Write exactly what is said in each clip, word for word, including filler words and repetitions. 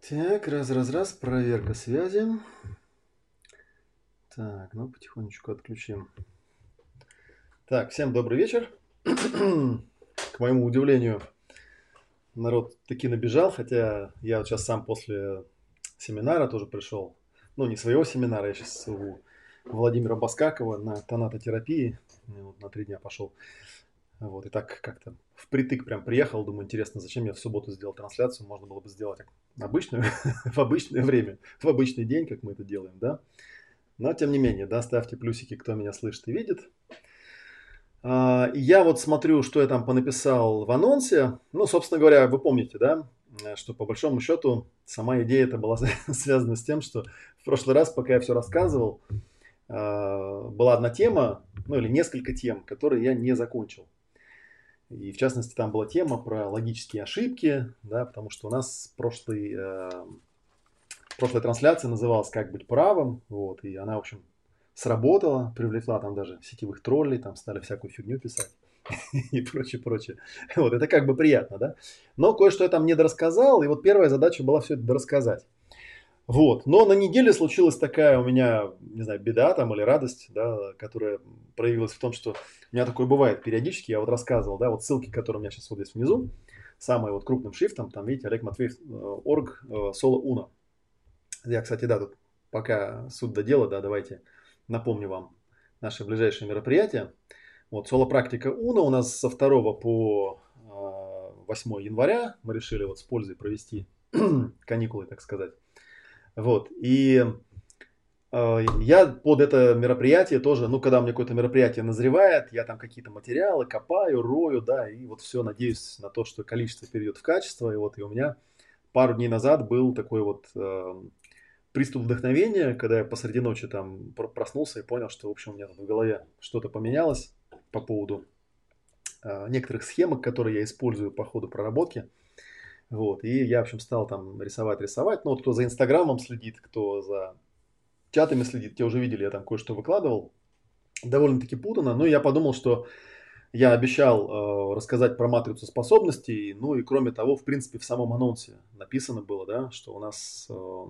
Так, раз-раз-раз, проверка связи. Так, ну потихонечку отключим. Так, всем добрый вечер. К моему удивлению, народ таки набежал, хотя я вот сейчас сам после семинара тоже пришел. Ну, не своего семинара, я сейчас у Владимира Баскакова на тонатотерапии вот, на три дня пошел. Вот, и так как-то впритык прям приехал, думаю, интересно, зачем я в субботу сделал трансляцию, можно было бы сделать обычную, в обычное время, в обычный день, как мы это делаем, да. Но, тем не менее, да, ставьте плюсики, кто меня слышит и видит. А, Я вот смотрю, что я там понаписал в анонсе. Ну, собственно говоря, вы помните, да, что по большому счету сама идея это была связана с тем, что в прошлый раз, пока я все рассказывал, а, была одна тема, ну или несколько тем, которые я не закончил. И в частности, там была тема про логические ошибки, да, потому что у нас прошлый, э, прошлая трансляция называлась «Как быть правым», вот, и она, в общем, сработала, привлекла там даже сетевых троллей, там стали всякую фигню писать и прочее, прочее. Вот, это как бы приятно, да. Но кое-что я там не дорассказал, и вот первая задача была все это дорассказать. Вот, но на неделе случилась такая у меня, не знаю, беда там или радость, да, которая проявилась в том, что у меня такое бывает периодически, я вот рассказывал, да, вот ссылки, которые у меня сейчас вот здесь внизу, самые вот крупным шрифтом, там, видите, Олег Матвеев, орг, соло уно. Я, кстати, да, тут пока суть до дела, да, давайте напомню вам наши ближайшие мероприятия. Вот, соло-практика уно у нас со второго по восьмое января мы решили вот с пользой провести каникулы, так сказать. Вот, и э, я под это мероприятие тоже, ну, когда у меня какое-то мероприятие назревает, я там какие-то материалы копаю, рою, да, и вот все, надеюсь на то, что количество перейдет в качество, и вот и у меня пару дней назад был такой вот э, приступ вдохновения, когда я посреди ночи там проснулся и понял, что, в общем, у меня в голове что-то поменялось по поводу э, некоторых схемок, которые я использую по ходу проработки. Вот, и я, в общем, стал там рисовать, рисовать. Ну, вот кто за Инстаграмом следит, кто за чатами следит, те уже видели, я там кое-что выкладывал. Довольно-таки путано, но я подумал, что я обещал э, рассказать про матрицу способностей. Ну и кроме того, в принципе, в самом анонсе написано было, да, что у нас э,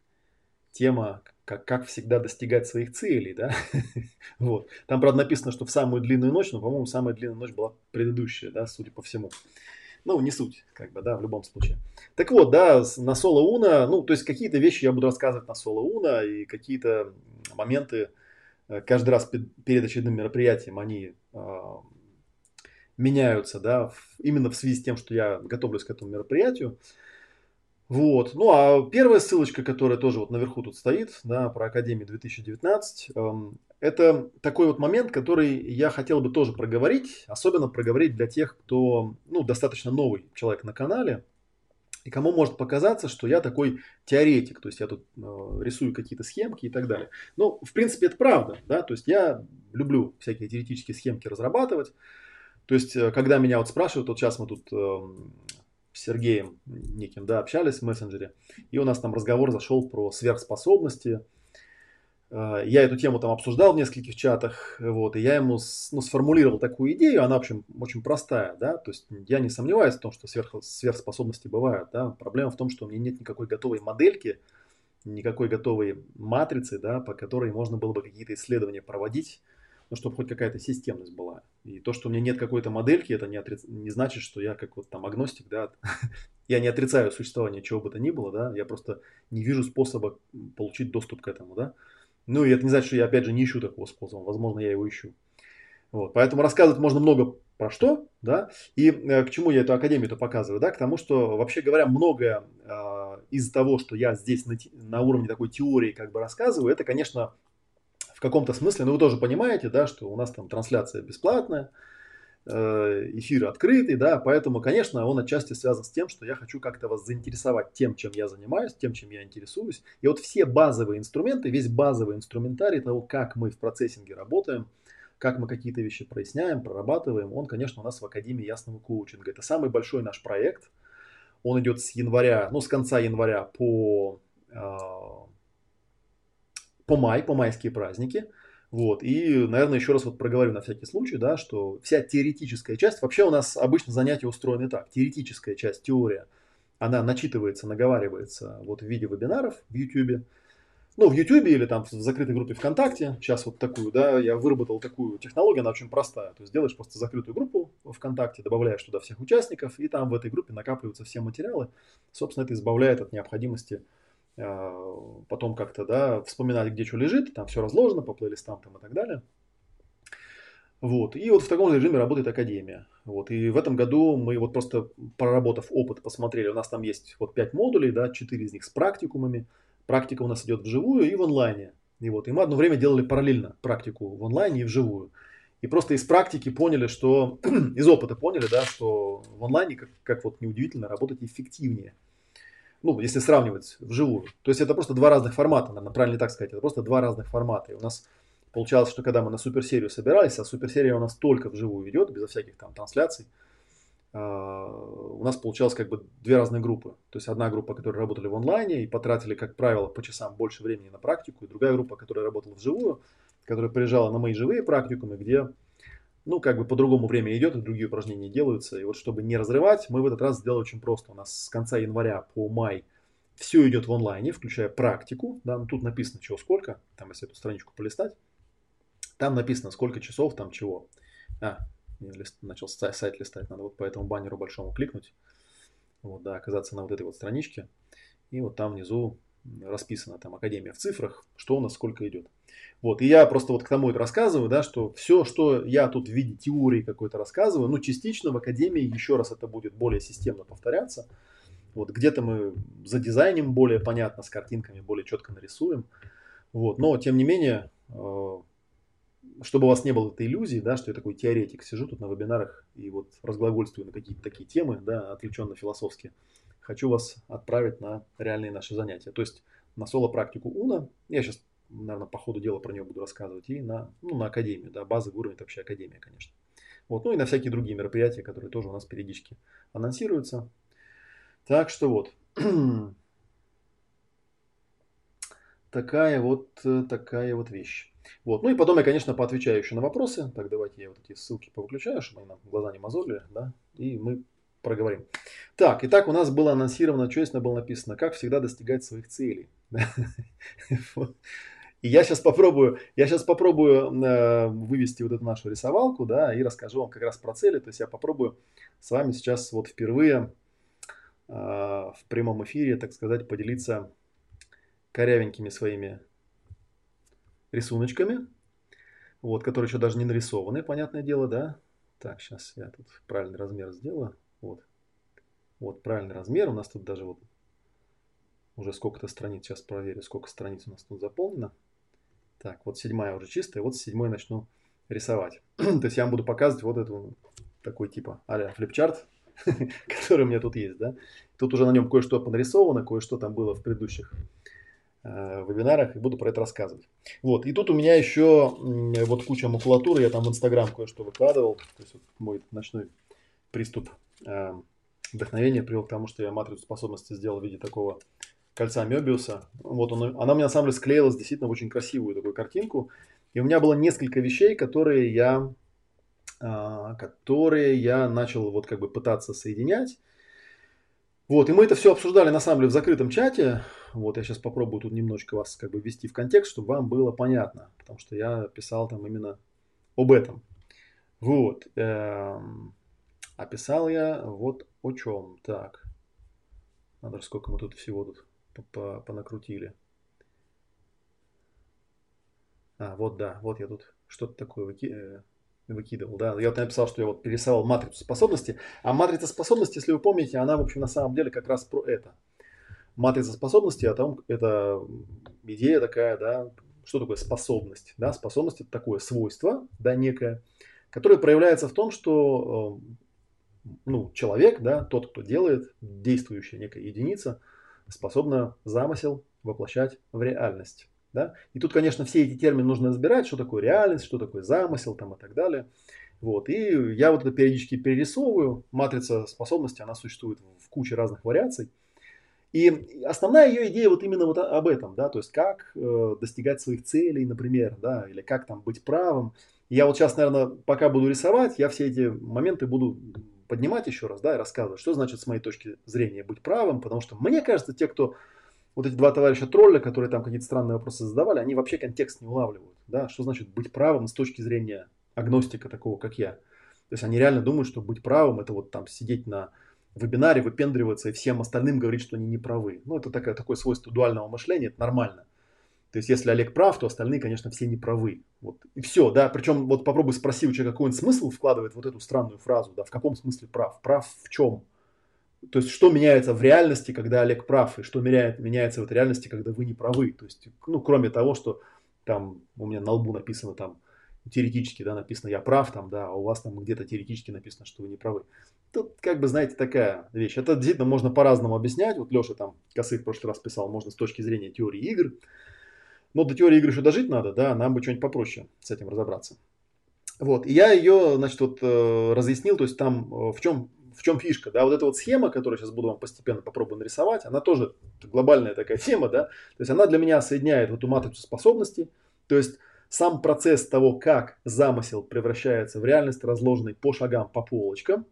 тема, как, как всегда достигать своих целей, да. Вот. Там, правда, написано, что в самую длинную ночь, но, по-моему, самая длинная ночь была предыдущая, да, судя по всему. Ну, не суть, как бы, да, в любом случае. Так вот, да, на соло уно, ну, то есть какие-то вещи я буду рассказывать на соло уно, и какие-то моменты э, каждый раз перед очередным мероприятием они э, меняются, да, в, именно в связи с тем, что я готовлюсь к этому мероприятию. Вот. Ну, а первая ссылочка, которая тоже вот наверху тут стоит, да, про Академию две тысячи девятнадцать, эм, это такой вот момент, который я хотел бы тоже проговорить, особенно проговорить для тех, кто, ну, достаточно новый человек на канале, и кому может показаться, что я такой теоретик, то есть я тут э, рисую какие-то схемки и так далее. Ну, в принципе, это правда, да, то есть я люблю всякие теоретические схемки разрабатывать. То есть, э, когда меня вот спрашивают, вот сейчас мы тут э, с Сергеем неким, да, общались в мессенджере, и у нас там разговор зашел про сверхспособности. Э, Я эту тему там обсуждал в нескольких чатах, вот, и я ему с- ну, сформулировал такую идею, она, в общем, очень простая, да, то есть я не сомневаюсь в том, что сверх, сверхспособности бывают, да, проблема в том, что у меня нет никакой готовой модельки, никакой готовой матрицы, да, по которой можно было бы какие-то исследования проводить, ну, чтобы хоть какая-то системность была. И то, что у меня нет какой-то модельки, это не, отриц... не значит, что я как вот там агностик, да, я не отрицаю существование чего бы то ни было, да, я просто не вижу способа получить доступ к этому, да. Ну, и это не значит, что я, опять же, не ищу такого способа, возможно, я его ищу. Вот, поэтому рассказывать можно много про что, да, и э, к чему я эту академию-то показываю, да, к тому, что, вообще говоря, многое э, из того, что я здесь на, на уровне такой теории как бы рассказываю, это, конечно, в каком-то смысле, ну, вы тоже понимаете, да, что у нас там трансляция бесплатная, э, эфир открытый, да, поэтому, конечно, он отчасти связан с тем, что я хочу как-то вас заинтересовать тем, чем я занимаюсь, тем, чем я интересуюсь. И вот все базовые инструменты, весь базовый инструментарий того, как мы в процессинге работаем, как мы какие-то вещи проясняем, прорабатываем, он, конечно, у нас в Академии ясного коучинга. Это самый большой наш проект. Он идет с января, ну, с конца января по, э, по май, по майские праздники. Вот. И, наверное, еще раз вот проговорю на всякий случай, да, что вся теоретическая часть, вообще у нас обычно занятия устроены так. Теоретическая часть, теория, она начитывается, наговаривается вот в виде вебинаров в YouTube. Ну, в YouTube или там в закрытой группе ВКонтакте, сейчас вот такую, да, я выработал такую технологию, она очень простая. То есть делаешь просто закрытую группу ВКонтакте, добавляешь туда всех участников, и там в этой группе накапливаются все материалы. Собственно, это избавляет от необходимости э, потом как-то, да, вспоминать, где что лежит, там все разложено по плейлистам там и так далее. Вот. И вот в таком режиме работает Академия. Вот. И в этом году мы вот просто проработав опыт, посмотрели, у нас там есть вот пять модулей, да, четыре из них с практикумами. Практика у нас идет вживую и в онлайне. И, вот, и мы одно время делали параллельно практику в онлайне и вживую. И просто из практики поняли, что, из опыта поняли, да, что в онлайне, как, как вот неудивительно, работать эффективнее. Ну, если сравнивать вживую. То есть это просто два разных формата, наверное, правильно так сказать. Это просто два разных формата. И у нас получалось, что когда мы на суперсерию собирались, а суперсерия у нас только вживую идет, безо всяких там трансляций, у нас получалось как бы две разные группы. То есть одна группа, которые работали в онлайне и потратили, как правило, по часам больше времени на практику, и другая группа, которая работала вживую, которая приезжала на мои живые практикумы, где, ну, как бы по-другому время идет, и другие упражнения делаются. И вот чтобы не разрывать, мы в этот раз сделали очень просто. У нас с конца января по май все идет в онлайне, включая практику. Да, ну, тут написано, чего сколько, там, если эту страничку полистать, там написано, сколько часов, там чего. А, начал сайт листать, надо вот по этому баннеру большому кликнуть, вот, да, оказаться на вот этой вот страничке, и вот там внизу расписано там Академия в цифрах, что у нас сколько идет. Вот, и я просто вот к тому это рассказываю, да, что все, что я тут в виде теории какой-то рассказываю, ну, частично в Академии еще раз это будет более системно повторяться. Вот, где-то мы задизайним более понятно, с картинками более четко нарисуем. Вот, но, тем не менее, чтобы у вас не было этой иллюзии, да, что я такой теоретик, сижу тут на вебинарах и вот разглагольствую на какие-то такие темы, да, отвлеченно-философские, хочу вас отправить на реальные наши занятия. То есть на соло-практику Уна, я сейчас, наверное, по ходу дела про нее буду рассказывать, и на, ну, на Академию, да, базовый уровень, это вообще Академия, конечно. Вот, ну и на всякие другие мероприятия, которые тоже у нас периодически анонсируются. Так что вот. Такая вот, такая вот вещь. Вот. Ну и потом я, конечно, поотвечаю еще на вопросы. Так, давайте я вот эти ссылки повыключаю, чтобы они нам глаза не мозолили, да, и мы проговорим. Так, итак, у нас было анонсировано, что здесь было написано, как всегда достигать своих целей. И я сейчас попробую, я сейчас попробую э, вывести вот эту нашу рисовалку, да, и расскажу вам как раз про цели. То есть я попробую с вами сейчас вот впервые э, в прямом эфире, так сказать, поделиться корявенькими своими рисуночками, вот, которые еще даже не нарисованы, понятное дело, да. Так, сейчас я тут правильный размер сделаю. Вот, вот правильный размер. У нас тут даже вот уже сколько-то страниц. Сейчас проверю, сколько страниц у нас тут заполнено. Так, вот седьмая уже чистая. Вот с седьмой начну рисовать. То есть я вам буду показывать вот эту такой типа а-ля флипчарт, который у меня тут есть, да. Тут уже на нем кое-что понарисовано, кое-что там было в предыдущих вебинарах, и буду про это рассказывать. Вот, и тут у меня еще вот куча макулатуры, я там в Инстаграм кое-что выкладывал, то есть вот мой ночной приступ э, вдохновения привел к тому, что я матрицу способности сделал в виде такого кольца Мёбиуса. Вот он, она у меня на самом деле склеилась действительно в очень красивую такую картинку, и у меня было несколько вещей, которые я, э, которые я начал вот как бы пытаться соединять. Вот, и мы это все обсуждали на самом деле в закрытом чате. Вот, я сейчас попробую тут немножечко вас как бы ввести в контекст, чтобы вам было понятно, потому что я писал там именно об этом. Вот, эм, а писал я вот о чем. Так, надо же, сколько мы тут всего тут понакрутили. А, вот да, вот я тут что-то такое выки... выкидывал, да. Я вот написал, что я вот перерисовал матрицу способности. А матрица способности, если вы помните, она, в общем, на самом деле как раз про это. Матрица способности, о том, это идея такая, да, что такое способность, да, способность это такое свойство, да, некое, которое проявляется в том, что, ну, человек, да, тот, кто делает, действующая некая единица, способна замысел воплощать в реальность, да. И тут, конечно, все эти термины нужно разбирать, что такое реальность, что такое замысел, там и так далее. Вот, и я вот это периодически перерисовываю. Матрица способности, она существует в куче разных вариаций. И основная ее идея вот именно вот об этом, да, то есть как э, достигать своих целей, например, да, или как там быть правым. Я вот сейчас, наверное, пока буду рисовать, я все эти моменты буду поднимать еще раз, да, и рассказывать, что значит с моей точки зрения быть правым, потому что мне кажется, те, кто, вот эти два товарища тролля, которые там какие-то странные вопросы задавали, они вообще контекст не улавливают, да, что значит быть правым с точки зрения агностика такого, как я. То есть они реально думают, что быть правым это вот там сидеть на вебинаре, выпендриваться и всем остальным говорить, что они не правы. Ну, это такое, такое свойство дуального мышления, это нормально. То есть, если Олег прав, то остальные, конечно, все не правы. Вот. И все, да. Причем, вот попробуй спроси у человека, какой он смысл вкладывает в вот эту странную фразу, да, в каком смысле прав? Прав в чем? То есть, что меняется в реальности, когда Олег прав, и что меняет, меняется в этой реальности, когда вы не правы? То есть, ну, кроме того, что там у меня на лбу написано там, теоретически, да, написано «я прав», там, да, а у вас там где-то теоретически написано, что вы не правы. Тут, как бы, знаете, такая вещь. Это действительно можно по-разному объяснять. Вот Леша там, Косых, в прошлый раз писал, можно с точки зрения теории игр. Но до теории игры еще дожить надо, да, нам бы что-нибудь попроще с этим разобраться. Вот, и я ее, значит, вот э, разъяснил, то есть там э, в чем, в чем фишка, да, вот эта вот схема, которую сейчас буду вам постепенно попробую нарисовать, она тоже глобальная такая тема, да, то есть она для меня соединяет вот эту матрицу способностей, то есть сам процесс того, как замысел превращается в реальность, разложенный по шагам, по полочкам.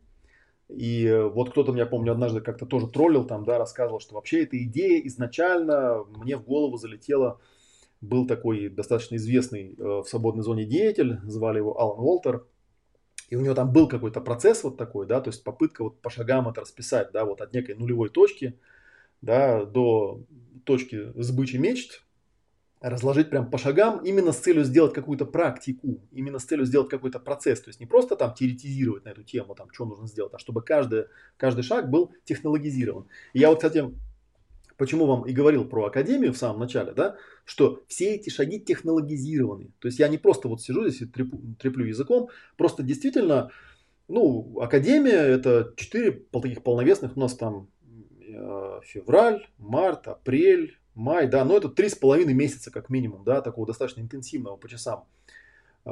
И вот кто-то, я помню, однажды как-то тоже троллил там, да, рассказывал, что вообще эта идея изначально мне в голову залетела. Был такой достаточно известный э, в свободной зоне деятель, звали его Алан Уолтер. И у него там был какой-то процесс вот такой, да, то есть попытка вот по шагам это расписать, да, вот от некой нулевой точки, да, до точки сбычи мечт, разложить прям по шагам именно с целью сделать какую-то практику, именно с целью сделать какой-то процесс. То есть не просто там теоретизировать на эту тему, там, что нужно сделать, а чтобы каждый, каждый шаг был технологизирован. И я вот, кстати, почему вам и говорил про академию в самом начале, да, что все эти шаги технологизированы. То есть я не просто вот сижу здесь и треплю, треплю языком, просто действительно, ну, академия это четыре таких полновесных, у нас там э, февраль, март, апрель, май, да, но это три с половиной месяца как минимум, да, такого достаточно интенсивного по часам э,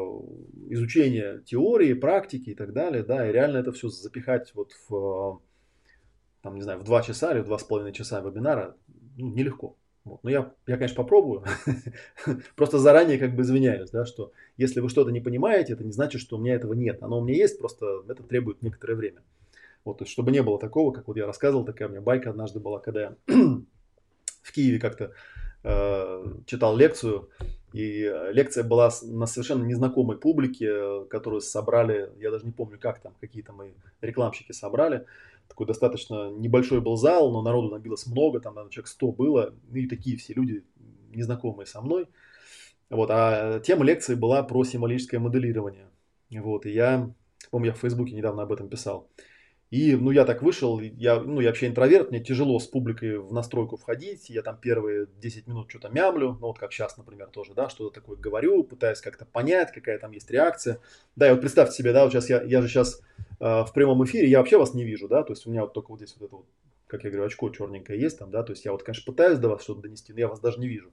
изучения теории, практики и так далее, да, и реально это все запихать вот в там, не знаю, в два часа или в два с половиной часа вебинара, ну, нелегко. Вот. Но я, я, конечно, попробую. Просто заранее как бы извиняюсь, да, что если вы что-то не понимаете, это не значит, что у меня этого нет. Оно у меня есть, просто это требует некоторое время. Вот, то есть, чтобы не было такого, как вот я рассказывал, такая у меня байка однажды была, когда я в Киеве как-то э, читал лекцию, и лекция была на совершенно незнакомой публике, которую собрали, я даже не помню, как там, какие-то мои рекламщики собрали. Такой достаточно небольшой был зал, но народу набилось много, там, наверное, человек сто было, и такие все люди, незнакомые со мной. Вот, а тема лекции была про символическое моделирование. Вот, и я, помню, я в Фейсбуке недавно об этом писал. И, ну, я так вышел, я, ну, я вообще интроверт, мне тяжело с публикой в настройку входить, я там первые десять минут что-то мямлю, ну, вот как сейчас, например, тоже, да, что-то такое говорю, пытаюсь как-то понять, какая там есть реакция. Да, и вот представьте себе, да, вот сейчас я, я же сейчас э, в прямом эфире, я вообще вас не вижу, да, то есть у меня вот только вот здесь вот это вот, как я говорю, очко черненькое есть там, да, то есть я вот, конечно, пытаюсь до вас что-то донести, но я вас даже не вижу.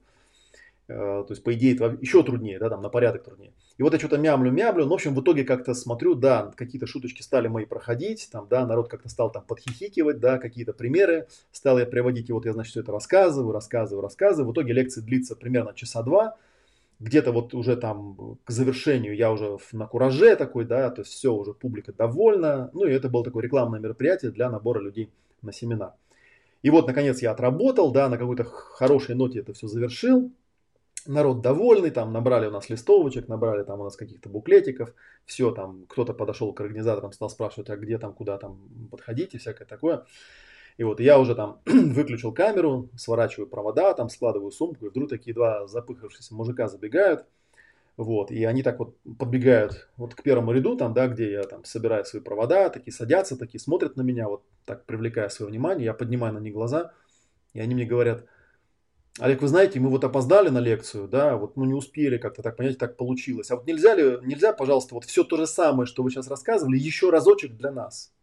То есть, по идее, это еще труднее, да, там на порядок труднее. И вот я что-то мямлю-мямлю, но, в общем, в итоге как-то смотрю, да, какие-то шуточки стали мои проходить, там, да, народ как-то стал там подхихикивать, да, какие-то примеры стал я приводить, и вот я, значит, все это рассказываю, рассказываю, рассказываю. В итоге лекция длится примерно часа два, где-то вот уже там к завершению я уже на кураже такой, да, то есть все, уже публика довольна, ну, и это было такое рекламное мероприятие для набора людей на семинар. И вот, наконец, я отработал, да, на какой-то хорошей ноте это все завершил. Народ довольный, там набрали у нас листовочек, набрали там у нас каких-то буклетиков, все там, кто-то подошел к организаторам, стал спрашивать, а где там, куда там подходить и всякое такое. И вот я уже там выключил камеру, сворачиваю провода, там складываю сумку, и вдруг такие два запыхавшиеся мужика забегают, вот, и они так вот подбегают вот к первому ряду, там, да, где я там собираю свои провода, такие садятся, такие смотрят на меня, вот так привлекая свое внимание, я поднимаю на них глаза, и они мне говорят: Олег, вы знаете, мы вот опоздали на лекцию, да, вот ну не успели как-то так понять, так получилось. А вот нельзя ли, нельзя, пожалуйста, вот все то же самое, что вы сейчас рассказывали, еще разочек для нас?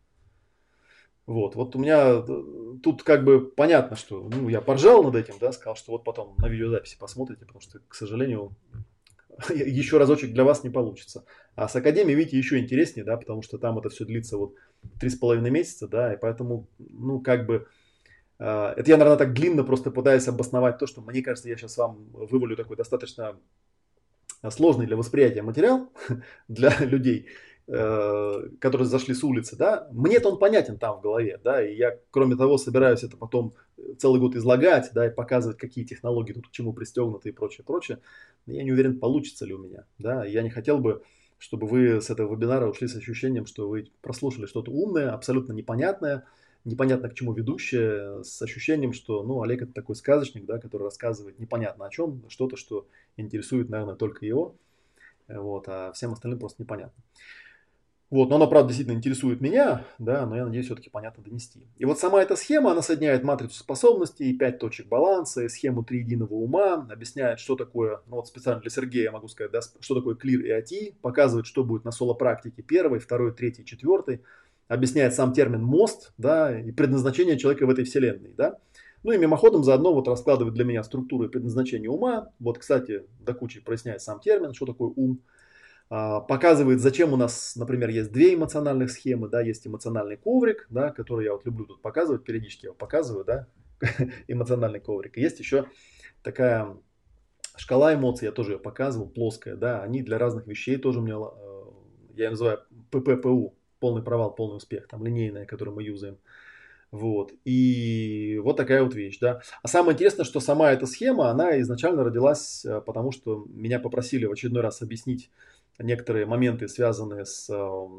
Вот, вот у меня тут как бы понятно, что ну, я поржал над этим, да, сказал, что вот потом на видеозаписи посмотрите, потому что, к сожалению, еще разочек для вас не получится. А с академией, видите, еще интереснее, да, потому что там это все длится вот три с половиной месяца, да, и поэтому, ну, как бы, это я, наверное, так длинно просто пытаюсь обосновать то, что, мне кажется, я сейчас вам вывалю такой достаточно сложный для восприятия материал для людей. э, которые зашли с улицы, да, мне-то он понятен там в голове, да, и я, кроме того, собираюсь это потом целый год излагать, да, и показывать, какие технологии тут к чему пристегнуты и прочее, прочее. Но я не уверен, получится ли у меня, да, я не хотел бы, чтобы вы с этого вебинара ушли с ощущением, что вы прослушали что-то умное, абсолютно непонятное, непонятно к чему ведущее, с ощущением, что, ну, Олег это такой сказочник, да, который рассказывает непонятно о чем, что-то, что интересует, наверное, только его, вот, а всем остальным просто непонятно. Вот, но она, правда, действительно интересует меня, да, но я надеюсь все-таки понятно донести. И вот сама эта схема, она соединяет матрицу способностей, пять точек баланса, и схему триединого ума, объясняет, что такое, ну вот специально для Сергея я могу сказать, да, что такое Clear и эй ти, показывает, что будет на соло-практике первой, второй, третьей, четвертой, объясняет сам термин мост, да, и предназначение человека в этой вселенной, да. Ну и мимоходом заодно вот раскладывает для меня структуру и предназначение ума. Вот, кстати, до кучи проясняет сам термин, что такое ум. Показывает, зачем у нас, например, есть две эмоциональных схемы, да, есть эмоциональный коврик, да, который я вот люблю тут показывать, периодически я его показываю, да, эмоциональный коврик. И есть еще такая шкала эмоций, я тоже ее показывал, плоская, да, они для разных вещей тоже у меня, я ее называю пэ пэ пэ у, полный провал, полный успех, там линейная, которую мы юзаем. Вот. И вот такая вот вещь, да. А самое интересное, что сама эта схема, она изначально родилась, потому что меня попросили в очередной раз объяснить некоторые моменты, связанные с э,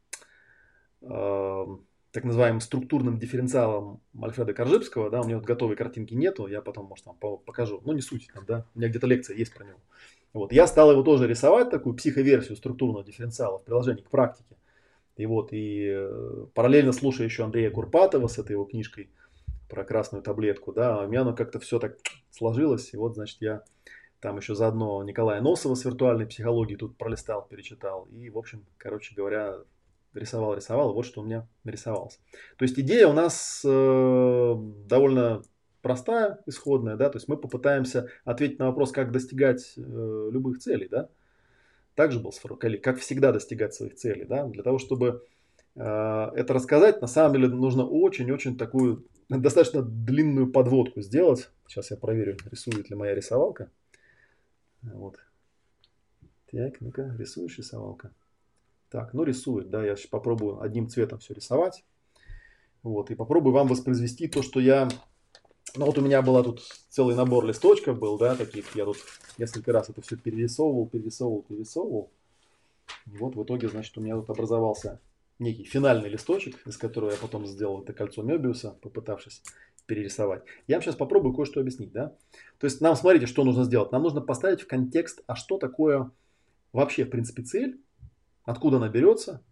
э, так называемым структурным дифференциалом Альфреда Коржибского, да, у меня вот готовой картинки нету, я потом, может, вам покажу, ну, не суть, там, да, у меня где-то лекция есть про него. Вот, я стал его тоже рисовать, такую психоверсию структурного дифференциала в приложении к практике. И вот, и э, параллельно слушая еще Андрея Курпатова с этой его книжкой про красную таблетку, да, у меня оно как-то все так сложилось, и вот, значит, я там еще заодно Николая Носова с виртуальной психологией тут пролистал, перечитал. И, в общем, короче говоря, рисовал, рисовал. Вот что у меня нарисовалось. То есть идея у нас э, довольно простая, исходная. Да? То есть мы попытаемся ответить на вопрос, как достигать э, любых целей. Да? Также был сформулирован, как всегда достигать своих целей. Да? Для того, чтобы э, это рассказать, на самом деле нужно очень-очень такую, достаточно длинную подводку сделать. Сейчас я проверю, рисует ли моя рисовалка. Вот. Так, ну-ка, рисуешь, рисовалка? Так, ну рисует, да, я сейчас попробую одним цветом все рисовать. Вот, и попробую вам воспроизвести то, что я... Ну вот у меня была тут целый набор листочков был, да, таких. Я тут несколько раз это все перерисовывал, перерисовывал, перерисовывал. И вот в итоге, значит, у меня тут образовался некий финальный листочек, из которого я потом сделал это кольцо Мёбиуса, попытавшись перерисовать. Я вам сейчас попробую кое-что объяснить, да. То есть нам, смотрите, что нужно сделать. Нам нужно поставить в контекст, а что такое вообще, в принципе, цель, откуда она берется,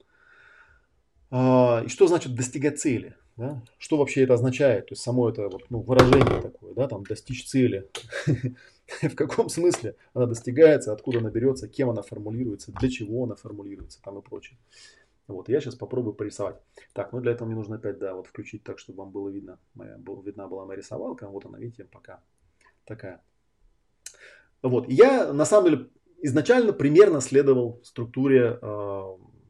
и что значит достигать цели. Да? Что вообще это означает? То есть само это вот, ну, выражение такое, да, там достичь цели. В каком смысле она достигается, откуда она берется, кем она формулируется, для чего она формулируется, там и прочее. Вот, я сейчас попробую порисовать. Так, ну для этого мне нужно опять, да, вот включить так, чтобы вам было видно, моя, видна была моя рисовалка. Вот она, видите, пока такая. Вот, я на самом деле изначально примерно следовал структуре э,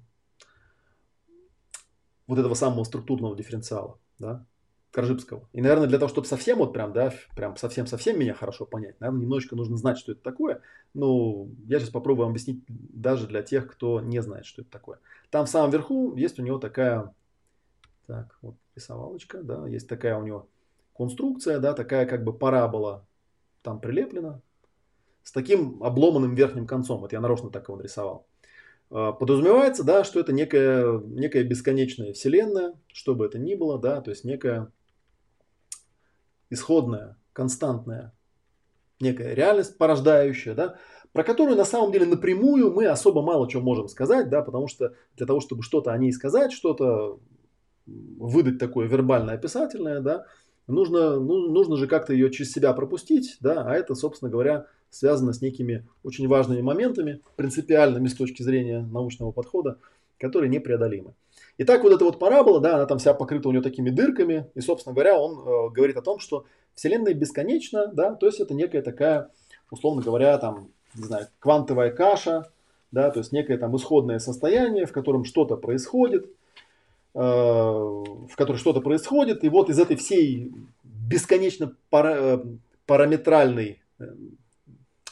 вот этого самого структурного дифференциала, да, Коржибского. И, наверное, для того, чтобы совсем вот прям, да, прям совсем-совсем меня хорошо понять, наверное, немножечко нужно знать, что это такое. Ну, я сейчас попробую вам объяснить даже для тех, кто не знает, что это такое. Там в самом верху есть у него такая, так, вот рисовалочка, да, есть такая у него конструкция, да, такая как бы парабола там прилеплена с таким обломанным верхним концом. Вот я нарочно так его нарисовал. Подразумевается, да, что это некая, некая бесконечная вселенная, что бы это ни было, да, то есть некая исходная, константная, некая реальность порождающая, да, про которую на самом деле напрямую мы особо мало чего можем сказать, да, потому что для того, чтобы что-то о ней сказать, что-то выдать такое вербальное, описательное, да, нужно, ну, нужно же как-то ее через себя пропустить, да, а это, собственно говоря, связано с некими очень важными моментами, принципиальными с точки зрения научного подхода, которые непреодолимы. Итак, вот эта вот парабола, да, она там вся покрыта у нее такими дырками, и, собственно говоря, он э, говорит о том, что Вселенная бесконечна, да, то есть это некая такая, условно говоря, там, не знаю, квантовая каша, да, то есть некое там исходное состояние, в котором что-то происходит, э, в котором что-то происходит, и вот из этой всей бесконечно пара, параметральной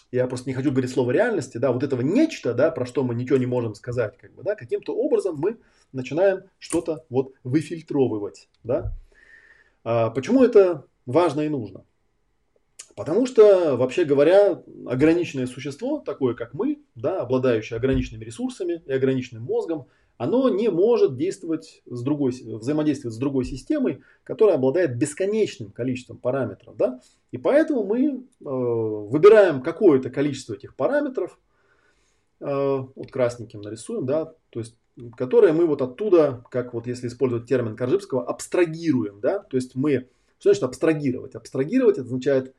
я просто не хочу говорить слово реальности, да, вот этого нечто, да, про что мы ничего не можем сказать, как бы, да, каким-то образом мы начинаем что-то вот выфильтровывать, да. А почему это важно и нужно? Потому что, вообще говоря, ограниченное существо, такое как мы, да, обладающее ограниченными ресурсами и ограниченным мозгом, оно не может действовать с другой, взаимодействовать с другой системой, которая обладает бесконечным количеством параметров. Да? И поэтому мы э, выбираем какое-то количество этих параметров, э, вот красненьким нарисуем, да, то есть, которые мы вот оттуда, как вот если использовать термин Коржибского, абстрагируем. Да? То есть мы, что значит абстрагировать? Абстрагировать это означает,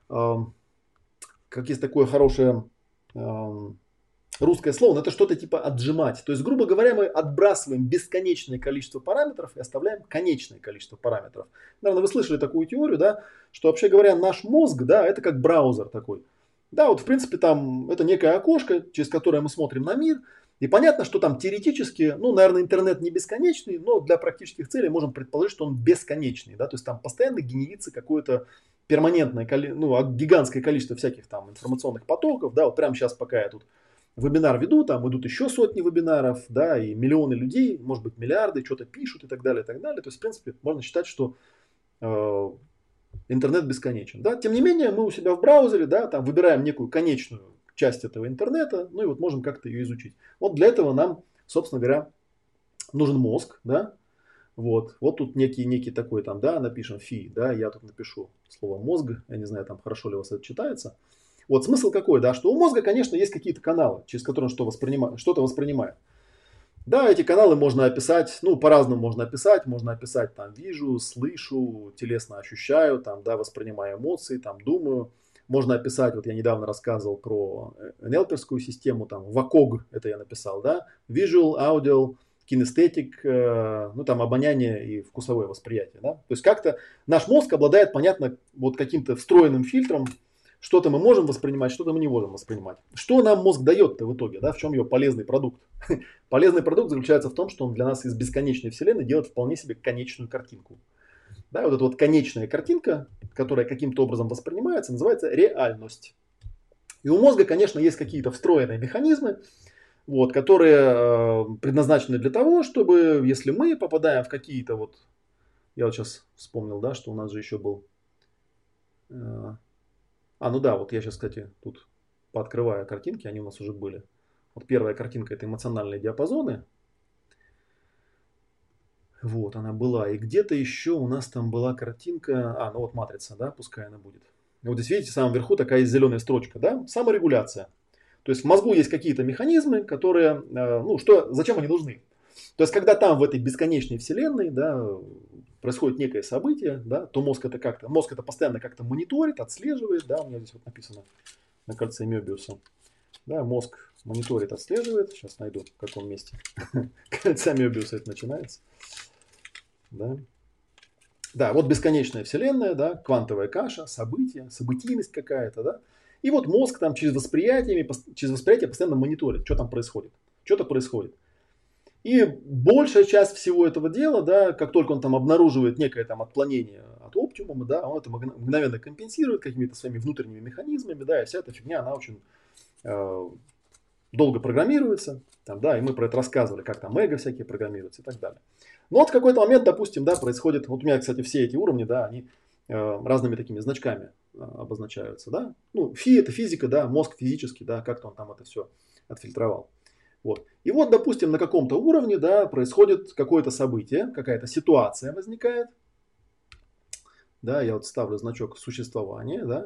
как есть такое хорошее э, русское слово, но это что-то типа отжимать. То есть, грубо говоря, мы отбрасываем бесконечное количество параметров и оставляем конечное количество параметров. Наверное, вы слышали такую теорию, да, что вообще говоря, наш мозг, да, это как браузер такой. Да, вот в принципе там это некое окошко, через которое мы смотрим на мир. И понятно, что там теоретически, ну, наверное, интернет не бесконечный, но для практических целей можем предположить, что он бесконечный. Да? То есть там постоянно генерится какое-то перманентное, ну, гигантское количество всяких там информационных потоков. Да? Вот прямо сейчас, пока я тут вебинар веду, там идут еще сотни вебинаров, да, и миллионы людей, может быть, миллиарды, что-то пишут и так далее, и так далее. То есть, в принципе, можно считать, что э, интернет бесконечен. Да? Тем не менее, мы у себя в браузере, да, там выбираем некую конечную часть этого интернета, ну и вот можем как-то ее изучить. Вот для этого нам, собственно говоря, нужен мозг, да. Вот, вот тут некий, некий такой там, да, напишем фи, да, я тут напишу слово мозг, я не знаю, там хорошо ли у вас это читается. Вот смысл какой, да, что у мозга, конечно, есть какие-то каналы, через которые он что воспринимает, что-то воспринимает. Да, эти каналы можно описать, ну, по-разному можно описать, можно описать там вижу, слышу, телесно ощущаю, там, да, воспринимаю эмоции, там, думаю. Можно описать, вот я недавно рассказывал про эн эл пи-скую систему, там, ваког, это я написал, да, visual, audio, kinesthetic, э, ну, там, обоняние и вкусовое восприятие, да. То есть как-то наш мозг обладает, понятно, вот каким-то встроенным фильтром, что-то мы можем воспринимать, что-то мы не можем воспринимать. Что нам мозг дает-то в итоге, да, в чем его полезный продукт? Полезный продукт заключается в том, что он для нас из бесконечной вселенной делает вполне себе конечную картинку. Да, вот эта вот конечная картинка, которая каким-то образом воспринимается, называется реальность. И у мозга, конечно, есть какие-то встроенные механизмы, вот, которые э, предназначены для того, чтобы, если мы попадаем в какие-то вот... Я вот сейчас вспомнил, да, что у нас же еще был... Э, а, ну да, вот я сейчас, кстати, тут пооткрываю картинки, они у нас уже были. Вот первая картинка — это эмоциональные диапазоны. Вот она была. И где-то еще у нас там была картинка. А, ну вот матрица, да, пускай она будет. И вот здесь видите, в самом верху такая есть зеленая строчка, да, саморегуляция. То есть в мозгу есть какие-то механизмы, которые, ну что, зачем они нужны? То есть когда там в этой бесконечной вселенной, да, происходит некое событие, да, то мозг это как-то, мозг это постоянно как-то мониторит, отслеживает, да, у меня здесь вот написано на кольце Мёбиуса. Да, мозг мониторит, отслеживает. Сейчас найду, в каком месте кольца Мёбиуса это начинается. Да. Да, вот бесконечная вселенная, да, квантовая каша, события, событийность какая-то, да. И вот мозг там через восприятие, через восприятие постоянно мониторит, что там происходит. Что-то происходит. И большая часть всего этого дела, да, как только он там обнаруживает некое там отклонение от оптимума, да, он это мгновенно компенсирует какими-то своими внутренними механизмами, да, и вся эта фигня, она очень э, долго программируется, там, да, и мы про это рассказывали, как там эго всякие программируются и так далее. Но вот в какой-то момент, допустим, да, происходит, вот у меня, кстати, все эти уровни, да, они э, разными такими значками э, обозначаются, да. Ну, фи это физика, да, мозг физический, да, как-то он там это все отфильтровал. Вот. И вот, допустим, на каком-то уровне, да, происходит какое-то событие, какая-то ситуация возникает. Да, я вот ставлю значок существования, да,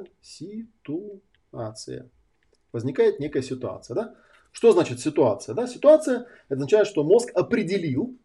ситуация. Возникает некая ситуация, да. Что значит ситуация? Да, ситуация это означает, что мозг определил,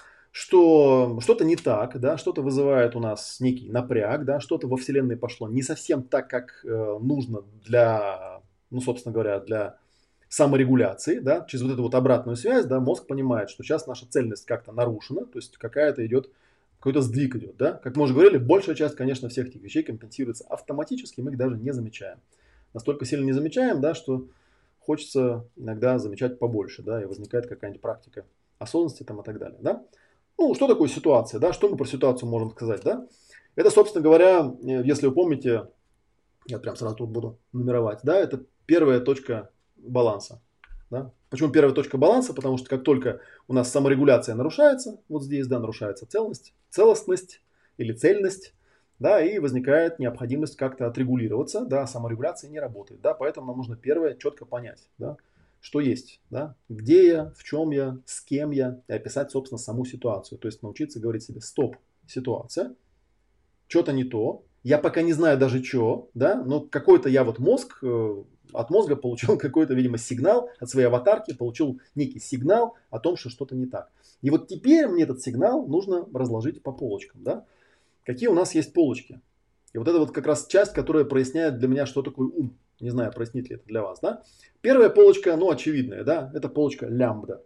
что что-то не так, да, что-то вызывает у нас некий напряг, да, что-то во Вселенной пошло не совсем так, как э, нужно для, ну, собственно говоря, для саморегуляции, да, через вот эту вот обратную связь, да, мозг понимает, что сейчас наша цельность как-то нарушена, то есть какая-то идет, какой-то сдвиг идет, да. Как мы уже говорили, большая часть, конечно, всех этих вещей компенсируется автоматически, мы их даже не замечаем. Настолько сильно не замечаем, да, что хочется иногда замечать побольше, да, и возникает какая-нибудь практика осознанности там и так далее, да. Ну, что такое ситуация, да, что мы про ситуацию можем сказать, да. Это, собственно говоря, если вы помните, я прям сразу тут буду нумеровать, да, это первая точка баланса. Да? Почему первая точка баланса? Потому что как только у нас саморегуляция нарушается, вот здесь, да, нарушается целостность, целостность или цельность, да, и возникает необходимость как-то отрегулироваться, да, саморегуляция не работает, да, поэтому нам нужно первое четко понять, да, что есть, да, где я, в чем я, с кем я, и описать, собственно, саму ситуацию, то есть научиться говорить себе: стоп, ситуация, что-то не то, я пока не знаю даже что, да, но какой-то я вот мозг, э, от мозга получил какой-то, видимо, сигнал, от своей аватарки получил некий сигнал о том, что что-то не так. И вот теперь мне этот сигнал нужно разложить по полочкам, да. Какие у нас есть полочки? И вот это вот как раз часть, которая проясняет для меня, что такое ум. Не знаю, прояснит ли это для вас, да. Первая полочка, ну, очевидная, да, это полочка лямбда.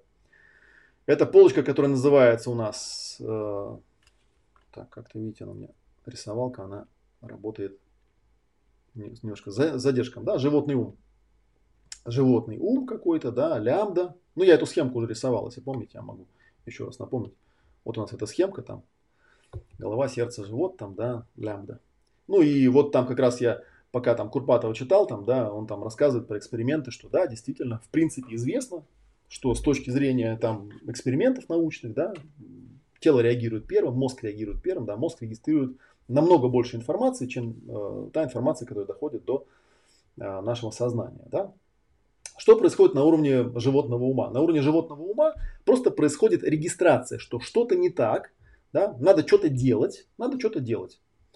Это полочка, которая называется у нас, э, так, как-то видите, она у меня рисовалка, она работает немножко с задержком, да, животный ум. Животный ум какой-то, да, лямбда. Ну, я эту схемку уже рисовал, если помните, я могу еще раз напомнить. Вот у нас эта схемка там. Голова, сердце, живот, там, да, лямбда. Ну и вот там как раз я, пока там Курпатова читал, там, да, он там рассказывает про эксперименты, что да, действительно, в принципе известно, что с точки зрения там экспериментов научных, да, тело реагирует первым, мозг реагирует первым, да, мозг регистрирует намного больше информации, чем э, та информация, которая доходит до э, нашего сознания, да. Что происходит на уровне животного ума? На уровне животного ума просто происходит регистрация, что что-то не так, да, надо что-то делать, надо что-то делать.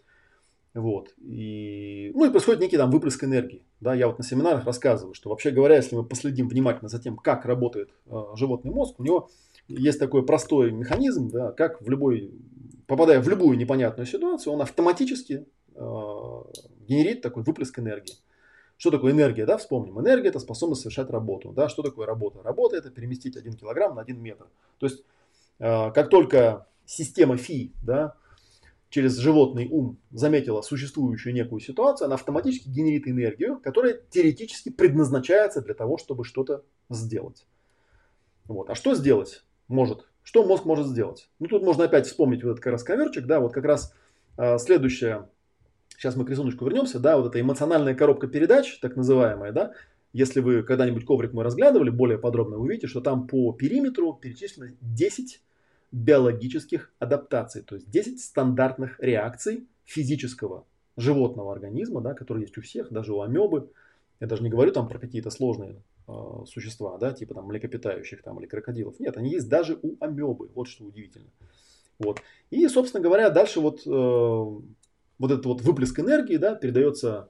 Вот. И, ну и происходит некий там выплеск энергии. Да, я вот на семинарах рассказываю, что вообще говоря, если мы последим внимательно за тем, как работает э, животный мозг, у него есть такой простой механизм, да, как в любой, попадая в любую непонятную ситуацию, он автоматически э, генерит такой выплеск энергии. Что такое энергия, да, вспомним. Энергия – это способность совершать работу. Да, что такое работа? Работа – это переместить один килограмм на один метр. То есть, э, как только система Фи, да, через животный ум заметила существующую некую ситуацию, она автоматически генерит энергию, которая теоретически предназначается для того, чтобы что-то сделать. Вот. А что сделать может? Что мозг может сделать? Ну, тут можно опять вспомнить вот этот как раз коверчик, да, вот как раз э, следующее. Сейчас мы к рисунку вернемся, да, вот эта эмоциональная коробка передач, так называемая, да, если вы когда-нибудь коврик мой разглядывали более подробно, вы увидите, что там по периметру перечислено десять биологических адаптаций, то есть десять стандартных реакций физического животного организма, да, которые есть у всех, даже у амебы. Я даже не говорю там про какие-то сложные э, существа, да, типа там млекопитающих там, или крокодилов. Нет, они есть даже у амебы, вот что удивительно. Вот. И, собственно говоря, дальше вот... Э, Вот этот вот выплеск энергии, да, передается,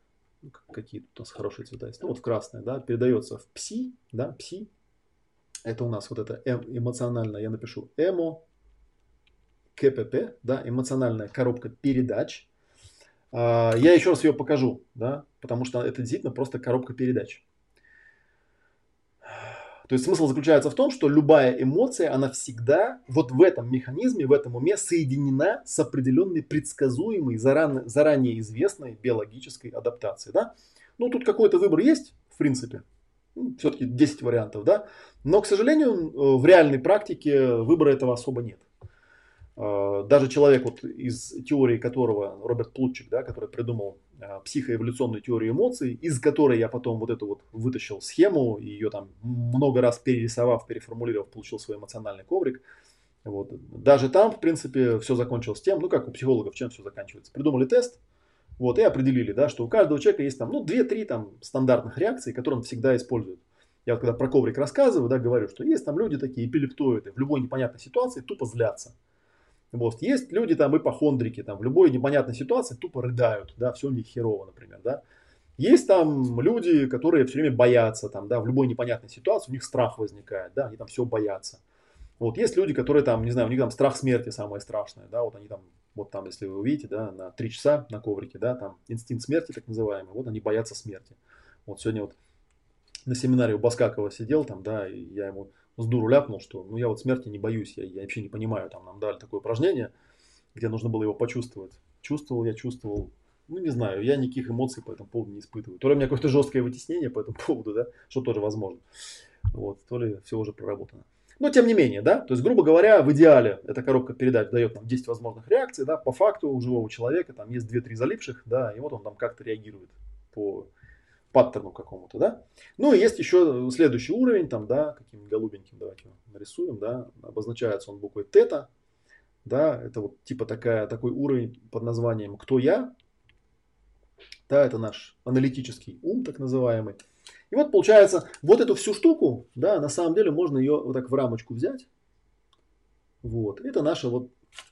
какие тут у нас хорошие цвета есть, ну вот в красное, да, передается в пси, да, пси. Это у нас вот это эмоционально, я напишу эмо, КПП, да, эмоциональная коробка передач. Я еще раз ее покажу, да, потому что это действительно просто коробка передач. То есть смысл заключается в том, что любая эмоция, она всегда вот в этом механизме, в этом уме соединена с определенной предсказуемой, заранее, заранее известной биологической адаптацией. Да? Ну, тут какой-то выбор есть, в принципе. Ну, все-таки десять вариантов, да. Но, к сожалению, в реальной практике выбора этого особо нет. Даже человек, вот из теории которого, Роберт Плутчик, да, который придумал психоэволюционную теорию эмоций, из которой я потом вот эту вот вытащил схему, и ее там много раз перерисовав, переформулировав, получил свой эмоциональный коврик. Вот. Даже там, в принципе, все закончилось тем, ну как у психологов, чем все заканчивается. Придумали тест, вот, и определили, да, что у каждого человека есть там, ну, две-три там стандартных реакции, которые он всегда использует. Я вот когда про коврик рассказываю, да, говорю, что есть там люди такие эпилептоиды, в любой непонятной ситуации тупо злятся. Вот. Есть люди там ипохондрики, там в любой непонятной ситуации тупо рыдают, да, все у них херово, например, да. Есть там люди, которые все время боятся, там, да, в любой непонятной ситуации у них страх возникает, да, они там все боятся. Вот есть люди, которые там, не знаю, у них там страх смерти самое страшное, да, вот они там, вот там, если вы увидите, да, на три часа на коврике, да, там инстинкт смерти так называемый, вот они боятся смерти. Вот сегодня вот на семинаре у Баскакова сидел там, да, и я ему с дуру ляпнул, что ну я вот смерти не боюсь, я, я вообще не понимаю, там нам дали такое упражнение, где нужно было его почувствовать. Чувствовал я, чувствовал, ну не знаю, я никаких эмоций по этому поводу не испытываю. То ли у меня какое-то жесткое вытеснение по этому поводу, да, что тоже возможно, вот, то ли все уже проработано. Но тем не менее, да, то есть, грубо говоря, в идеале эта коробка передач дает нам десять возможных реакций, да, по факту у живого человека там есть две-три залипших, да, и вот он там как-то реагирует по паттерну какому-то, да. Ну и есть еще следующий уровень, там, да, каким-нибудь голубеньким, давайте его нарисуем, да, обозначается он буквой тета, да, это вот типа такая, такой уровень под названием «Кто я?», да, это наш аналитический ум, так называемый. И вот получается, вот эту всю штуку, да, на самом деле можно ее вот так в рамочку взять. Вот, это наша вот,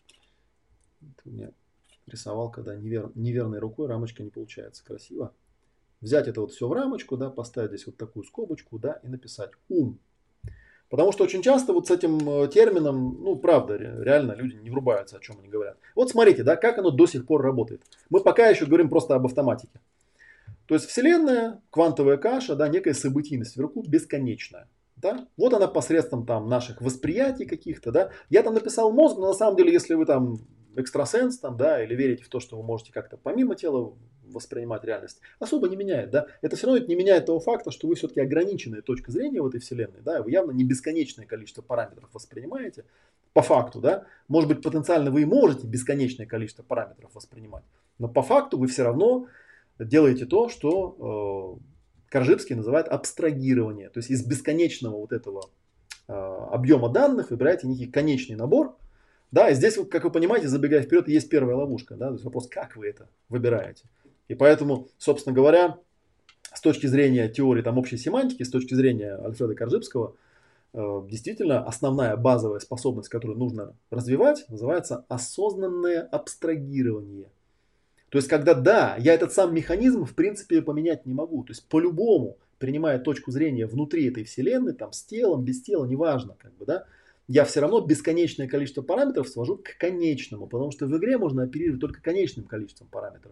это у меня рисовал, когда невер, неверной рукой, рамочка не получается красиво. Взять это вот все в рамочку, да, поставить здесь вот такую скобочку, да, и написать ум. Потому что очень часто вот с этим термином, ну, правда, реально люди не врубаются, о чем они говорят. Вот смотрите, да, как оно до сих пор работает. Мы пока еще говорим просто об автоматике. То есть Вселенная, квантовая каша, да, некая событийность вверху бесконечная. Да? Вот она посредством там наших восприятий каких-то, да. Я там написал мозг, но на самом деле, если вы там экстрасенс, там, да, или верите в то, что вы можете как-то помимо тела воспринимать реальность, особо не меняет, да. Это все равно не меняет того факта, что вы все-таки ограниченная точка зрения в этой Вселенной, да, вы явно не бесконечное количество параметров воспринимаете, по факту, да. Может быть, потенциально вы и можете бесконечное количество параметров воспринимать, но по факту вы все равно делаете то, что э, Коржибский называет абстрагирование. То есть из бесконечного вот этого э, объема данных выбираете некий конечный набор. Да, и здесь, вот, как вы понимаете, забегая вперед, есть первая ловушка. Да, то есть вопрос, как вы это выбираете. И поэтому, собственно говоря, с точки зрения теории там, общей семантики, с точки зрения Альфреда Коржибского, э, действительно основная базовая способность, которую нужно развивать, называется осознанное абстрагирование. То есть, когда да, я этот сам механизм в принципе поменять не могу. То есть, по-любому, принимая точку зрения внутри этой вселенной, там, с телом, без тела, неважно, как бы, да, я все равно бесконечное количество параметров свожу к конечному, потому что в игре можно оперировать только конечным количеством параметров.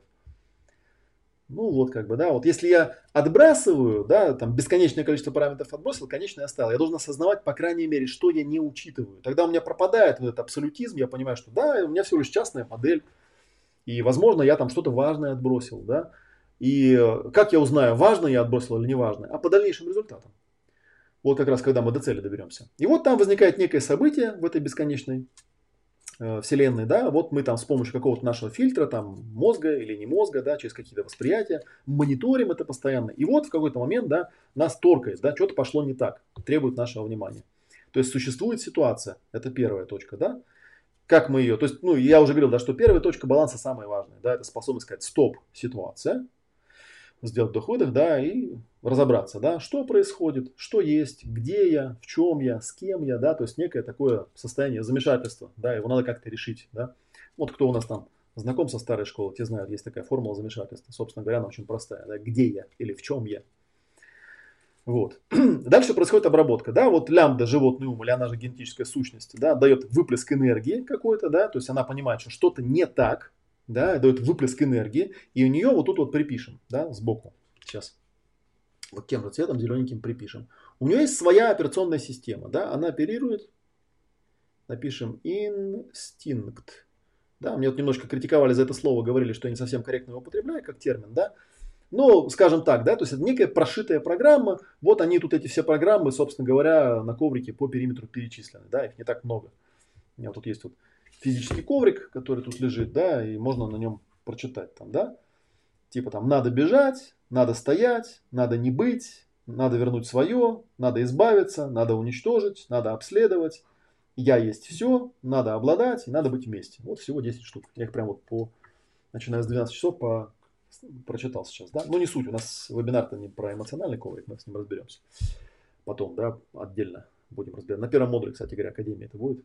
Ну вот как бы, да, вот если я отбрасываю, да, там бесконечное количество параметров отбросил, конечное оставил, я должен осознавать, по крайней мере, что я не учитываю. Тогда у меня пропадает вот этот абсолютизм, я понимаю, что да, у меня всего лишь частная модель. И, возможно, я там что-то важное отбросил, да. И как я узнаю, важно я отбросил или не важно? А по дальнейшим результатам. Вот как раз, когда мы до цели доберемся. И вот там возникает некое событие в этой бесконечной э, вселенной, да. Вот мы там с помощью какого-то нашего фильтра, там, мозга или не мозга, да, через какие-то восприятия, мониторим это постоянно. И вот в какой-то момент, да, нас торкает, да, что-то пошло не так, требует нашего внимания. То есть существует ситуация, это первая точка, да. Как мы ее, то есть, ну, я уже говорил, да, что первая точка баланса самая важная, да, это способность сказать стоп, ситуация, сделать вдох-выдох, да, и разобраться, да, что происходит, что есть, где я, в чем я, с кем я, да, то есть некое такое состояние замешательства, да, его надо как-то решить, да. Вот кто у нас там знаком со старой школы, те знают, есть такая формула замешательства, собственно говоря, она очень простая, да, где я или в чем я. Вот. Дальше происходит обработка, да, вот лямбда, животный ум, или она же генетическая сущность, да, дает выплеск энергии какой-то, да, то есть она понимает, что что-то не так, да, дает выплеск энергии, и у нее вот тут вот припишем, да, сбоку, сейчас, вот тем же цветом зелененьким припишем. У нее есть своя операционная система, да, она оперирует, напишем инстинкт, да, мне вот немножко критиковали за это слово, говорили, что я не совсем корректно его употребляю как термин, да. Ну, скажем так, да, то есть это некая прошитая программа. Вот они тут, эти все программы, собственно говоря, на коврике по периметру перечислены, да, их не так много. У меня вот тут есть вот физический коврик, который тут лежит, да, и можно на нем прочитать там, да. Типа там надо бежать, надо стоять, надо не быть, надо вернуть свое, надо избавиться, надо уничтожить, надо обследовать. Я есть все, надо обладать, и надо быть вместе. Вот всего десять штук. Я их прям вот по, начиная с двенадцати часов по прочитал сейчас, да, но не суть, у нас вебинар-то не про эмоциональный коврик, мы с ним разберемся потом, да, отдельно будем разбирать. На первом модуле, кстати говоря, Академии это будет.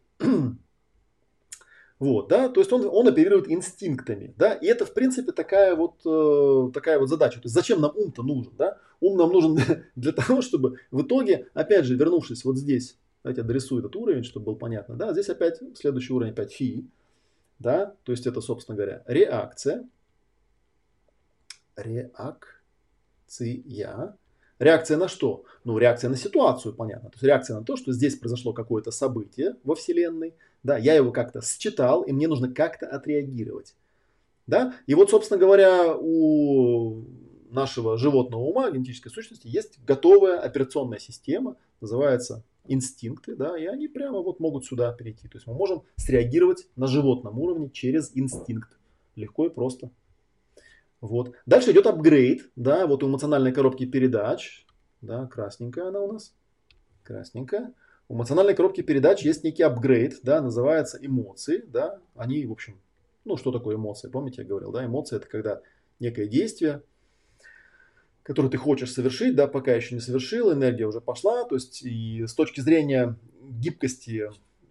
Вот, да, то есть он, он оперирует инстинктами, да, и это, в принципе, такая вот, э, такая вот задача. То есть зачем нам ум-то нужен, да? Ум нам нужен для того, чтобы в итоге, опять же, вернувшись вот здесь, давайте я дорисую этот уровень, чтобы было понятно, да, здесь опять следующий уровень, опять фи, да, то есть это, собственно говоря, реакция, Реакция. Реакция на что? Ну, реакция на ситуацию, понятно. То есть реакция на то, что здесь произошло какое-то событие во Вселенной. Да, я его как-то считал, и мне нужно как-то отреагировать. Да? И вот, собственно говоря, у нашего животного ума, генетической сущности, есть готовая операционная система, называется инстинкты, да, и они прямо вот могут сюда перейти. То есть мы можем среагировать на животном уровне через инстинкт. Легко и просто. Вот. Дальше идет апгрейд, да, вот у эмоциональной коробки передач, да, красненькая она у нас, красненькая. У эмоциональной коробки передач есть некий апгрейд, да, называется эмоции, да, они, в общем, ну, что такое эмоции, помните, я говорил, да, эмоции это когда некое действие, которое ты хочешь совершить, да, пока еще не совершил, энергия уже пошла, то есть и с точки зрения гибкости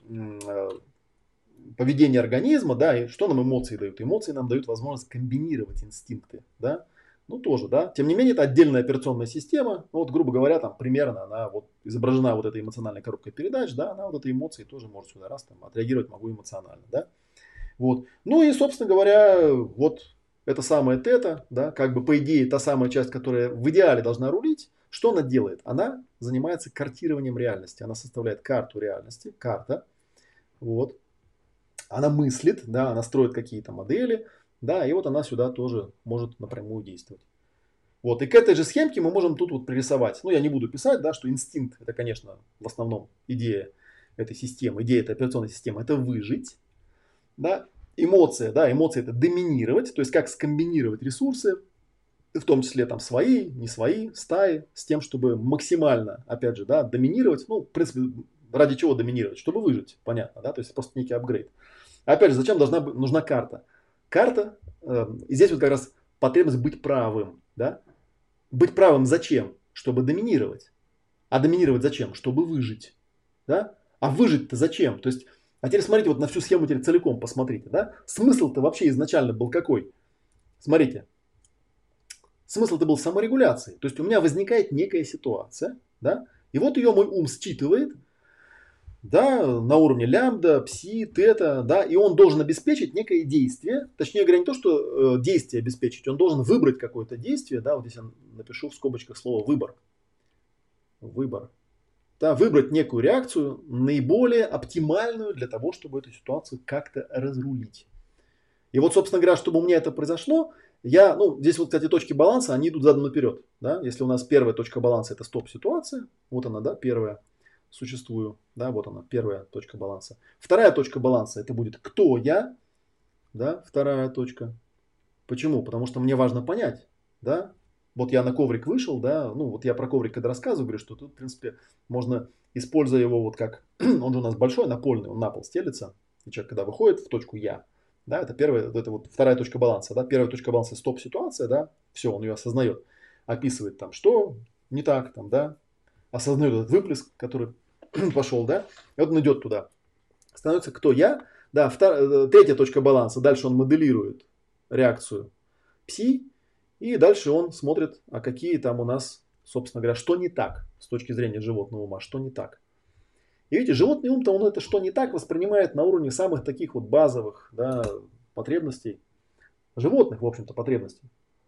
поведения организма, да, и что нам эмоции дают? Эмоции нам дают возможность комбинировать инстинкты, да, ну тоже, да. Тем не менее, это отдельная операционная система, ну, вот, грубо говоря, там примерно она вот изображена вот этой эмоциональной коробкой передач, да, она вот этой эмоции тоже может сюда раз там отреагировать могу эмоционально, да. Вот. Ну и, собственно говоря, вот это самое тета, да, как бы по идее та самая часть, которая в идеале должна рулить, что она делает? Она занимается картированием реальности, она составляет карту реальности, карта, вот. Она мыслит, да, она строит какие-то модели, да, и вот она сюда тоже может напрямую действовать. Вот, и к этой же схемке мы можем тут вот пририсовать. Ну, я не буду писать, да, что инстинкт, это, конечно, в основном идея этой системы, идея этой операционной системы, это выжить, да. Эмоция, да, эмоция это доминировать, то есть как скомбинировать ресурсы, в том числе там свои, не свои, стаи, с тем, чтобы максимально, опять же, да, доминировать, ну, в принципе, ради чего доминировать, чтобы выжить, понятно, да, то есть просто некий апгрейд. Опять же, зачем должна быть, нужна карта? Карта, э, и здесь вот как раз потребность быть правым, да. Быть правым зачем? Чтобы доминировать. А доминировать зачем? Чтобы выжить, да. А выжить-то зачем? То есть, а теперь смотрите, вот на всю схему теперь целиком посмотрите, да. Смысл-то вообще изначально был какой? Смотрите. Смысл-то был в саморегуляции. То есть у меня возникает некая ситуация, да, и вот ее мой ум считывает, да, на уровне лямбда, пси, тета, да, и он должен обеспечить некое действие, точнее говоря, не то, что э, действие обеспечить, он должен выбрать какое-то действие, да, вот здесь я напишу в скобочках слово выбор, выбор, да, выбрать некую реакцию, наиболее оптимальную для того, чтобы эту ситуацию как-то разрулить. И вот, собственно говоря, чтобы у меня это произошло, я, ну, здесь вот, кстати, точки баланса, они идут задом наперед, да, если у нас первая точка баланса это стоп-ситуация, вот она, да, первая, существую, да, вот она, первая точка баланса. Вторая точка баланса это будет кто я, да, вторая точка. Почему? Потому что мне важно понять, да, вот я на коврик вышел, да, ну, вот я про коврик когда рассказываю, говорю, что тут, в принципе, можно, используя его вот как, он же у нас большой, напольный, он на пол стелится, и человек, когда выходит в точку я, да, это первая, это вот вторая точка баланса, да, первая точка баланса стоп-ситуация, да, все, он ее осознает, описывает там, что не так, там, да, осознает этот выплеск, который пошел, да, и вот он идет туда. Становится кто я, да, втор... третья точка баланса, дальше он моделирует реакцию пси, и дальше он смотрит, а какие там у нас, собственно говоря, что не так с точки зрения животного ума, что не так. И видите, животный ум-то он это что не так воспринимает на уровне самых таких вот базовых, да, потребностей, животных, в общем-то, потребностей.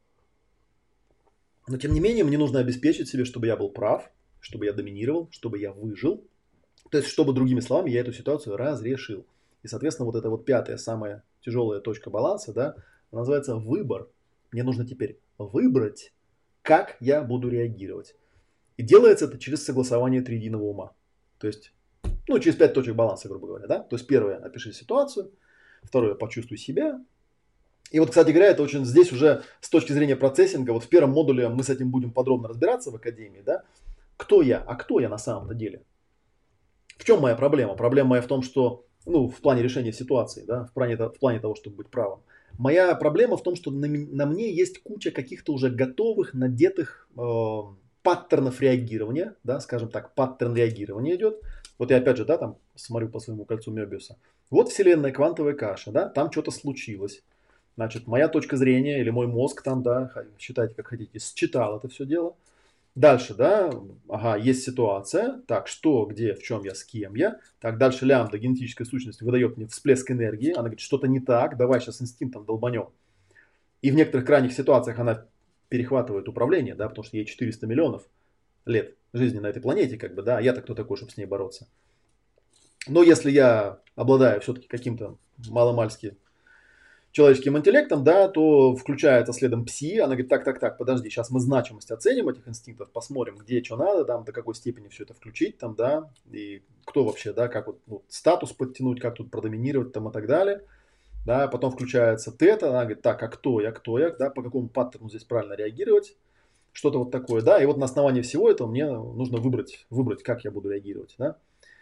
Но тем не менее, мне нужно обеспечить себе, чтобы я был прав, чтобы я доминировал, чтобы я выжил. То есть, чтобы, другими словами, я эту ситуацию разрешил. И, соответственно, вот эта вот пятая, самая тяжелая точка баланса, да, она называется выбор. Мне нужно теперь выбрать, как я буду реагировать. И делается это через согласование триединого ума. То есть, ну, через пять точек баланса, грубо говоря, да. То есть, первое, опиши ситуацию. Второе, почувствуй себя. И вот, кстати говоря, это очень здесь уже с точки зрения процессинга, вот в первом модуле мы с этим будем подробно разбираться в академии, да. Кто я? А кто я на самом-то деле? В чем моя проблема? Проблема моя в том, что, ну, в плане решения ситуации, да, в плане, в плане того, чтобы быть правым. Моя проблема в том, что на, на мне есть куча каких-то уже готовых, надетых э, паттернов реагирования, да, скажем так, паттерн реагирования идет. Вот я опять же, да, там смотрю по своему кольцу Мёбиуса. Вот вселенная квантовая каша, да, там что-то случилось. Значит, моя точка зрения или мой мозг там, да, считайте как хотите, считал это все дело. Дальше, да, ага, есть ситуация, так, что, где, в чем я, с кем я. Так, дальше лямбда, генетическая сущность, выдает мне всплеск энергии. Она говорит, что-то не так, давай сейчас инстинктом долбанем. И в некоторых крайних ситуациях она перехватывает управление, да, потому что ей четыреста миллионов лет жизни на этой планете, как бы, да, я-то кто такой, чтобы с ней бороться. Но если я обладаю все-таки каким-то маломальски человеческим интеллектом, да, то включается следом пси, она говорит, так, так, так, подожди, сейчас мы значимость оценим этих инстинктов, посмотрим, где что надо, там, до какой степени все это включить, там, да, и кто вообще, да, как вот ну, статус подтянуть, как тут продоминировать, там, и так далее. да, потом включается тета, она говорит, так, а кто я, кто я, да, по какому паттерну здесь правильно реагировать, что-то вот такое, да, и вот на основании всего этого мне нужно выбрать, выбрать, как я буду реагировать, да.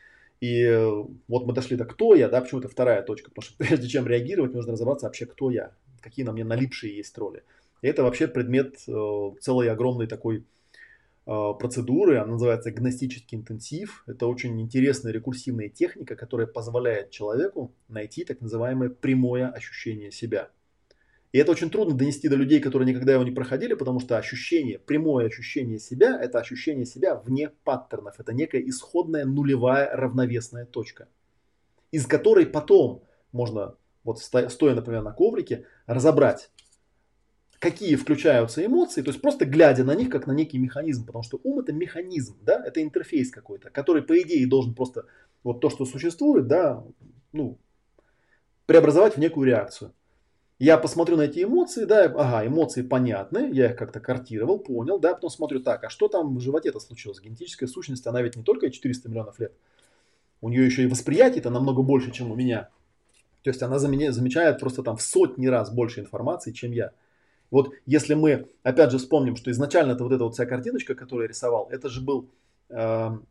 И э, вот мы дошли до кто я, да, почему это вторая точка, потому что прежде чем реагировать, нужно разобраться вообще, кто я, какие на мне налипшие есть роли. И это вообще предмет э, целой огромной такой э, процедуры, она называется гностический интенсив. Это очень интересная рекурсивная техника, которая позволяет человеку найти так называемое прямое ощущение себя. И это очень трудно донести до людей, которые никогда его не проходили, потому что ощущение, прямое ощущение себя, это ощущение себя вне паттернов. Это некая исходная нулевая равновесная точка, из которой потом можно, вот стоя, например, на коврике, разобрать, какие включаются эмоции, то есть просто глядя на них, как на некий механизм, потому что ум это механизм, да, это интерфейс какой-то, который, по идее, должен просто вот то, что существует, да, ну, преобразовать в некую реакцию. Я посмотрю на эти эмоции, да, ага, эмоции понятны, я их как-то картировал, понял, да, потом смотрю, так, а что там в животе-то случилось? Генетическая сущность, она ведь не только четыреста миллионов лет, у нее еще и восприятие-то намного больше, чем у меня. То есть она замечает просто там в сотни раз больше информации, чем я. Вот если мы, опять же, вспомним, что изначально это вот эта вот вся картиночка, которую я рисовал, это же был эм,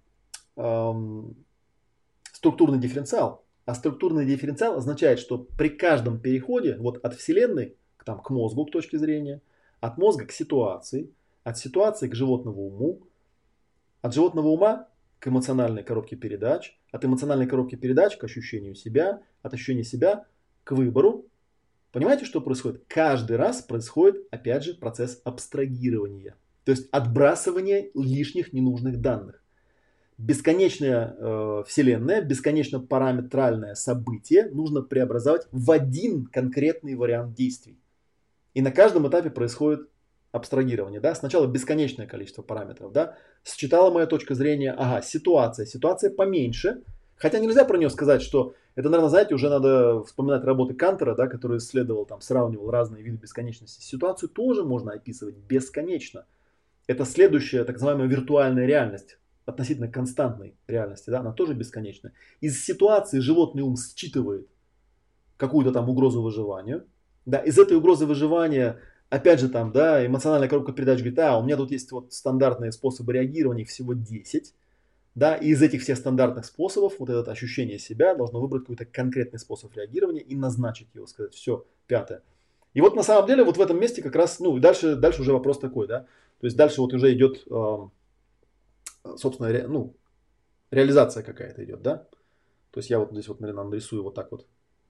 эм, структурный дифференциал. А структурный дифференциал означает, что при каждом переходе вот от Вселенной к, там, к мозгу, к точке зрения, от мозга к ситуации, от ситуации к животному уму, от животного ума к эмоциональной коробке передач, от эмоциональной коробки передач к ощущению себя, от ощущения себя к выбору. Понимаете, что происходит? Каждый раз происходит, опять же, процесс абстрагирования. То есть отбрасывание лишних ненужных данных. Бесконечная э, вселенная, бесконечно параметральное событие нужно преобразовать в один конкретный вариант действий. И на каждом этапе происходит абстрагирование. Да? Сначала бесконечное количество параметров. Да? Считала моя точка зрения, ага, ситуация. Ситуация поменьше. Хотя нельзя про нее сказать, что это, наверное, знаете, уже надо вспоминать работы Кантера, да, который исследовал, там, сравнивал разные виды бесконечности. Ситуацию тоже можно описывать бесконечно. Это следующая так называемая виртуальная реальность относительно константной реальности, да, она тоже бесконечна. Из ситуации животный ум считывает какую-то там угрозу выживанию. Да, из этой угрозы выживания, опять же, там, да, эмоциональная коробка передач говорит, а, у меня тут есть вот стандартные способы реагирования, их всего десять. Да, и из этих всех стандартных способов вот это ощущение себя должно выбрать какой-то конкретный способ реагирования и назначить его, сказать, все, пятое. И вот на самом деле вот в этом месте как раз, ну, дальше, дальше уже вопрос такой, да, то есть дальше вот уже идет, э, собственно, ре, ну, реализация какая-то идет, да. То есть я вот здесь вот, наверное, нарисую вот так вот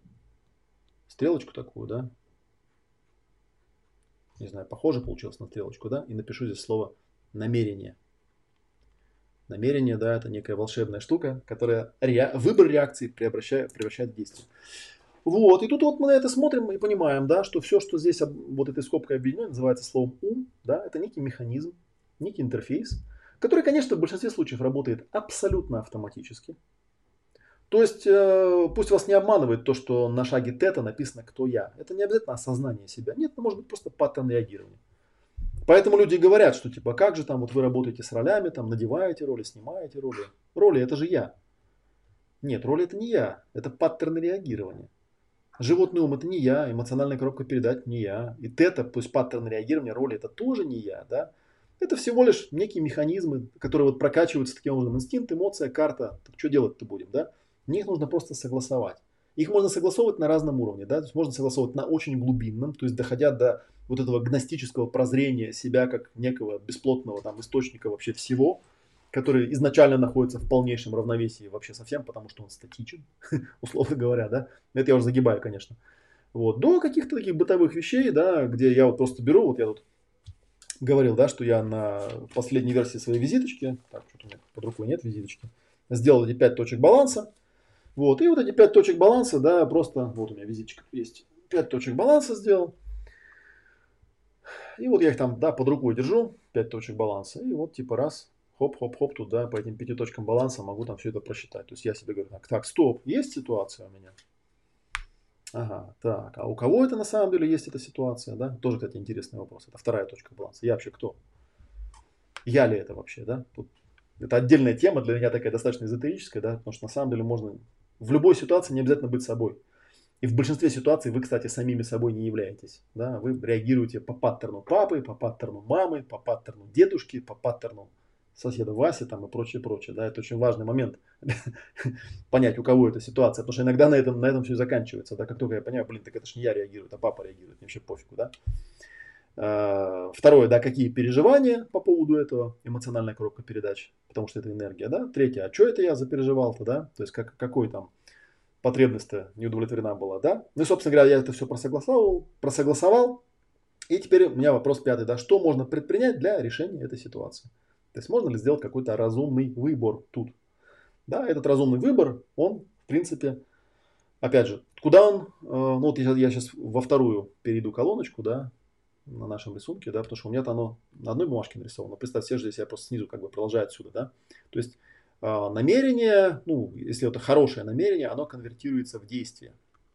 стрелочку такую, да. Не знаю, похоже получилось на стрелочку, да. И напишу здесь слово намерение. Намерение, да, это некая волшебная штука, которая ре... выбор реакции превращает, превращает в действие. Вот, и тут вот мы на это смотрим и понимаем, да, что все, что здесь вот этой скобкой объединено, называется словом ум, да, это некий механизм, некий интерфейс, который, конечно, в большинстве случаев работает абсолютно автоматически. То есть, э, пусть вас не обманывает то, что на шаге тета написано «кто я». Это не обязательно осознание себя. Нет, это может быть просто паттерн реагирования. Поэтому люди говорят, что типа, как же там вот вы работаете с ролями, там надеваете роли, снимаете роли. Роли это же я. Нет, роли это не я, это паттерны реагирования. Животный ум это не я, эмоциональная коробка передач не я. И тета, то есть паттерн реагирования, роли это тоже не я, да. Это всего лишь некие механизмы, которые вот прокачиваются таким образом. Инстинкт, эмоция, карта. Так что делать-то будем, да? Их нужно просто согласовать. Их можно согласовывать на разном уровне, да, то есть можно согласовывать на очень глубинном, то есть доходя до вот этого гностического прозрения себя как некого бесплотного там источника вообще всего, который изначально находится в полнейшем равновесии вообще совсем, потому что он статичен, условно говоря, да. Это я уже загибаю, конечно. Вот. До каких-то таких бытовых вещей, да, где я вот просто беру, вот я тут говорил, да, что я на последней версии своей визиточки, так, что-то у меня под рукой нет визиточки, сделал эти пять точек баланса. Вот, и вот эти пять точек баланса, да, просто, вот у меня визиточка есть, пять точек баланса сделал. И вот я их там, да, под рукой держу, пять точек баланса, и вот типа раз, хоп-хоп-хоп, туда по этим пяти точкам баланса могу там все это просчитать. То есть я себе говорю, так, так, стоп, есть ситуация у меня? Ага, так, а у кого это на самом деле есть эта ситуация, да? Тоже, кстати, интересный вопрос. Это вторая точка баланса. Я вообще кто? Я ли это вообще, да? Тут это отдельная тема, для меня такая достаточно эзотерическая, да, потому что на самом деле можно в любой ситуации не обязательно быть собой. И в большинстве ситуаций вы, кстати, самими собой не являетесь. Да? Вы реагируете по паттерну папы, по паттерну мамы, по паттерну дедушки, по паттерну соседа Васи там, и прочее, прочее. Да? Это очень важный момент понять, у кого эта ситуация. Потому что иногда на этом, на этом все и заканчивается. Да? Как только я понимаю, блин, так это ж не я реагирую, а папа реагирует. Мне вообще пофигу. Да? Второе, да, какие переживания по поводу этого, эмоциональная коробка передач, потому что это энергия, да. Третье, а что это я запереживал-то, да, то есть как, какой там потребность-то не удовлетворена была, да. Ну и, собственно говоря, я это все просогласовал, просогласовал, и теперь у меня вопрос пятый, да, что можно предпринять для решения этой ситуации. То есть можно ли сделать какой-то разумный выбор тут. Да, этот разумный выбор, он, в принципе, опять же, куда он, ну вот я, я сейчас во вторую перейду колоночку, да, на нашем рисунке, да, потому что у меня-то оно на одной бумажке нарисовано. Представь себе, здесь я просто снизу как бы продолжаю отсюда, да. То есть э, намерение, ну, если это хорошее намерение, оно конвертируется в действие.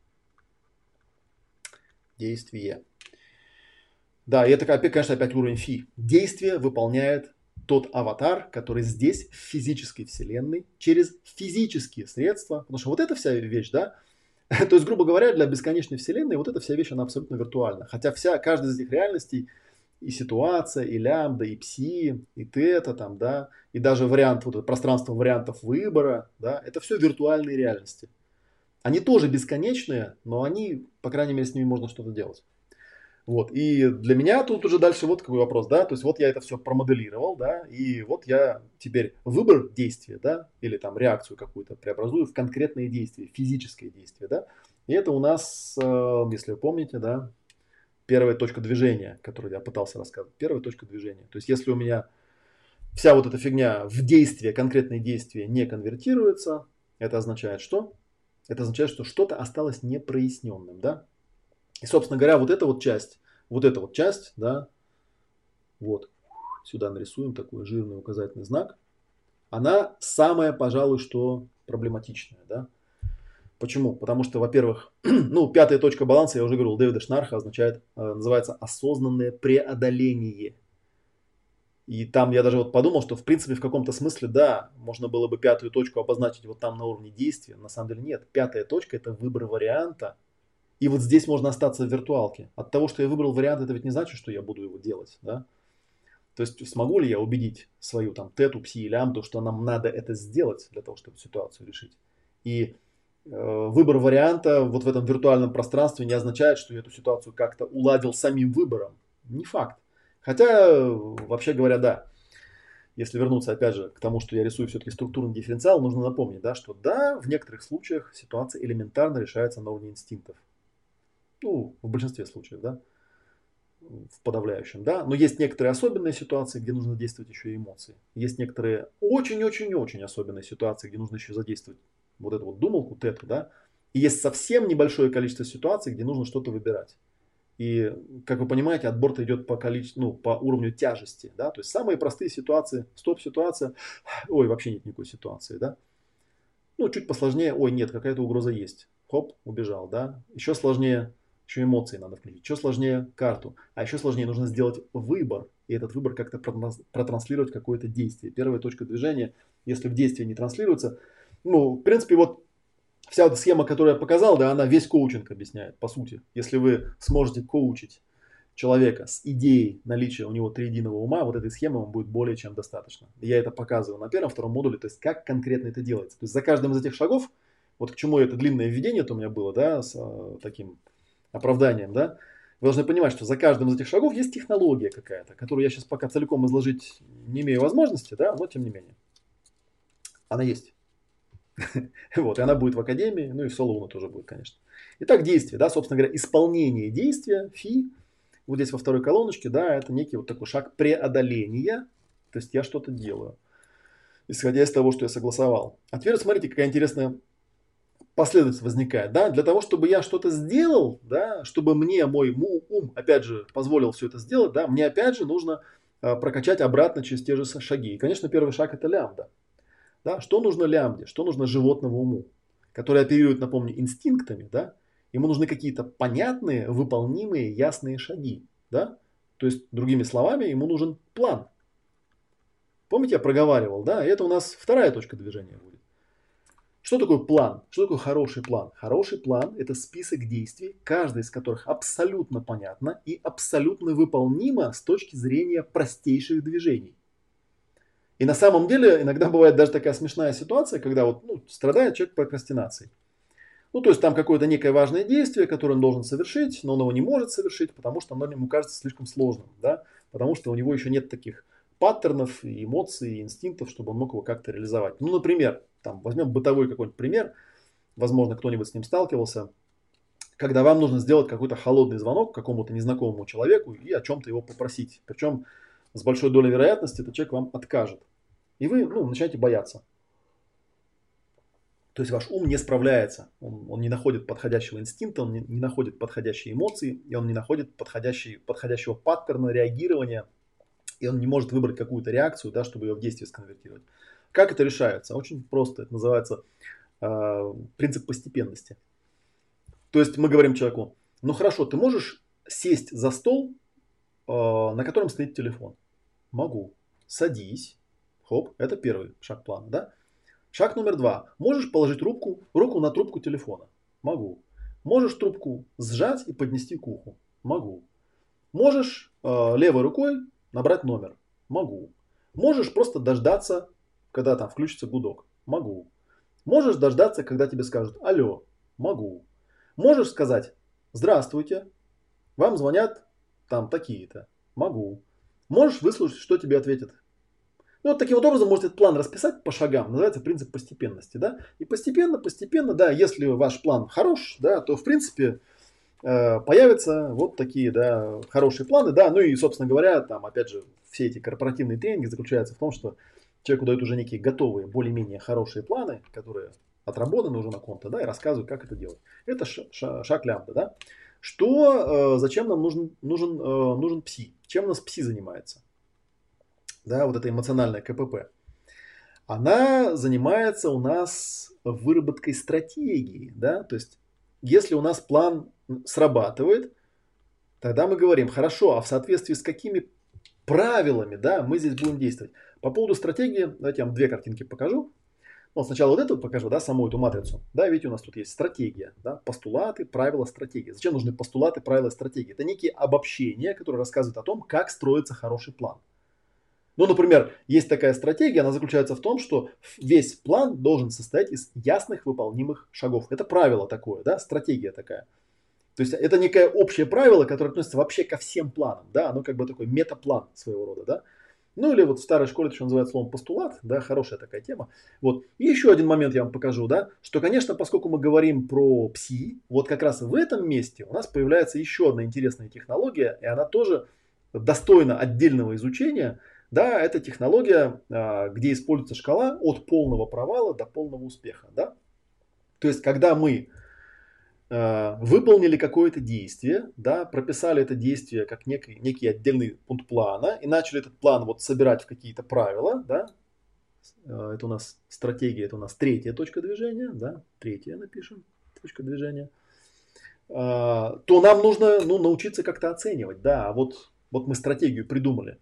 Действие. Да, и это, опять, конечно, опять уровень фи. Действие выполняет тот аватар, который здесь, в физической вселенной, через физические средства. Потому что вот эта вся вещь, да, то есть, грубо говоря, для бесконечной вселенной вот эта вся вещь, она абсолютно виртуальна. Хотя вся, каждая из этих реальностей, и ситуация, и лямбда, и пси, и тета, там, да, и даже вариант, вот это пространство вариантов выбора, да, это все виртуальные реальности. Они тоже бесконечные, но они, по крайней мере, с ними можно что-то делать. Вот. И для меня тут уже дальше вот какой вопрос, да, то есть вот я это все промоделировал, да, и вот я теперь выбор действия, да, или там реакцию какую-то преобразую в конкретные действия, физическое действие, да, и это у нас, если вы помните, да, первая точка движения, которую я пытался рассказывать, первая точка движения, то есть если у меня вся вот эта фигня в действие, конкретные действия не конвертируется, это означает что? Это означает, что что-то осталось непроясненным, да. И, собственно говоря, вот эта вот часть, вот эта вот часть, да, вот, сюда нарисуем такой жирный указательный знак, она самая, пожалуй, что проблематичная, да. Почему? Потому что, во-первых, ну, пятая точка баланса, я уже говорил, Дэвида Шнарха означает, называется осознанное преодоление. И там я даже вот подумал, что в принципе в каком-то смысле, да, можно было бы пятую точку обозначить вот там на уровне действия. На самом деле нет. Пятая точка – это выбор варианта. И вот здесь можно остаться в виртуалке. От того, что я выбрал вариант, это ведь не значит, что я буду его делать. Да? То есть смогу ли я убедить свою там тету, пси и лямбду, что нам надо это сделать для того, чтобы ситуацию решить. И э, выбор варианта вот в этом виртуальном пространстве не означает, что я эту ситуацию как-то уладил самим выбором. Не факт. Хотя, вообще говоря, да. Если вернуться, опять же, к тому, что я рисую все-таки структурный дифференциал, нужно напомнить, да, что да, в некоторых случаях ситуация элементарно решается на уровне инстинктов. Ну, в большинстве случаев, да, в подавляющем, да. Но есть некоторые особенные ситуации, где нужно действовать еще и эмоции. Есть некоторые очень-очень-очень особенные ситуации, где нужно еще задействовать вот эту вот думалку, тету, да. И есть совсем небольшое количество ситуаций, где нужно что-то выбирать. И, как вы понимаете, отбор-то идет по количеству, ну, по уровню тяжести, да. То есть самые простые ситуации, стоп-ситуация, ой, вообще нет никакой ситуации, да. Ну, чуть посложнее, ой, нет, какая-то угроза есть. Хоп, убежал, да. Еще сложнее. Еще эмоции надо включить. Еще сложнее карту. А еще сложнее нужно сделать выбор. И этот выбор как-то протранслировать в какое-то действие. Первая точка движения, если в действие не транслируется. Ну, в принципе, вот вся эта схема, которую я показал, да, она весь коучинг объясняет, по сути. Если вы сможете коучить человека с идеей наличия у него триединого ума, вот этой схемы вам будет более чем достаточно. Я это показываю на первом, втором модуле, то есть как конкретно это делается. То есть за каждым из этих шагов, вот к чему это длинное введение-то у меня было, да, с э, таким оправданием, да, вы должны понимать, что за каждым из этих шагов есть технология какая-то, которую я сейчас пока целиком изложить не имею возможности, да, но тем не менее. Она есть. Вот, и она будет в академии, ну и в Солоуна тоже будет, конечно. Итак, действие, да, собственно говоря, исполнение действия, фи, вот здесь во второй колоночке, да, это некий вот такой шаг преодоления, то есть я что-то делаю, исходя из того, что я согласовал. А теперь смотрите, какая интересная последовательность возникает, да, для того, чтобы я что-то сделал, да, чтобы мне мой ум, опять же, позволил все это сделать, да, мне опять же нужно а, прокачать обратно через те же шаги. И, конечно, первый шаг это лямбда. Да, что нужно лямбде, что нужно животному уму, который оперирует, напомню, инстинктами, да, ему нужны какие-то понятные, выполнимые, ясные шаги, да, то есть, другими словами, ему нужен план. Помните, я проговаривал, да, и это у нас вторая точка движения будет. Что такое план? Что такое хороший план? Хороший план – это список действий, каждый из которых абсолютно понятно и абсолютно выполнимо с точки зрения простейших движений. И на самом деле иногда бывает даже такая смешная ситуация, когда вот, ну, страдает человек прокрастинацией. Ну, то есть там какое-то некое важное действие, которое он должен совершить, но он его не может совершить, потому что оно ему кажется слишком сложным, да? Потому что у него еще нет таких паттернов, и эмоций, и инстинктов, чтобы он мог его как-то реализовать. Ну, например, там, возьмем бытовой какой-нибудь пример, возможно, кто-нибудь с ним сталкивался, когда вам нужно сделать какой-то холодный звонок какому-то незнакомому человеку и о чем-то его попросить. Причем с большой долей вероятности этот человек вам откажет. И вы, ну, начинаете бояться. То есть ваш ум не справляется, он, он не находит подходящего инстинкта, он не, не находит подходящие эмоции, и он не находит подходящий, подходящего паттерна реагирования, и он не может выбрать какую-то реакцию, да, чтобы ее в действие сконвертировать. Как это решается? Очень просто. Это называется э, принцип постепенности. То есть мы говорим человеку, ну хорошо, ты можешь сесть за стол, э, на котором стоит телефон? Могу. Садись. Хоп, это первый шаг плана, да? Шаг номер два. Можешь положить руку, руку на трубку телефона? Могу. Можешь трубку сжать и поднести к уху? Могу. Можешь э, левой рукой набрать номер? Могу. Можешь просто дождаться, когда там включится гудок? Могу. Можешь дождаться, когда тебе скажут алло? Могу. Можешь сказать здравствуйте, вам звонят там такие-то? Могу. Можешь выслушать, что тебе ответят? Ну, вот таким вот образом можете этот план расписать по шагам. Называется принцип постепенности. Да? И постепенно, постепенно, да, если ваш план хорош, да, то в принципе э, появятся вот такие, да, хорошие планы. Да? Ну и, собственно говоря, там, опять же, все эти корпоративные тренинги заключаются в том, что человеку дают уже некие готовые, более-менее хорошие планы, которые отработаны уже на конто, да, и рассказывают, как это делать. Это ш- ш- шаг лямбда. Да? Что, э, зачем нам нужен, нужен, э, нужен пси? Чем у нас пси занимается? Да, вот эта эмоциональная ка пэ пэ, она занимается у нас выработкой стратегии, да, то есть если у нас план срабатывает, тогда мы говорим, хорошо, а в соответствии с какими правилами, да, мы здесь будем действовать. По поводу стратегии, давайте я вам две картинки покажу. Ну, сначала вот эту покажу, да, саму эту матрицу. Да, видите, у нас тут есть стратегия, да, постулаты, правила, стратегии. Зачем нужны постулаты, правила, стратегии? Это некие обобщения, которые рассказывают о том, как строится хороший план. Ну, например, есть такая стратегия, она заключается в том, что весь план должен состоять из ясных выполнимых шагов. Это правило такое, да, стратегия такая. То есть это некое общее правило, которое относится вообще ко всем планам, да, оно как бы такой метаплан своего рода, да. Ну или вот в старой школе это еще называют словом постулат, да, хорошая такая тема. Вот. И еще один момент я вам покажу, да, что, конечно, поскольку мы говорим про пси, вот как раз в этом месте у нас появляется еще одна интересная технология, и она тоже достойна отдельного изучения. Да, это технология, где используется шкала от полного провала до полного успеха. Да? То есть, когда мы выполнили какое-то действие, да, прописали это действие как некий, некий отдельный пункт плана и начали этот план вот собирать в какие-то правила, да, это у нас стратегия, это у нас третья точка движения, да, третья напишем точка движения, то нам нужно, ну, научиться как-то оценивать, да, вот, вот мы стратегию придумали.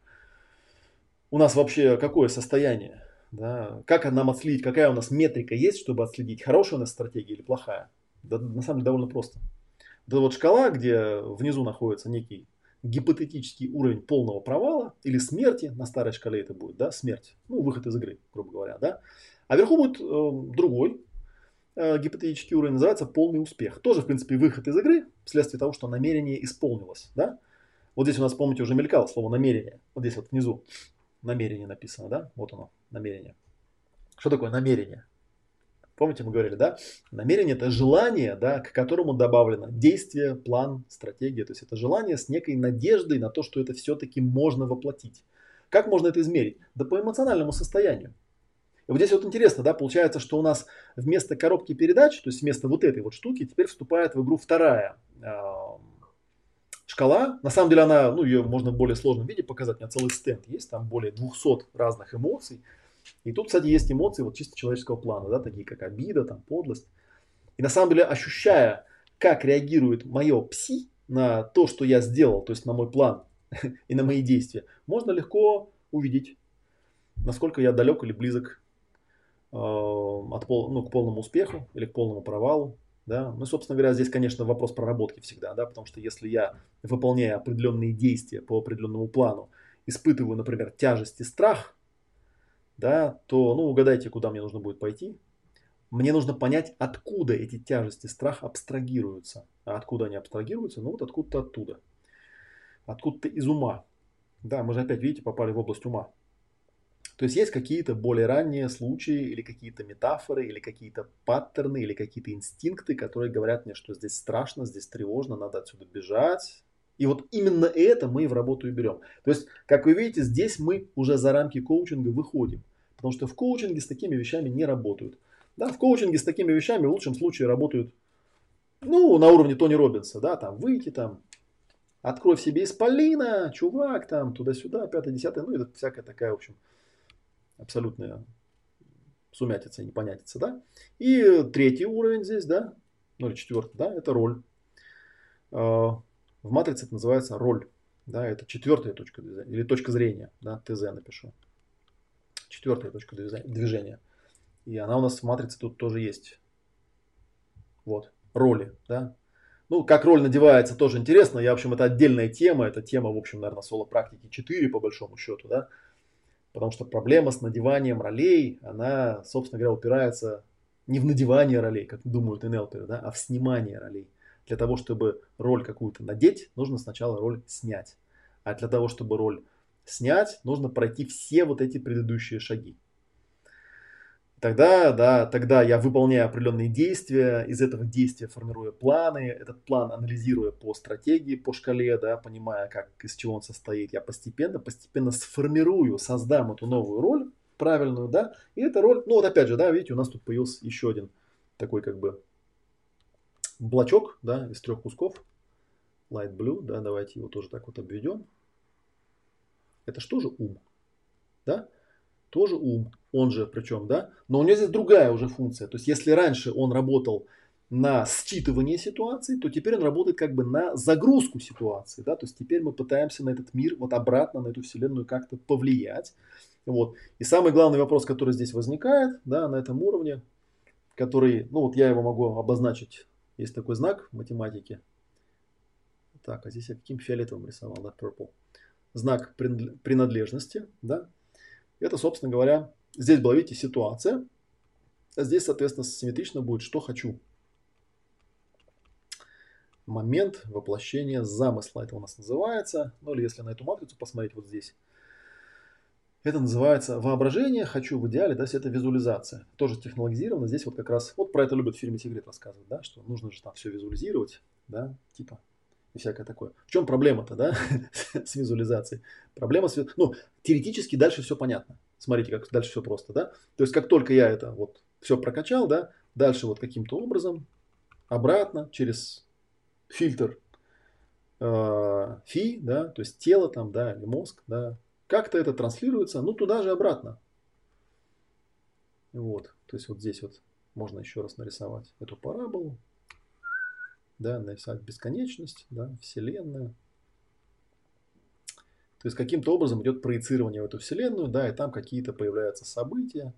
У нас вообще какое состояние? Да? Как нам отследить, какая у нас метрика есть, чтобы отследить, хорошая у нас стратегия или плохая? Да, на самом деле довольно просто. Это вот шкала, где внизу находится некий гипотетический уровень полного провала или смерти, на старой шкале это будет, да, смерть, ну, выход из игры, грубо говоря, да. А вверху будет э, другой э, гипотетический уровень, называется полный успех. Тоже, в принципе, выход из игры вследствие того, что намерение исполнилось, да. Вот здесь у нас, помните, уже мелькало слово намерение, вот здесь вот внизу. Намерение написано, да? Вот оно, намерение. Что такое намерение? Помните, мы говорили, да? Намерение – это желание, да, к которому добавлено действие, план, стратегия. То есть это желание с некой надеждой на то, что это все-таки можно воплотить. Как можно это измерить? Да по эмоциональному состоянию. И вот здесь вот интересно, да, получается, что у нас вместо коробки передач, то есть вместо вот этой вот штуки, теперь вступает в игру вторая шкала. На самом деле она, ну, ее можно в более сложном виде показать. У меня целый стенд есть, там более двухсот разных эмоций. И тут, кстати, есть эмоции вот чисто человеческого плана, да, такие как обида, там, подлость. И на самом деле, ощущая, как реагирует мое пси на то, что я сделал, то есть на мой план и на мои действия, можно легко увидеть, насколько я далек или близок от пол, ну, к полному успеху или к полному провалу. Да? Ну, собственно говоря, здесь, конечно, вопрос проработки всегда, да, потому что если я, выполняя определенные действия по определенному плану, испытываю, например, тяжесть и страх, да, то, ну, угадайте, куда мне нужно будет пойти. Мне нужно понять, откуда эти тяжести, страх абстрагируются. А откуда они абстрагируются? Ну, вот откуда-то оттуда. Откуда-то из ума. Да, мы же опять, видите, попали в область ума. То есть есть какие-то более ранние случаи или какие-то метафоры, или какие-то паттерны, или какие-то инстинкты, которые говорят мне, что здесь страшно, здесь тревожно, надо отсюда бежать. И вот именно это мы в работу и берем. То есть, как вы видите, здесь мы уже за рамки коучинга выходим. Потому что в коучинге с такими вещами не работают. Да, в коучинге с такими вещами в лучшем случае работают, ну, на уровне Тони Роббинса, да, там, выйти там, открой в себе исполина, чувак, там, туда-сюда, пятое, десятое, ну, это всякая такая, в общем, абсолютная сумятица и непонятица, да. И третий уровень здесь, да, ну или четвертый, да, это роль. В матрице это называется роль, да, это четвертая точка движения, или точка зрения, да, ТЗ напишу. Четвертая точка движения. И она у нас в матрице тут тоже есть. Вот, роли, да. Ну, как роль надевается, тоже интересно. Я, в общем, это отдельная тема. Это тема, в общем, наверное, соло-практики четыре, по большому счету, да. Потому что проблема с надеванием ролей, она, собственно говоря, упирается не в надевание ролей, как думают эн эл перы, да, а в снимание ролей. Для того, чтобы роль какую-то надеть, нужно сначала роль снять. А для того, чтобы роль снять, нужно пройти все вот эти предыдущие шаги. Тогда, да, тогда я выполняю определенные действия, из этого действия формируя планы, этот план анализируя по стратегии, по шкале, да, понимая, как, из чего он состоит, я постепенно, постепенно сформирую, создам эту новую роль, правильную, да, и эта роль, ну вот опять же, да, видите, у нас тут появился еще один такой как бы блочок, да, из трех кусков, light blue, да, давайте его тоже так вот обведем. Это что же ум, да? Тоже ум, он же причем, да, но у него здесь другая уже функция. То есть, если раньше он работал на считывание ситуации, то теперь он работает как бы на загрузку ситуации, да, то есть теперь мы пытаемся на этот мир, вот обратно на эту вселенную как-то повлиять. Вот. И самый главный вопрос, который здесь возникает, да, на этом уровне, который, ну вот я его могу обозначить, есть такой знак в математике. Так, а здесь я каким фиолетовым рисовал, да, purple. Знак принадлежности, да. Это, собственно говоря, здесь была, видите, ситуация. А здесь, соответственно, симметрично будет «что хочу». Момент воплощения замысла. Это у нас называется. Ну, или если на эту матрицу посмотреть вот здесь. Это называется воображение. Хочу в идеале. Да, это визуализация. Тоже технологизировано. Здесь вот как раз, вот про это любят в фильме «Секрет» рассказывать, да, что нужно же там все визуализировать, да, типа. И всякое такое. В чем проблема-то, да, с визуализацией? Проблема с... Ну, теоретически дальше все понятно. Смотрите, как дальше все просто, да. То есть, как только я это вот все прокачал, да, дальше вот каким-то образом обратно через фильтр э, фи, да, то есть тело там, да, или мозг, да, как-то это транслируется, ну, туда же обратно. Вот, то есть, вот здесь вот можно еще раз нарисовать эту параболу. Да, нарисовать бесконечность, да, вселенная. То есть каким-то образом идет проецирование в эту вселенную, да, и там какие-то появляются события,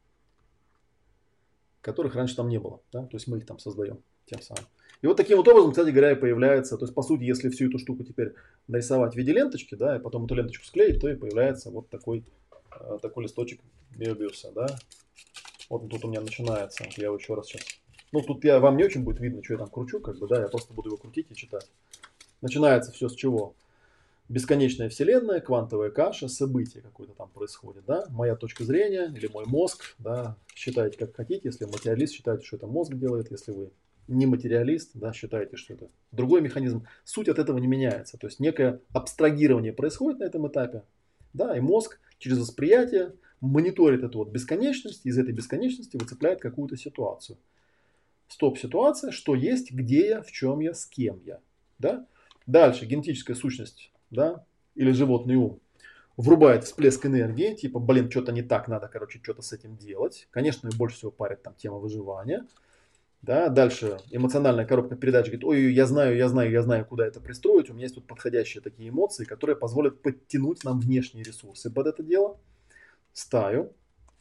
которых раньше там не было, да, то есть мы их там создаем тем самым. И вот таким вот образом, кстати говоря, и появляется, то есть по сути, если всю эту штуку теперь нарисовать в виде ленточки, да, и потом эту ленточку склеить, то и появляется вот такой, такой листочек Мёбиуса, да. Вот тут у меня начинается, я его еще раз сейчас... Ну, тут я, вам не очень будет видно, что я там кручу, как бы, да, я просто буду его крутить и читать. Начинается все с чего? Бесконечная вселенная, квантовая каша, событие какое-то там происходит, да, моя точка зрения или мой мозг, да, считайте как хотите, если материалист, считайте, что это мозг делает, если вы не материалист, да, считаете, что это другой механизм, суть от этого не меняется, то есть некое абстрагирование происходит на этом этапе, да, и мозг через восприятие мониторит эту вот бесконечность, из этой бесконечности выцепляет какую-то ситуацию. Стоп-ситуация, что есть, где я, в чем я, с кем я. Да? Дальше генетическая сущность, да, или животный ум врубает всплеск энергии, типа, блин, что-то не так, надо, короче, что-то с этим делать. Конечно, ее больше всего парит там тема выживания. Да? Дальше эмоциональная коробка передач говорит, ой, я знаю, я знаю, я знаю, куда это пристроить. У меня есть тут подходящие такие эмоции, которые позволят подтянуть нам внешние ресурсы под это дело. Стаю.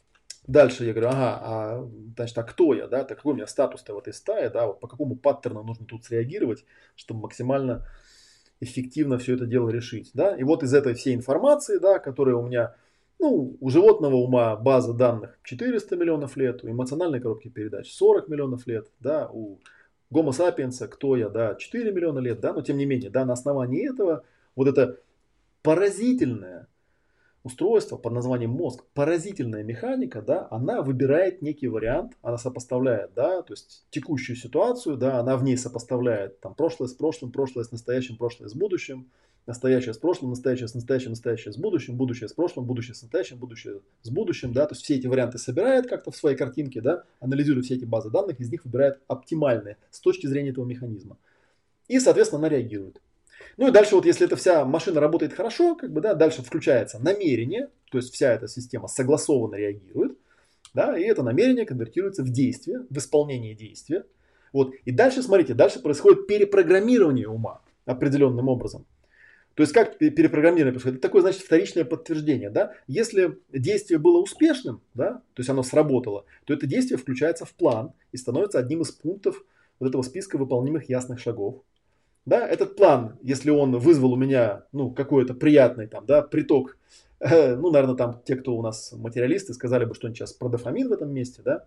Дальше я говорю, ага, а, значит, а кто я, да, так какой у меня статус-то в этой стае, да, вот по какому паттерну нужно тут среагировать, чтобы максимально эффективно все это дело решить, да. И вот из этой всей информации, да, которая у меня, ну, у животного ума база данных четыреста миллионов лет, у эмоциональной коробки передач сорок миллионов лет, да, у Гомо сапиенса, кто я, да, четыре миллиона лет, да, но тем не менее, да, на основании этого вот это поразительное устройство под названием мозг, поразительная механика, да, она выбирает некий вариант, она сопоставляет, да, то есть текущую ситуацию, да, она в ней сопоставляет там прошлое с прошлым, прошлое с настоящим, прошлое с будущим, настоящее с прошлым, настоящее с настоящим, настоящее с будущим, будущее с прошлым, будущее с настоящим, будущее с будущим, да, то есть все эти варианты собирает как-то в своей картинке, да, анализирует все эти базы данных, из них выбирает оптимальные с точки зрения этого механизма. И, соответственно, она реагирует. Ну и дальше вот если эта вся машина работает хорошо, как бы, да, дальше включается намерение, то есть вся эта система согласованно реагирует, да, и это намерение конвертируется в действие, в исполнение действия. Вот. И дальше, смотрите, дальше происходит перепрограммирование ума определенным образом. То есть как перепрограммирование происходит? Это такое, значит, вторичное подтверждение. Да? Если действие было успешным, да, то есть оно сработало, то это действие включается в план и становится одним из пунктов вот этого списка выполнимых ясных шагов. Да, этот план, если он вызвал у меня, ну, какой-то приятный там, да, приток, э, ну, наверное, там те, кто у нас материалисты, сказали бы что-нибудь сейчас про дофамин в этом месте, да.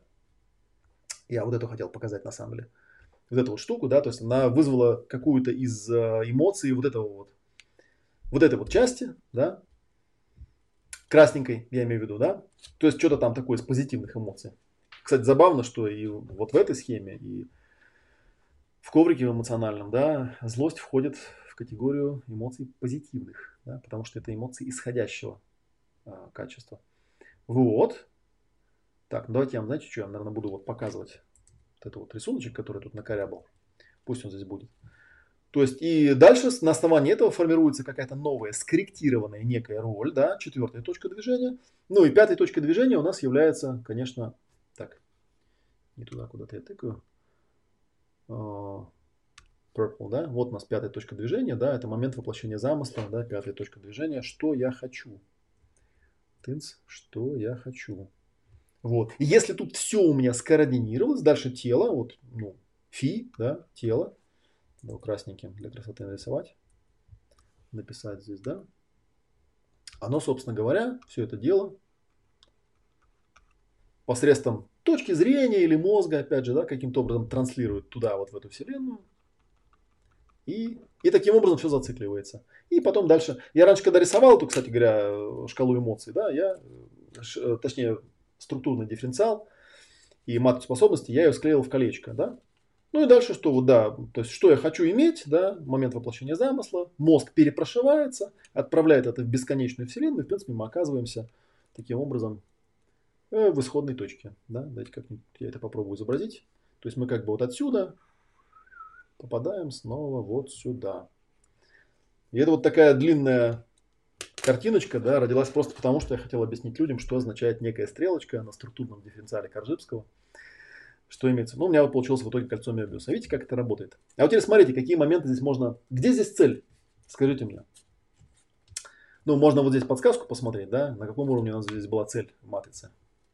Я вот это хотел показать на самом деле. Вот эту вот штуку, да, то есть она вызвала какую-то из э, эмоций вот этого вот, вот этой вот части, да, красненькой, я имею в виду, да. То есть что-то там такое из позитивных эмоций. Кстати, забавно, что и вот в этой схеме, и в коврике эмоциональном, да, злость входит в категорию эмоций позитивных, да, потому что это эмоции исходящего а, качества. Вот. Так, ну давайте я вам, знаете, что я, наверное, буду вот показывать вот этот вот рисуночек, который тут накорябал. Пусть он здесь будет. То есть и дальше на основании этого формируется какая-то новая, скорректированная некая роль, да, четвертая точка движения. Ну и пятая точка движения у нас является, конечно, так, не туда куда-то я тыкаю. Purple, да, вот у нас пятая точка движения, да, это момент воплощения замысла, да, пятая точка движения, что я хочу. Тынц, что я хочу. Вот. И если тут все у меня скоординировалось, дальше тело, вот, ну, фи, да, тело, да, красненьким для красоты нарисовать, написать здесь, да, оно, собственно говоря, все это дело посредством точки зрения или мозга, опять же, да, каким-то образом транслирует туда, вот в эту вселенную. И, и таким образом все зацикливается. И потом дальше. Я раньше, когда рисовал эту, кстати говоря, шкалу эмоций, да, я, точнее, структурный дифференциал и матрицу способностей, я ее склеил в колечко, да. Ну и дальше что, вот, да, то есть, что я хочу иметь, да, момент воплощения замысла, мозг перепрошивается, отправляет это в бесконечную вселенную, и, в принципе, мы оказываемся таким образом э, в исходной точке, да. Давайте как-нибудь я это попробую изобразить. То есть мы как бы вот отсюда попадаем снова вот сюда. И это вот такая длинная картиночка, да, родилась просто потому, что я хотел объяснить людям, что означает некая стрелочка на структурном дифференциале Коржибского. Что имеется? Ну, у меня вот получилось в итоге кольцо Мёбиуса. Видите, как это работает? А вот теперь смотрите, какие моменты здесь можно... Где здесь цель? Скажите мне. Ну, можно вот здесь подсказку посмотреть, да, на каком уровне у нас здесь была цель в матрице.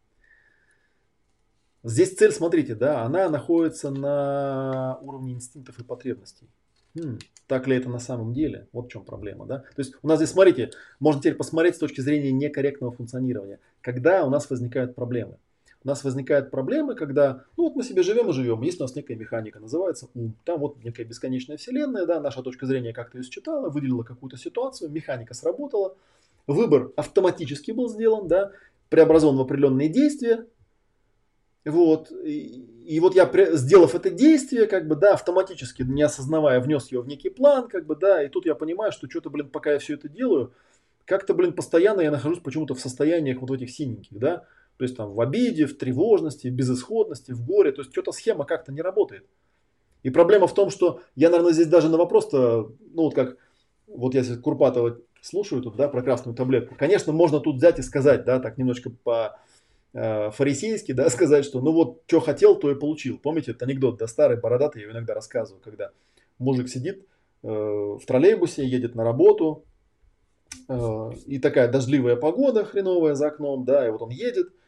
Здесь цель, смотрите, да, она находится на уровне инстинктов и потребностей. Хм, так ли это на самом деле? Вот в чем проблема, да? То есть у нас здесь, смотрите, можно теперь посмотреть с точки зрения некорректного функционирования. Когда у нас возникают проблемы? У нас возникают проблемы, когда, ну вот мы себе живем и живем, есть у нас некая механика, называется ум. Там вот некая бесконечная вселенная, да, наша точка зрения как-то ее считала, выделила какую-то ситуацию, механика сработала, выбор автоматически был сделан, да, преобразован в определенные действия. Вот. И, и вот я, сделав это действие, как бы, да, автоматически, не осознавая, внес его в некий план, как бы, да, и тут я понимаю, что что-то, блин, пока я все это делаю, как-то, блин, постоянно я нахожусь почему-то в состояниях вот этих синеньких, да, то есть там в обиде, в тревожности, в безысходности, в горе, то есть что-то схема как-то не работает. И проблема в том, что я, наверное, здесь даже на вопрос-то, ну вот как, вот я Курпатова слушаю тут, да, про красную таблетку, конечно, можно тут взять и сказать, да, так немножко по... фарисейский, да, сказать, что ну вот, что хотел, то и получил. Помните этот анекдот, да, старый, бородатый, я его иногда рассказываю, когда мужик сидит э, в троллейбусе, едет на работу, э, и такая дождливая погода хреновая за окном, да, и вот он едет,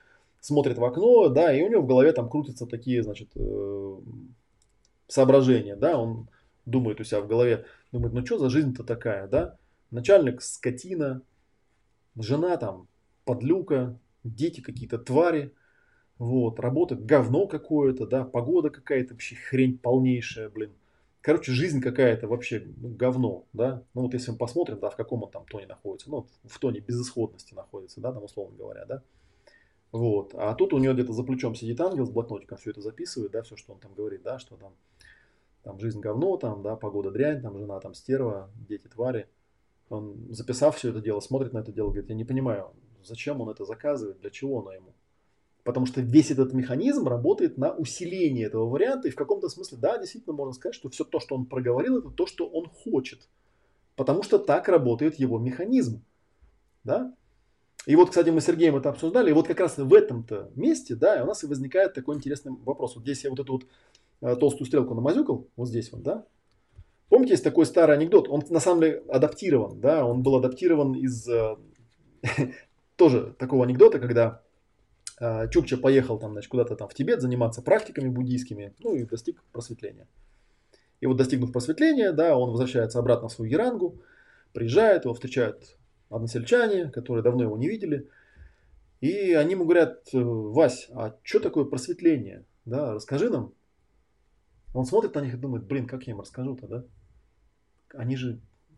смотрит в окно, да, и у него в голове там крутятся такие, значит, э, соображения, да, он думает у себя в голове, думает, ну что за жизнь-то такая, да, начальник скотина, жена там подлюка, дети какие-то твари, вот, работа говно какое-то, да, погода какая-то вообще хрень полнейшая, блин. Короче, жизнь какая-то вообще ну, говно, да. Ну вот если мы посмотрим, да, в каком он там тоне находится, ну, в тоне безысходности находится, да, там условно говоря, да. Вот. А тут у него где-то за плечом сидит ангел с блокнотиком, все это записывает, да, все, что он там говорит, да, что там, там жизнь говно, там, да, погода дрянь, там жена там стерва, дети твари. Он, записав все это дело, смотрит на это дело, говорит, я не понимаю, зачем он это заказывает, для чего оно ему. Потому что весь этот механизм работает на усиление этого варианта. И в каком-то смысле, да, действительно можно сказать, что все то, что он проговорил, это то, что он хочет. Потому что так работает его механизм. Да? И вот, кстати, мы с Сергеем это обсуждали. И вот как раз в этом-то месте, да, у нас и возникает такой интересный вопрос. Вот здесь я вот эту вот э, толстую стрелку намазюкал, вот здесь вот, да. Помните, есть такой старый анекдот, он на самом деле адаптирован, да, он был адаптирован из э, тоже такого анекдота, когда э, Чукча поехал там, значит, куда-то там в Тибет заниматься практиками буддийскими, ну и достиг просветления. И вот достигнув просветления, да, он возвращается обратно в свою Ярангу, приезжает, его встречают односельчане, которые давно его не видели. И они ему говорят, Вась, а что такое просветление? Да, расскажи нам. Он смотрит на них и думает, блин, как я им расскажу-то, да? Они же...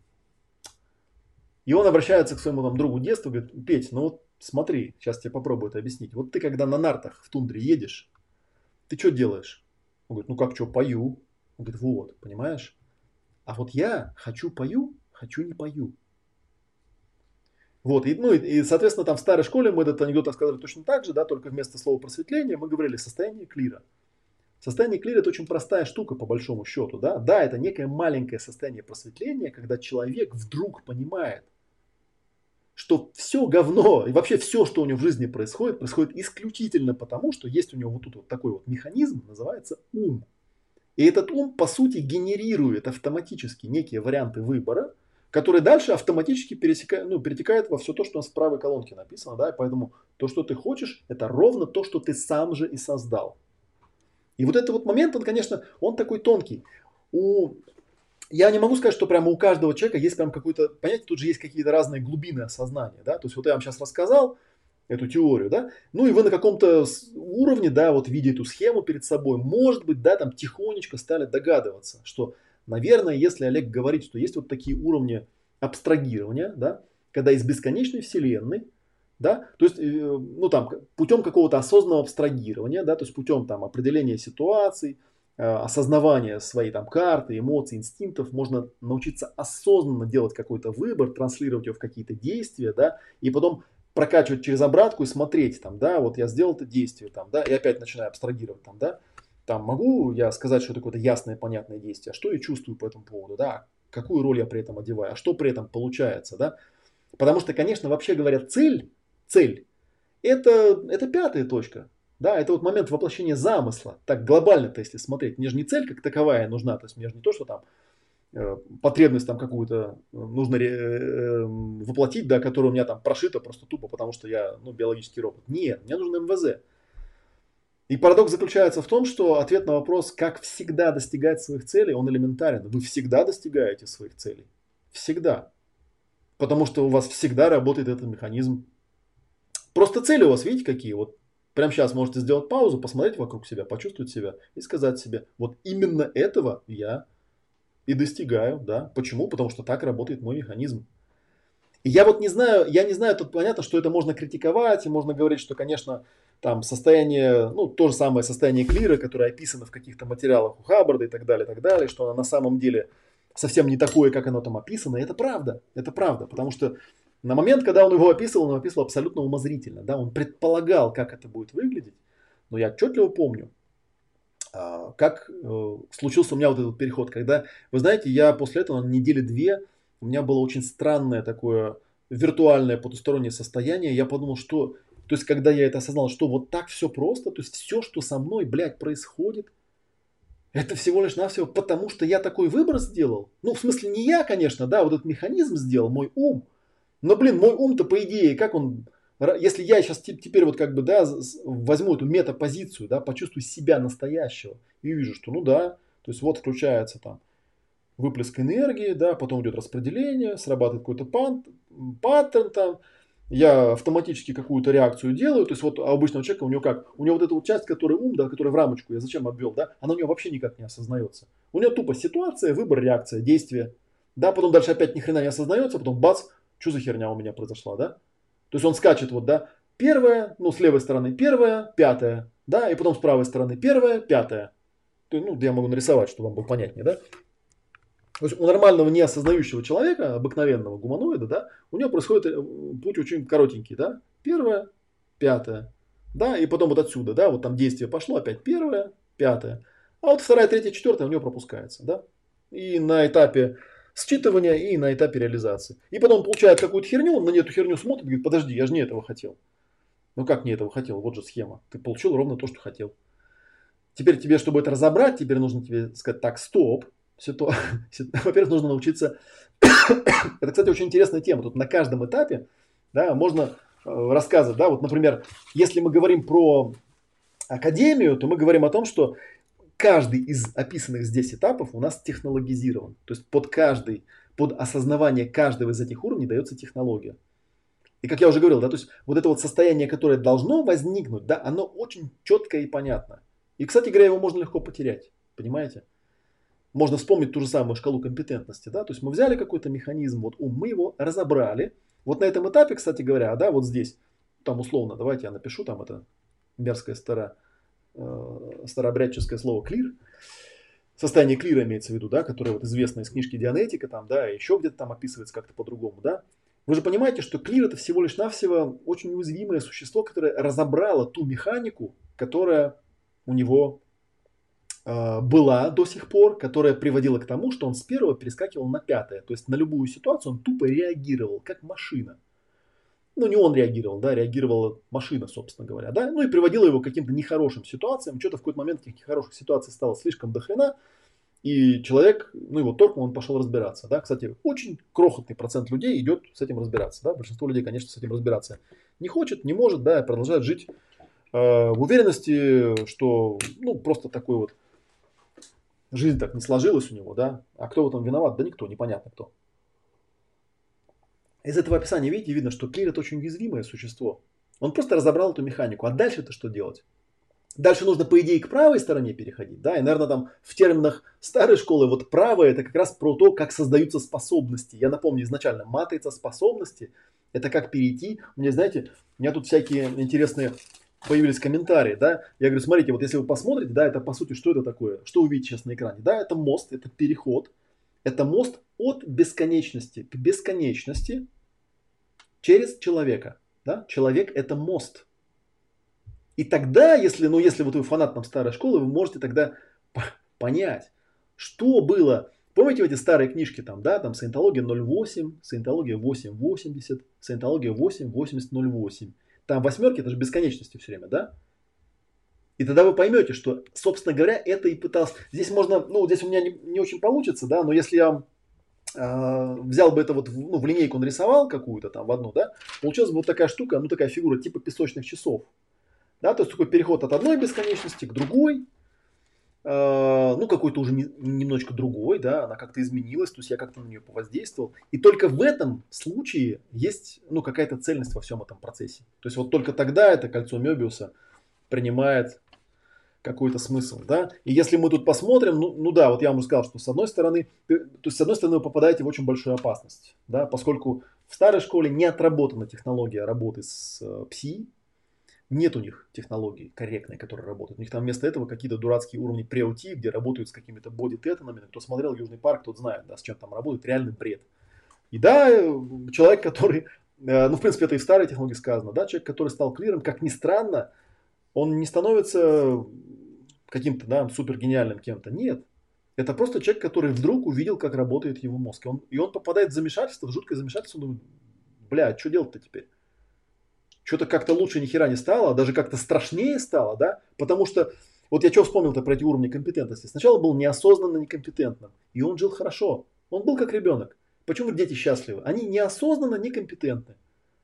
И он обращается к своему там другу детства, говорит, Петь, ну вот смотри, сейчас тебе попробую это объяснить. Вот ты когда на нартах в тундре едешь, ты что делаешь? Он говорит, ну как что, пою. Он говорит, вот, понимаешь? А вот я хочу пою, хочу не пою. Вот, и, ну, и, и, соответственно, там в старой школе мы этот анекдот рассказывали точно так же, да, только вместо слова просветление мы говорили состояние клира. Состояние клира – это очень простая штука, по большому счету, да. Да, это некое маленькое состояние просветления, когда человек вдруг понимает, что все говно и вообще все, что у него в жизни происходит, происходит исключительно потому, что есть у него вот тут вот такой вот механизм, называется ум. И этот ум, по сути, генерирует автоматически некие варианты выбора, которые дальше автоматически пересекают, ну, перетекают во все то, что у нас в правой колонке написано. Да? И поэтому то, что ты хочешь, это ровно то, что ты сам же и создал. И вот этот вот момент, он, конечно, он такой тонкий. У... Я не могу сказать, что прямо у каждого человека есть прям какое-то, понятие, тут же есть какие-то разные глубины осознания. Да? То есть вот я вам сейчас рассказал эту теорию, да, ну и вы на каком-то уровне, да, вот видя эту схему перед собой, может быть, да, там тихонечко стали догадываться, что, наверное, если Олег говорит, что есть вот такие уровни абстрагирования, да, когда из бесконечной вселенной, да, то есть, ну там, путем какого-то осознанного абстрагирования, да, то есть путем там определения ситуаций, осознавания своей там карты, эмоций, инстинктов, можно научиться осознанно делать какой-то выбор, транслировать его в какие-то действия, да, и потом прокачивать через обратку и смотреть, там, да, вот я сделал это действие, там, да, и опять начинаю абстрагировать, там, да, там могу я сказать, что это какое-то ясное, понятное действие, а что я чувствую по этому поводу, да, какую роль я при этом одеваю, а что при этом получается, да, потому что, конечно, вообще говоря, цель, цель, это, это пятая точка, да, это вот момент воплощения замысла, так глобально-то, если смотреть, мне же не цель как таковая нужна, то есть мне же не то, что там, потребность там какую-то нужно воплотить, да, которая у меня там прошита просто тупо, потому что я, ну, биологический робот. Нет, мне нужен эм вэ зэ. И парадокс заключается в том, что ответ на вопрос, как всегда достигать своих целей, он элементарен. Вы всегда достигаете своих целей. Всегда. Потому что у вас всегда работает этот механизм. Просто цели у вас, видите, какие? Вот прямо сейчас можете сделать паузу, посмотреть вокруг себя, почувствовать себя и сказать себе, вот именно этого я и достигаю, да. Почему? Потому что так работает мой механизм. И я вот не знаю, я не знаю, тут понятно, что это можно критиковать, и можно говорить, что, конечно, там состояние, ну, то же самое состояние клира, которое описано в каких-то материалах у Хаббарда и так далее, и так далее, что оно на самом деле совсем не такое, как оно там описано. И это правда, это правда, потому что на момент, когда он его описывал, он описывал абсолютно умозрительно, да, он предполагал, как это будет выглядеть, но я отчетливо помню, как э, случился у меня вот этот переход, когда, вы знаете, я после этого на недели две, у меня было очень странное такое виртуальное потустороннее состояние, я подумал, что, то есть, когда я это осознал, что вот так все просто, то есть, все, что со мной, блядь, происходит, это всего лишь навсего потому, что я такой выбор сделал. Ну, в смысле, не я, конечно, да, вот этот механизм сделал, мой ум, но, блин, мой ум-то, по идее, как он, Если я сейчас теперь вот как бы, да, возьму эту метапозицию, да, почувствую себя настоящего и увижу, что ну да, то есть вот включается там выплеск энергии, да, потом идет распределение, срабатывает какой-то паттерн там, я автоматически какую-то реакцию делаю, то есть вот у обычного человека у него как, у него вот эта вот часть, которая ум, да, которая в рамочку, я зачем обвел, да, она у него вообще никак не осознается. У него тупо ситуация, выбор, реакция, действие, да, потом дальше опять ни хрена не осознается, потом бац, что за херня у меня произошла, да. То есть он скачет вот, да, первое, ну, с левой стороны первое, пятое, да, и потом с правой стороны первое, пятое. Ну, я могу нарисовать, чтобы вам было понятнее, да. То есть у нормального неосознающего человека, обыкновенного гуманоида, да, у него происходит путь очень коротенький, да, первое, пятое, да, и потом вот отсюда, да, вот там действие пошло, опять первое, пятое, а вот вторая, третья, четвертая у него пропускается, да, и на этапе считывания, и на этапе реализации. И потом он получает какую-то херню, он на эту херню смотрит и говорит, подожди, я же не этого хотел. Ну как не этого хотел? Вот же схема. Ты получил ровно то, что хотел. Теперь тебе, чтобы это разобрать, теперь нужно тебе сказать, так, стоп. Ситу... Во-первых, нужно научиться... Это, кстати, очень интересная тема. Тут на каждом этапе, да, можно э, рассказывать. Да, вот, например, если мы говорим про академию, то мы говорим о том, что каждый из описанных здесь этапов у нас технологизирован. То есть под каждый, под осознавание каждого из этих уровней дается технология. И как я уже говорил, да, то есть вот это вот состояние, которое должно возникнуть, да, оно очень четкое и понятно. И, кстати говоря, его можно легко потерять. Понимаете? Можно вспомнить ту же самую шкалу компетентности, да, то есть мы взяли какой-то механизм, вот ум, мы его разобрали. Вот на этом этапе, кстати говоря, да, вот здесь, там условно, давайте я напишу, там это мерзкое старо, э, старообрядческое слово клир. Состояние клира имеется в виду, да, которое вот известно из книжки Дианетика, там, да, еще где-то там описывается как-то по-другому, да. Вы же понимаете, что клир это всего лишь навсего очень уязвимое существо, которое разобрало ту механику, которая у него э, была до сих пор, которая приводила к тому, что он с первого перескакивал на пятое. То есть на любую ситуацию он тупо реагировал, как машина. Ну, не он реагировал, да, реагировала машина, собственно говоря, да, ну и приводила его к каким-то нехорошим ситуациям. Что-то в какой-то момент таких нехороших ситуаций стало слишком дохрена, и человек, ну его торкнул, он пошел разбираться, да. Кстати, очень крохотный процент людей идет с этим разбираться, да. Большинство людей, конечно, с этим разбираться не хочет, не может, да, и продолжает жить э, в уверенности, что, ну, просто такой вот жизнь так не сложилась у него, да. А кто в этом виноват? Да никто, непонятно кто. Из этого описания, видите, видно, что клир это очень уязвимое существо. Он просто разобрал эту механику. А дальше-то что делать? Дальше нужно, по идее, к правой стороне переходить. Да? И, наверное, там в терминах старой школы вот правая это как раз про то, как создаются способности. Я напомню, изначально матрица способности это как перейти. У меня, знаете, у меня тут всякие интересные появились комментарии. Да? Я говорю, смотрите, вот если вы посмотрите, да, это по сути, что это такое? Что вы видите сейчас на экране? Да, это мост, это переход. Это мост от бесконечности к бесконечности через человека. Да? Человек это мост. И тогда, если, ну, если вот вы фанат там, старой школы, вы можете тогда понять, что было. Помните эти старые книжки, там, да, там саентология ноль восемь, саентология восемь восемьдесят, саентология восемь восемьдесят ноль восемь. Там восьмерки, это же бесконечности все время, да? И тогда вы поймете, что, собственно говоря, это и пытался. Здесь можно, ну, здесь у меня не, не очень получится, да, но если я взял бы это вот в, ну, в линейку нарисовал какую-то там в одну, да, получилась бы вот такая штука, ну такая фигура типа песочных часов. Да, то есть такой переход от одной бесконечности к другой, э, ну какой-то уже не, немножечко другой, да, она как-то изменилась, то есть я как-то на нее повоздействовал. И только в этом случае есть, ну, какая-то цельность во всем этом процессе. То есть вот только тогда это кольцо Мёбиуса принимает какой-то смысл, да. И если мы тут посмотрим, ну, ну да, вот я вам уже сказал, что с одной стороны, то есть с одной стороны вы попадаете в очень большую опасность, да, поскольку в старой школе не отработана технология работы с э, пси, нет у них технологии корректной, которая работает. У них там вместо этого какие-то дурацкие уровни преути, где работают с какими-то боди-тетанами. Кто смотрел Южный парк, тот знает, да, с чем там работает, реальный бред. И да, человек, который, э, ну в принципе это и в старой технологии сказано, да, человек, который стал клиром, как ни странно, он не становится каким-то, да, супер гениальным кем-то. Нет. Это просто человек, который вдруг увидел, как работает его мозг. И он, и он попадает в замешательство, в жуткое замешательство. Он думает, бля, что делать-то теперь? Что-то как-то лучше ни хера не стало, даже как-то страшнее стало, да? Потому что, вот я что вспомнил-то про эти уровни компетентности. Сначала был неосознанно некомпетентным. И он жил хорошо. Он был как ребенок. Почему дети счастливы? Они неосознанно некомпетентны.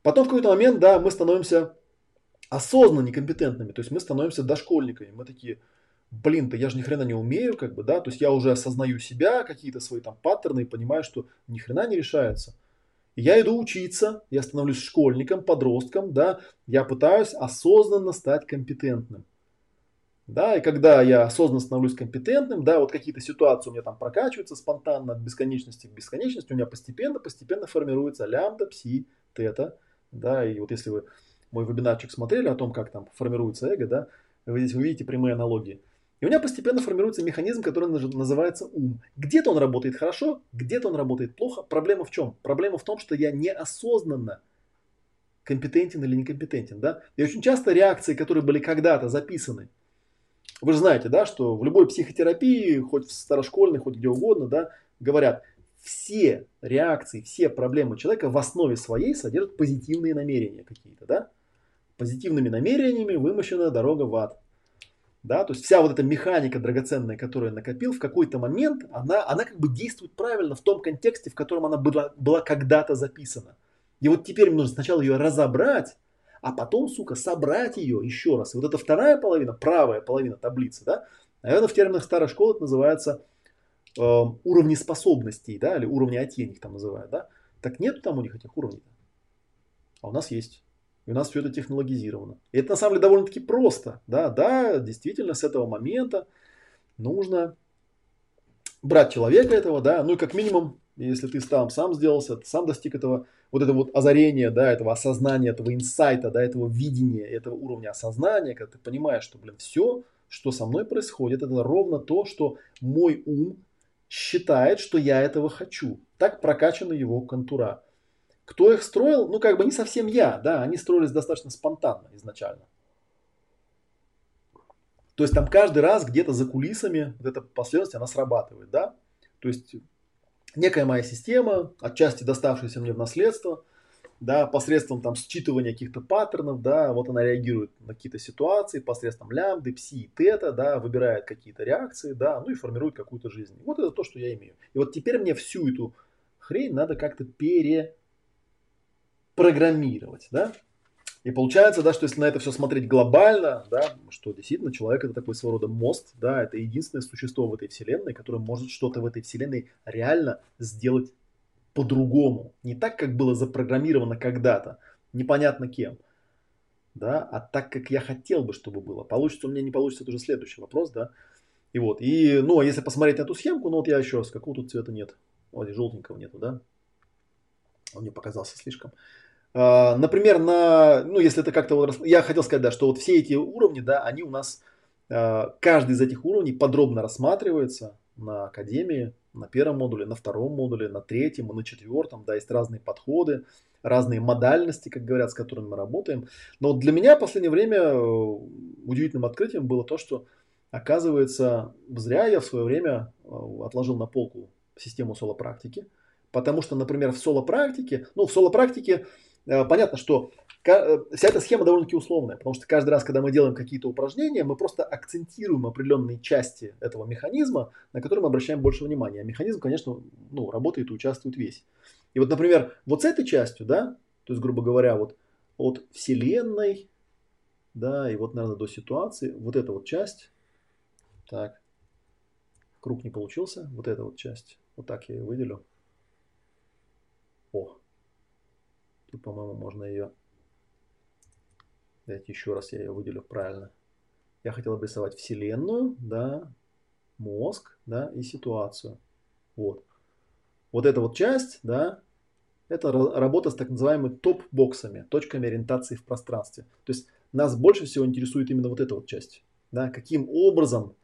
Потом в какой-то момент, да, мы становимся осознанно некомпетентными, то есть мы становимся дошкольниками. Мы такие, блин, да я же ни хрена не умею, как бы, да, то есть я уже осознаю себя, какие-то свои там паттерны и понимаю, что ни хрена не решается. И я иду учиться, я становлюсь школьником, подростком, да, я пытаюсь осознанно стать компетентным. Да, и когда я осознанно становлюсь компетентным, да, вот какие-то ситуации у меня там прокачиваются спонтанно от бесконечности к бесконечности, у меня постепенно, постепенно формируется лямбда, пси, тета, да, и вот если вы мой вебинарчик смотрели о том, как там формируется эго, да, вы здесь увидите прямые аналогии. И у меня постепенно формируется механизм, который называется ум. Где-то он работает хорошо, где-то он работает плохо. Проблема в чем? Проблема в том, что я неосознанно компетентен или некомпетентен, да. И очень часто реакции, которые были когда-то записаны, вы же знаете, да, что в любой психотерапии, хоть в старошкольной, хоть где угодно, да, говорят, все реакции, все проблемы человека в основе своей содержат позитивные намерения какие-то, да. Позитивными намерениями вымощена дорога в ад. Да, то есть вся вот эта механика драгоценная, которую я накопил, в какой-то момент она, она как бы действует правильно в том контексте, в котором она была, была когда-то записана. И вот теперь мне нужно сначала ее разобрать, а потом, сука, собрать ее еще раз. И вот эта вторая половина, правая половина таблицы, да, наверное, в терминах старой школы это называется э, уровни способностей, да, или уровни отень их там называют, да. Так нету там у них этих уровней, а у нас есть. И у нас все это технологизировано. И это на самом деле довольно-таки просто. Да, да, действительно, с этого момента нужно брать человека этого, да, ну и как минимум, если ты сам, сам сделался, ты сам достиг этого, вот этого вот озарения, да, этого осознания, этого инсайта, да, этого видения, этого уровня осознания, когда ты понимаешь, что, блин, все, что со мной происходит, это ровно то, что мой ум считает, что я этого хочу. Так прокачаны его контура. Кто их строил? Ну, как бы не совсем я, да, они строились достаточно спонтанно изначально. То есть там каждый раз где-то за кулисами вот эта последовательность, она срабатывает, да. То есть некая моя система, отчасти доставшаяся мне в наследство, да, посредством там считывания каких-то паттернов, да, вот она реагирует на какие-то ситуации посредством лямбды, пси и тета, да, выбирает какие-то реакции, да, ну и формирует какую-то жизнь. Вот это то, что я имею. И вот теперь мне всю эту хрень надо как-то пере программировать, да. И получается, да, что если на это все смотреть глобально, да, что действительно человек это такой своего рода мост, да, это единственное существо в этой вселенной, которое может что-то в этой вселенной реально сделать по-другому. Не так, как было запрограммировано когда-то, непонятно кем, да, а так, как я хотел бы, чтобы было. Получится у меня, не получится, это уже следующий вопрос, да. И вот, и, ну, а если посмотреть на эту схемку, ну, вот я еще раз, какого тут цвета нет? Ой, желтенького нету, да. Он мне показался слишком. Uh, например, на, ну, если это как-то вот, я хотел сказать, да, что вот все эти уровни, да, они у нас, uh, каждый из этих уровней подробно рассматривается на академии, на первом модуле, на втором модуле, на третьем и на четвертом, да, есть разные подходы, разные модальности, как говорят, с которыми мы работаем. Но вот для меня в последнее время удивительным открытием было то, что, оказывается, зря я в свое время отложил на полку систему соло-практики, потому что, например, в соло-практике, ну, в соло-практике понятно, что вся эта схема довольно-таки условная, потому что каждый раз, когда мы делаем какие-то упражнения, мы просто акцентируем определенные части этого механизма, на которые мы обращаем больше внимания. А механизм, конечно, ну, работает и участвует весь. И вот, например, вот с этой частью, да, то есть, грубо говоря, вот от Вселенной, да, и вот, наверное, до ситуации, вот эта вот часть, так, круг не получился, вот эта вот часть, вот так я ее выделю. О, тут, по-моему, можно ее... Давайте еще раз я ее выделю правильно. Я хотел обрисовать Вселенную, да, мозг, да, и ситуацию. Вот. Вот эта вот часть, да, это работа с так называемыми топ-боксами, точками ориентации в пространстве. То есть нас больше всего интересует именно вот эта вот часть. Да, каким образом...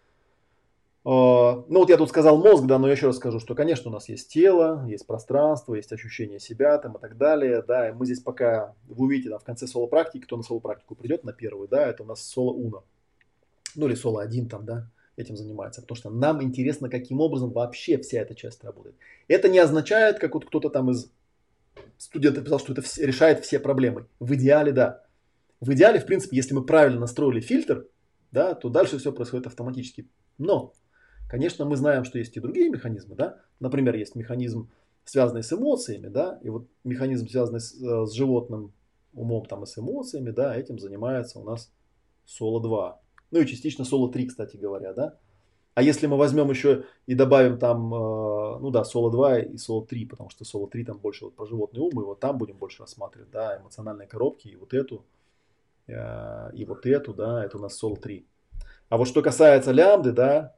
Ну вот я тут сказал мозг, да, но я еще раз скажу, что, конечно, у нас есть тело, есть пространство, есть ощущение себя там и так далее, да, и мы здесь пока, вы увидите, там, в конце соло-практики, кто на соло-практику придет, на первую, да, это у нас соло-уно, ну или соло-один там, да, этим занимается, потому что нам интересно, каким образом вообще вся эта часть работает. Это не означает, как вот кто-то там из студентов писал, что это решает все проблемы. В идеале, да. В идеале, в принципе, если мы правильно настроили фильтр, да, то дальше все происходит автоматически. Но конечно, мы знаем, что есть и другие механизмы, да. Например, есть механизм связанные с эмоциями, да, и вот механизм, связанный с, э, с животным умом там и с эмоциями, да, этим занимается у нас соло два. Ну и частично соло три, кстати говоря, да. А если мы возьмем еще и добавим там, э, ну да, соло два и соло три, потому что соло три там больше вот про животный ум, и вот там будем больше рассматривать, да, эмоциональные коробки, и вот эту, э, и вот эту, да, это у нас соло три. А вот что касается лямбды, да,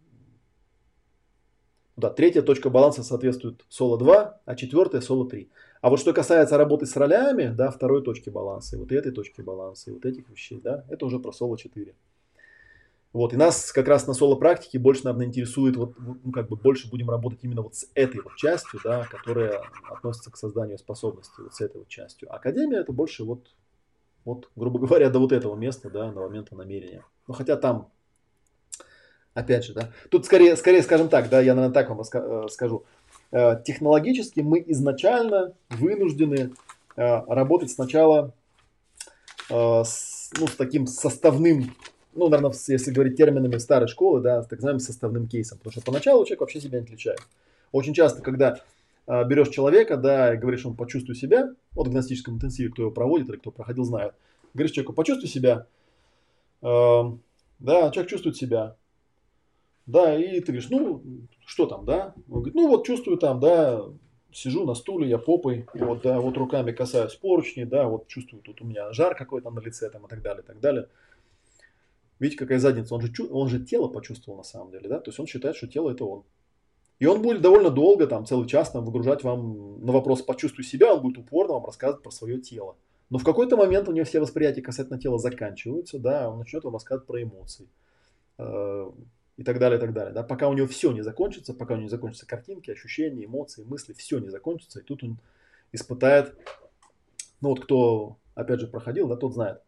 да, третья точка баланса соответствует соло два, а четвертая соло три. А вот что касается работы с ролями, да, второй точки баланса, и вот этой точки баланса, и вот этих вещей, да, это уже про соло четыре. Вот, и нас как раз на соло-практике больше, наверное, интересует, вот, ну, как бы больше будем работать именно вот с этой вот частью, да, которая относится к созданию способностей, вот с этой вот частью. Академия это больше вот, вот, грубо говоря, до вот этого места, да, до момента намерения. Ну, хотя там, опять же, да, тут скорее, скорее скажем так, да, я, наверное, так вам раска- э, скажу. Э, Технологически мы изначально вынуждены э, работать сначала э, с, ну, с таким составным, ну, наверное, если говорить терминами старой школы, да, с так называемым составным кейсом. Потому что поначалу человек вообще себя не отличает. Очень часто, когда э, берешь человека, да, и говоришь ему почувствуй себя, вот в гностическом интенсиве, кто его проводит или кто проходил, знает, говоришь человеку почувствуй себя, э, да, человек чувствует себя, да, и ты говоришь, ну, что там, да? Он говорит, ну, вот чувствую там, да, сижу на стуле, я попой, вот, да, вот руками касаюсь поручни, да, вот чувствую, тут у меня жар какой-то на лице, там, и так далее, и так далее. Видите, какая задница, он же, он же тело почувствовал на самом деле, да, то есть он считает, что тело это он. И он будет довольно долго, там, целый час там, выгружать вам на вопрос «почувствуй себя», он будет упорно вам рассказывать про свое тело. Но в какой-то момент у него все восприятия касательно тела заканчиваются, да, он начнет вам рассказывать про эмоции. Э, и так далее, и так далее. Да? Пока у него все не закончится, пока у него не закончатся картинки, ощущения, эмоции, мысли, все не закончится, и тут он испытает, ну вот кто, опять же, проходил, да, тот знает,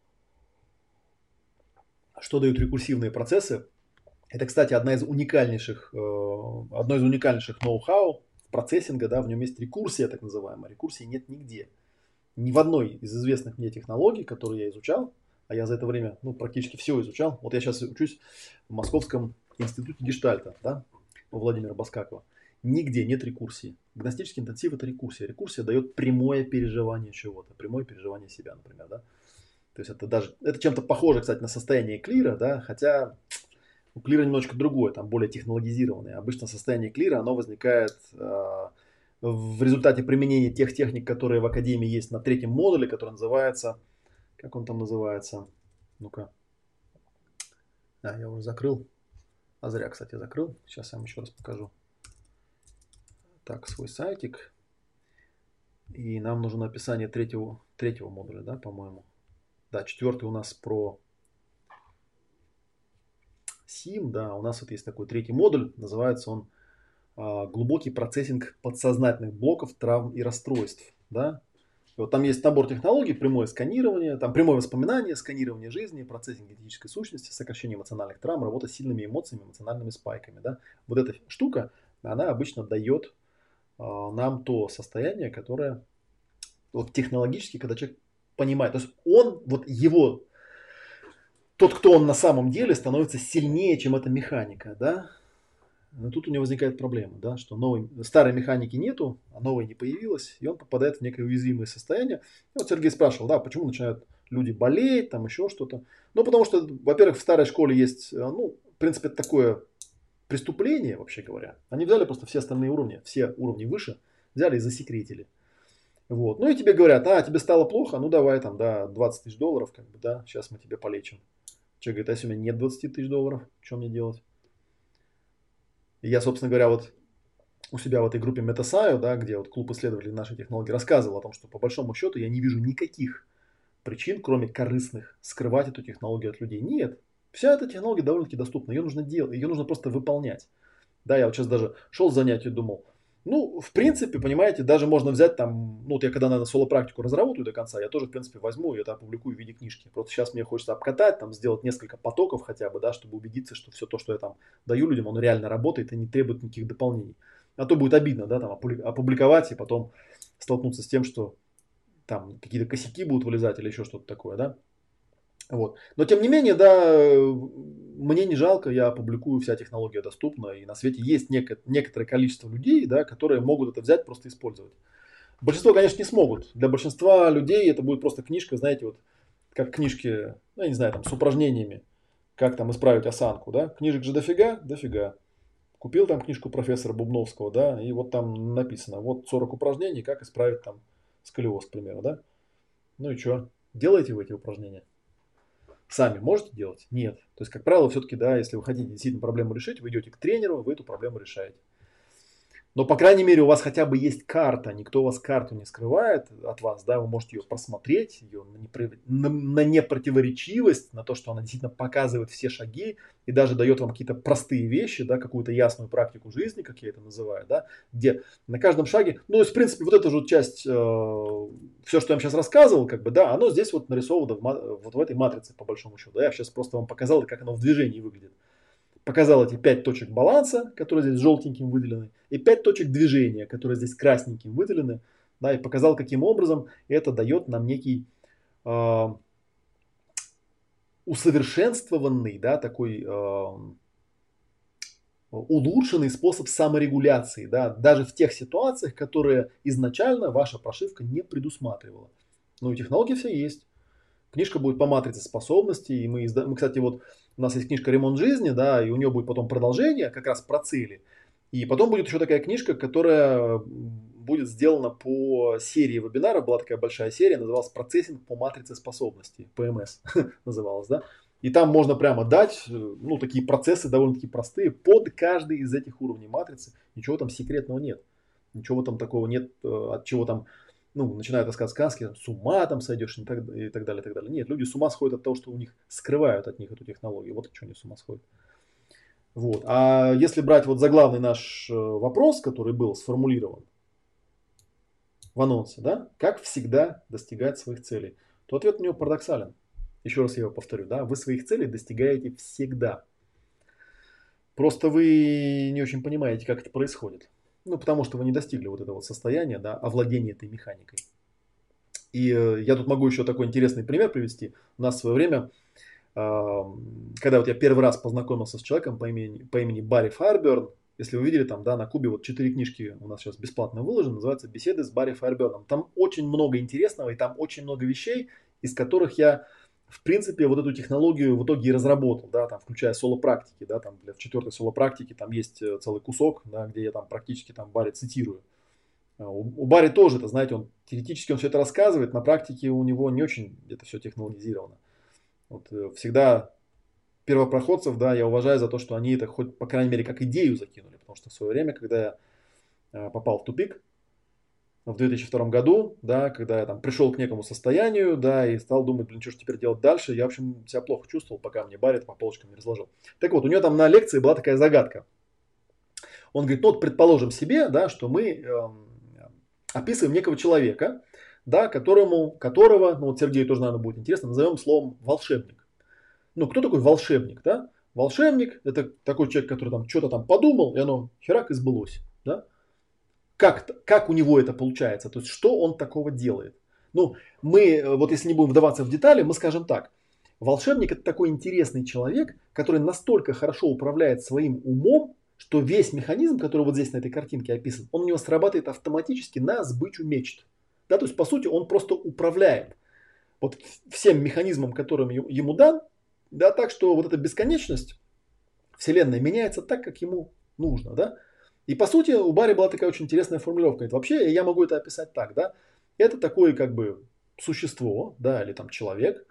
что дают рекурсивные процессы. Это, кстати, одна из уникальнейших, э, одно из уникальнейших ноу-хау процессинга, да, в нем есть рекурсия, так называемая. Рекурсии нет нигде. Ни в одной из известных мне технологий, которые я изучал, а я за это время, ну, практически все изучал. Вот я сейчас учусь в Московском институте гештальта, да, у Владимира Баскакова. Нигде нет рекурсии. Гностический интенсив – это рекурсия. Рекурсия дает прямое переживание чего-то, прямое переживание себя, например, да. То есть это даже, это чем-то похоже, кстати, на состояние клира, да, хотя у клира немножко другое, там более технологизированное. Обычно состояние клира, оно возникает э, в результате применения тех техник, которые в Академии есть на третьем модуле, который называется, как он там называется, ну-ка, а, я уже закрыл, а зря, кстати, закрыл, сейчас я вам еще раз покажу. Так, свой сайтик, и нам нужно описание третьего, третьего модуля, да, по-моему. Да, четвертый у нас про сим, да, у нас вот есть такой третий модуль, называется он а, глубокий процессинг подсознательных блоков, травм и расстройств, да. И вот там есть набор технологий, прямое сканирование, там прямое воспоминание, сканирование жизни, процессинг генетической сущности, сокращение эмоциональных травм, работа с сильными эмоциями, эмоциональными спайками, да. Вот эта штука, она обычно дает а, нам то состояние, которое вот технологически, когда человек понимает, то есть он, вот его, тот, кто он на самом деле, становится сильнее, чем эта механика, да. Но тут у него возникает проблема, да, что новой, старой механики нету, а новой не появилась, и он попадает в некое уязвимое состояние. И вот Сергей спрашивал, да, почему начинают люди болеть, там еще что-то. Ну, потому что, во-первых, в старой школе есть, ну, в принципе, это такое преступление, вообще говоря. Они взяли просто все остальные уровни, все уровни выше, взяли и засекретили. Вот. Ну и тебе говорят, а, тебе стало плохо, ну давай там, да, двадцать тысяч долларов, как бы, да, сейчас мы тебя полечим. Человек говорит, а если у меня нет двадцати тысяч долларов, что мне делать? И я, собственно говоря, вот у себя в этой группе MetaScio, да, где вот клуб исследователей нашей технологии рассказывал о том, что по большому счету я не вижу никаких причин, кроме корыстных, скрывать эту технологию от людей. Нет, вся эта технология довольно-таки доступна, ее нужно делать, ее нужно просто выполнять. Да, я вот сейчас даже шел с занятия и думал, ну, в принципе, понимаете, даже можно взять там, ну, вот я когда, наверное, соло-практику разработаю до конца, я тоже, в принципе, возьму и это опубликую в виде книжки. Просто сейчас мне хочется обкатать, там, сделать несколько потоков хотя бы, да, чтобы убедиться, что все то, что я там даю людям, оно реально работает и не требует никаких дополнений. А то будет обидно, да, там, опубликовать и потом столкнуться с тем, что там какие-то косяки будут вылезать или еще что-то такое, да. Вот. Но тем не менее, да, мне не жалко, я публикую, вся технология доступна, и на свете есть неко- некоторое количество людей, да, которые могут это взять, просто использовать. Большинство, конечно, не смогут. Для большинства людей это будет просто книжка, знаете, вот как книжки, ну, я не знаю, там, с упражнениями, как там исправить осанку, да. Книжек же дофига, дофига. Купил там книжку профессора Бубновского, да, и вот там написано, вот сорок упражнений, как исправить там сколиоз, к примеру, да. Ну и что? Делаете вы эти упражнения? Сами можете делать? Нет. То есть, как правило, все-таки, да, если вы хотите действительно проблему решить, вы идете к тренеру, вы эту проблему решаете. Но, по крайней мере, у вас хотя бы есть карта, никто у вас карту не скрывает от вас, да, вы можете ее просмотреть, ее на, непро- на- на непротиворечивость, на то, что она действительно показывает все шаги и даже дает вам какие-то простые вещи, да, какую-то ясную практику жизни, как я это называю, да, где на каждом шаге, ну, то есть, в принципе, вот эта же часть, э, все, что я вам сейчас рассказывал, как бы, да, оно здесь вот нарисовано в, ма- вот в этой матрице, по большому счету, да, я сейчас просто вам показал, как оно в движении выглядит. Показал эти пять точек баланса, которые здесь желтеньким выделены, и пять точек движения, которые здесь красненьким выделены, да, и показал, каким образом это дает нам некий э, усовершенствованный, да, такой э, улучшенный способ саморегуляции, да, даже в тех ситуациях, которые изначально ваша прошивка не предусматривала. Ну и технологии все есть. Книжка будет по матрице способностей. И мы, изда... мы, кстати, вот у нас есть книжка «Ремонт жизни», да, и у нее будет потом продолжение как раз про цели. И потом будет еще такая книжка, которая будет сделана по серии вебинаров. Была такая большая серия, называлась «Процессинг по матрице способностей», пэ эм эс называлась, да. И там можно прямо дать, ну, такие процессы довольно-таки простые под каждый из этих уровней матрицы. Ничего там секретного нет. Ничего там такого нет, от чего там, ну, начинают рассказывать сказки, с ума там сойдешь и так, и так далее, и так далее. Нет, люди с ума сходят от того, что у них скрывают от них эту технологию. Вот что они с ума сходят. Вот. А если брать вот заглавный наш вопрос, который был сформулирован в анонсе, да, как всегда достигать своих целей, то ответ на него парадоксален. Еще раз я его повторю, да, вы своих целей достигаете всегда. Просто вы не очень понимаете, как это происходит. Ну, потому что вы не достигли вот этого вот состояния, да, овладения этой механикой. И э, я тут могу еще такой интересный пример привести. У нас в свое время, э, когда вот я первый раз познакомился с человеком по имени, по имени Барри Файрберн, если вы видели, там, да, на Кубе вот четыре книжки у нас сейчас бесплатно выложены, называется «Беседы с Барри Файрберном». Там очень много интересного и там очень много вещей, из которых я, в принципе, вот эту технологию в итоге и разработал, да, там, включая соло-практики, да, там, для, в четвертой соло-практике там есть э, целый кусок, да, где я там практически там Барри цитирую. А У, у Барри тоже, это, знаете, он теоретически он все это рассказывает, на практике у него не очень это все технологизировано. Вот, э, всегда первопроходцев, да, я уважаю за то, что они это хоть, по крайней мере, как идею закинули. Потому что в свое время, когда я э, попал в тупик в две тысячи втором году, да, когда я там пришел к некому состоянию, да, и стал думать, блин, что же теперь делать дальше, я, в общем, себя плохо чувствовал, пока мне Барри это по полочкам не разложил. Так вот, у него там на лекции была такая загадка. Он говорит, ну вот предположим себе, да, что мы эм, описываем некого человека, да, которому, которого, ну вот Сергею тоже, наверное, будет интересно, назовем словом волшебник. Ну, кто такой волшебник, да? Волшебник – это такой человек, который там что-то там подумал, и оно херак и сбылось, да? Как, как у него это получается? То есть, что он такого делает? Ну, мы, вот если не будем вдаваться в детали, мы скажем так. Волшебник – это такой интересный человек, который настолько хорошо управляет своим умом, что весь механизм, который вот здесь на этой картинке описан, он у него срабатывает автоматически на сбычу мечт. Да, то есть, по сути, он просто управляет вот всем механизмом, которым ему дан, да, так что вот эта бесконечность Вселенной меняется так, как ему нужно, да. И по сути у Барри была такая очень интересная формулировка. Это вообще я могу это описать так, да. Это такое как бы существо, да, или там человек,